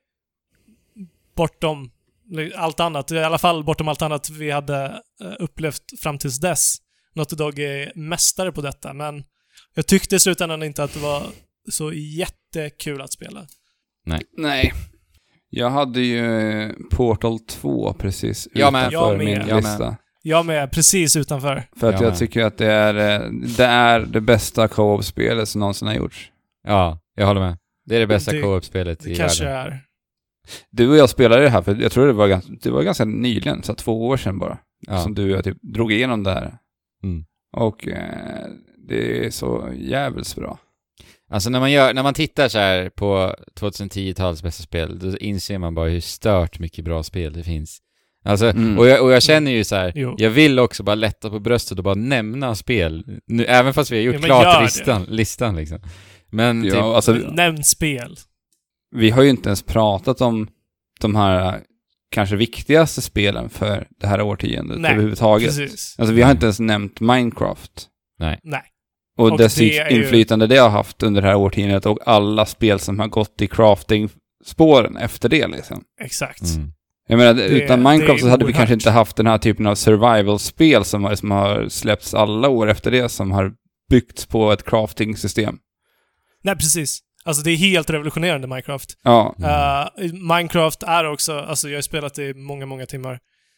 bortom allt annat. I alla fall bortom allt annat vi hade upplevt fram tills dess. Naughty Dog är mästare på detta, men jag tyckte i slutändan inte att det var så jättekul att spela. Nej. Jag hade ju Portal 2 precis utanför min lista. Jag med, precis utanför. För att jag tycker att det är det bästa co-op-spelet som någonsin har gjorts. Ja, jag håller med. Det är det bästa co-op-spelet i världen. Det kanske är. Du och jag spelade det här, för jag tror det var ganska nyligen, så 2 år sedan bara. Som du och jag typ drog igenom det här. Och det är så jävligt bra. Alltså när man tittar så här på 2010-talets bästa spel, då inser man bara hur stört mycket bra spel det finns. Alltså, och jag känner ju så här, jag vill också bara lätta på bröstet och bara nämna spel. Nu, även fast vi har gjort klart listan liksom. Men typ, alltså, nämn spel. Vi har ju inte ens pratat om de här kanske viktigaste spelen för det här årtiondet överhuvudtaget. Precis. Alltså vi har inte ens nämnt Minecraft. Nej. Och dess inflytande det har haft under det här årtiondet, och alla spel som har gått i crafting-spåren efter det liksom. Exakt. Jag menar, utan Minecraft så hade vi kanske inte haft den här typen av survival-spel som har släppts alla år efter det, som har byggts på ett crafting-system. Nej, precis. Alltså det är helt revolutionerande, Minecraft. Ja. Minecraft är också, alltså jag har spelat i många timmar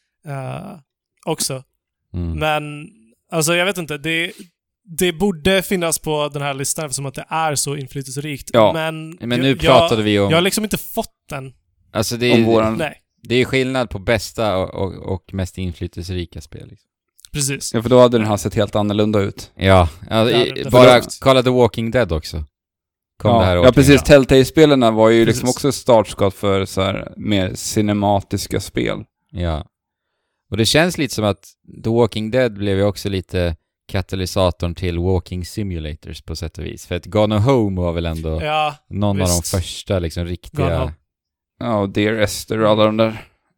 också. Men alltså jag vet inte, det borde finnas på den här listan eftersom att det är så inflytelserikt. Ja. Men nu pratade vi om... Jag har liksom inte fått den. Alltså det är, det är skillnad på bästa och mest inflytelserika spel. Liksom. Precis. Ja, för då hade den här sett helt annorlunda ut. Ja, alltså, bara kolla The Walking Dead också. Ja, precis. Telltale-spelarna var ju liksom också startskott för så här mer cinematiska spel. Ja. Och det känns lite som att The Walking Dead blev ju också lite katalysatorn till Walking Simulators på sätt och vis. För att Gone Home var väl ändå någon av de första liksom riktiga... Ja, och Dear Esther och alla de där.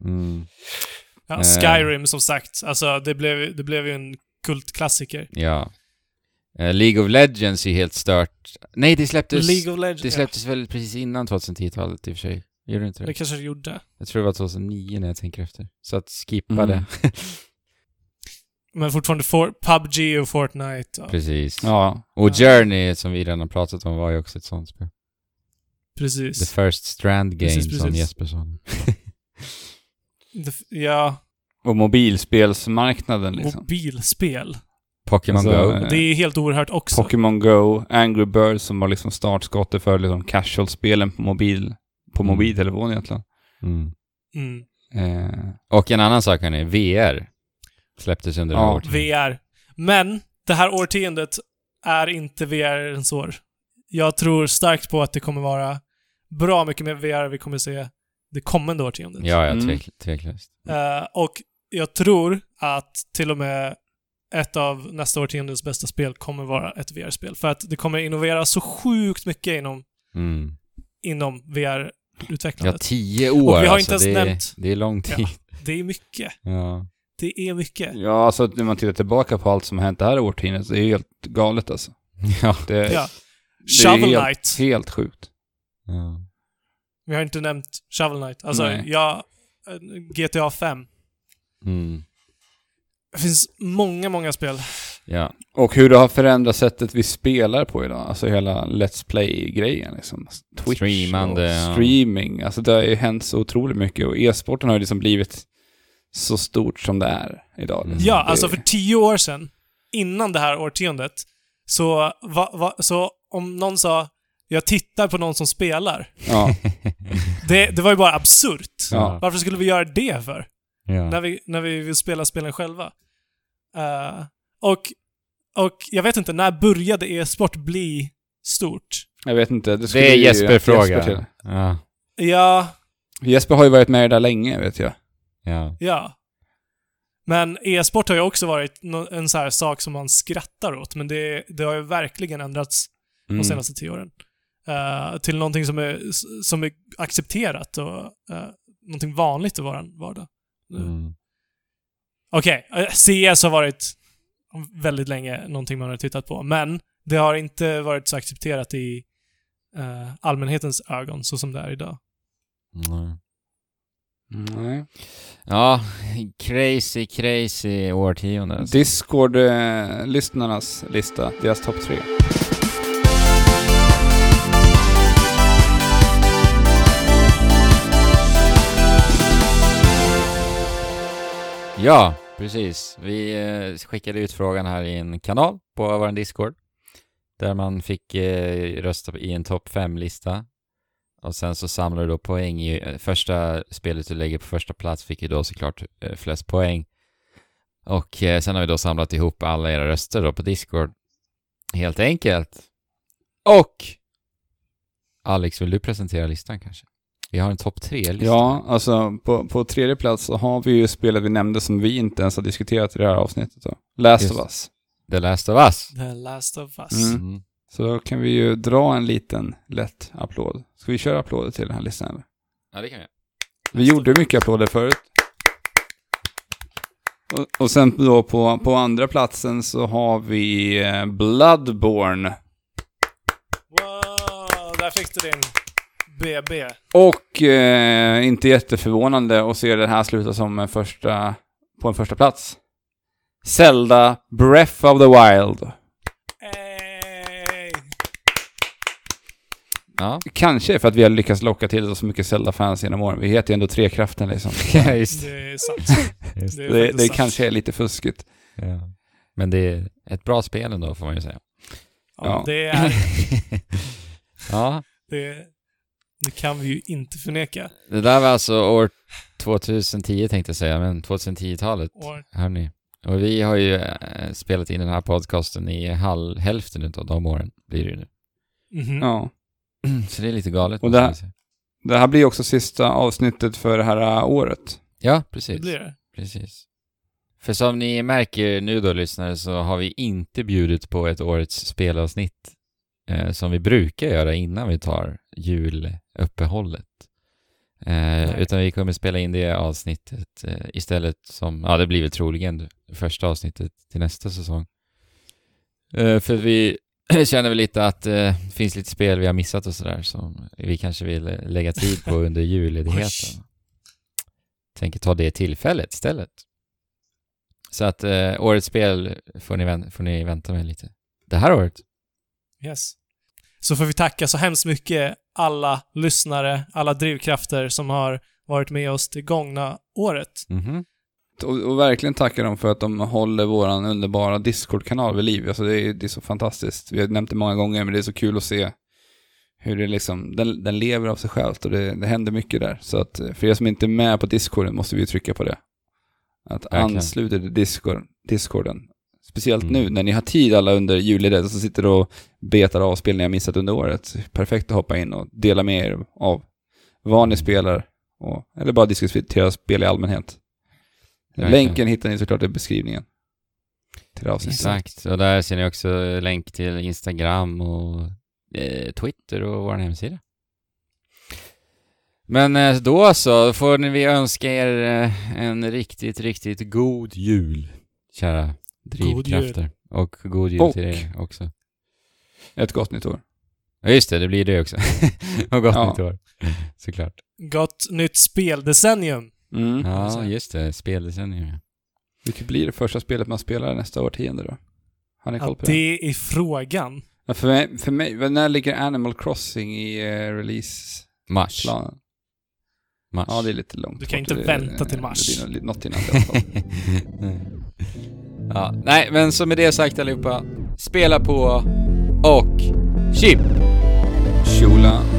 Ja, Skyrim som sagt. Alltså det blev ju en kultklassiker. Ja. League of Legends är helt stört. Nej, det släpptes väl precis innan 2010-talet i och för sig. Gör det inte det? Det kanske det gjorde. Jag tror det var 2009 när jag tänker efter. Så att skippa det. Men fortfarande PUBG och Fortnite. Och... Precis. Ja. Och Journey, som vi redan har pratat om, var ju också ett sånt spel. Precis. The First Strand Game, som Jesper sa. Ja. Och mobilspelsmarknaden liksom. Mobilspel. Pokémon Go. Det är helt oerhört också. Pokémon Go, Angry Birds som var liksom startskottet för liksom casual-spelen på mobiltelefon egentligen. Och en annan sak är VR. Släpptes under året. VR. Men det här årtiondet är inte VR:s år. Jag tror starkt på att det kommer vara bra mycket mer VR vi kommer se det kommande årtiondet. Ja, tveklöst. Och jag tror att till och med ett av nästa årtiondets bästa spel kommer vara ett VR-spel. För att det kommer innovera så sjukt mycket inom VR-utvecklandet. Ja, 10 år. Och vi har alltså, inte ens nämnt... Det är lång tid. Ja, det är mycket. Ja. Det är mycket. Ja, alltså när man tittar tillbaka på allt som har hänt det här årtiondet, så är det helt galet alltså. Ja. Det Shovel Knight. Helt sjukt. Ja. Vi har inte nämnt Shovel Knight. Alltså, GTA 5. Det finns många spel. Ja. Och hur det har förändrat sättet vi spelar på idag. Alltså hela Let's Play-grejen liksom. Twitch streamande, och streaming. Alltså det har ju hänt så otroligt mycket. Och e-sporten har ju liksom blivit så stort som det är idag. Liksom. Ja, alltså för 10 år sedan, innan det här årtiondet, så om någon sa jag tittar på någon som spelar. Ja. Det var ju bara absurt. Ja. Varför skulle vi göra det för? Ja. När vi vill spela spelen själva. Och jag vet inte, när började e-sport bli stort? Jag vet inte. Det är Jesper-fråga. Ja. Ja. Jesper har ju varit med där länge, vet jag. Ja. Men e-sport har ju också varit en så här sak som man skrattar åt, men det har ju verkligen ändrats de senaste 10 åren. Till någonting som är accepterat och någonting vanligt i våran vardag. Okej, CS har varit väldigt länge någonting man har tittat på, men det har inte varit så accepterat i allmänhetens ögon så som det är idag. Nej. Ja, crazy årtionde. Discord-lyssnarnas lista, deras topp 3. Ja, precis. Vi skickade ut frågan här i en kanal på vår Discord. Där man fick rösta i en topp 5-lista. Och sen så samlar du då poäng i första spelet du lägger på första plats fick ju då såklart flest poäng. Och sen har vi då samlat ihop alla era röster då på Discord. Helt enkelt. Och Alex, vill du presentera listan kanske? Vi har en topp 3-lista. Ja, alltså på tredje plats så har vi ju spelet vi nämnde som vi inte ens har diskuterat i det här avsnittet då. Last of Us. The Last of Us. The Last of Us. Mm. Så då kan vi ju dra en liten lätt applåd. Ska vi köra applåder till den här listan eller? Ja, det kan vi. Vi gjorde mycket applåder förut. Och sen då på andra platsen så har vi Bloodborne. Wow, där fick du din BB. Och inte jätteförvånande att se den här sluta som på en första plats. Zelda Breath of the Wild. Hey. Ja. Kanske för att vi har lyckats locka till så mycket Zelda-fans genom åren. Vi heter ju ändå Trekraften liksom. Ja, just. Det är sant. Det kanske är lite fuskigt. Ja. Men det är ett bra spel ändå får man ju säga. Ja. Det är... Ja. Det kan vi ju inte förneka. Det där var alltså år 2010 tänkte jag säga, men 2010-talet. Hörni. Och vi har ju spelat in den här podcasten i hälften av de åren blir det ju nu. Mm-hmm. Ja. Så det är lite galet. Och det här blir också sista avsnittet för det här året. Ja, precis. Det blir det. Precis. För som ni märker nu då, lyssnare, så har vi inte bjudit på ett årets spelavsnitt som vi brukar göra innan vi tar juluppehållet. Utan vi kommer spela in det avsnittet istället som, ja det blir väl troligen första avsnittet till nästa säsong. För vi känner väl lite att det finns lite spel vi har missat och sådär som vi kanske vill lägga tid på under julledigheten. Tänker ta det tillfället istället. Så att årets spel får ni vänta med lite. Det här året. Yes. Så får vi tacka så hemskt mycket alla lyssnare, alla drivkrafter som har varit med oss det gångna året. Mm-hmm. Och verkligen tacka dem för att de håller våran underbara Discord-kanal vid liv. Alltså det är så fantastiskt. Vi har nämnt det många gånger, men det är så kul att se hur det liksom, den lever av sig självt och det händer mycket där. Så att för er som inte är med på Discorden måste vi trycka på det. Att ansluta till Discorden. Speciellt nu när ni har tid alla under julledighet så sitter och betar av spel ni har missat under året. Perfekt att hoppa in och dela med er av vad ni spelar eller bara diskutera spel i allmänhet. Länken hittar ni såklart i beskrivningen till avsnittet. Exakt, och där ser ni också länk till Instagram och Twitter och vår hemsida. Men då så får vi önska er en riktigt, riktigt god jul, kära drivkrafter. Och god jul till er också. Ett gott nytt år. Ja just det blir det också. Och gott nytt år, såklart. Gott nytt speldecennium. Ja, just det. Speldecennium. Vilket blir det första spelet man spelar nästa årtionde då? Har ni koll på det? Det är frågan. Ja, för mig, när ligger Animal Crossing i release? Mars. Ja, det är lite långt. Du kan inte vänta till mars. Det blir något innan det. Ja, nej, men så med det sagt allihopa, spela på och chip! Shula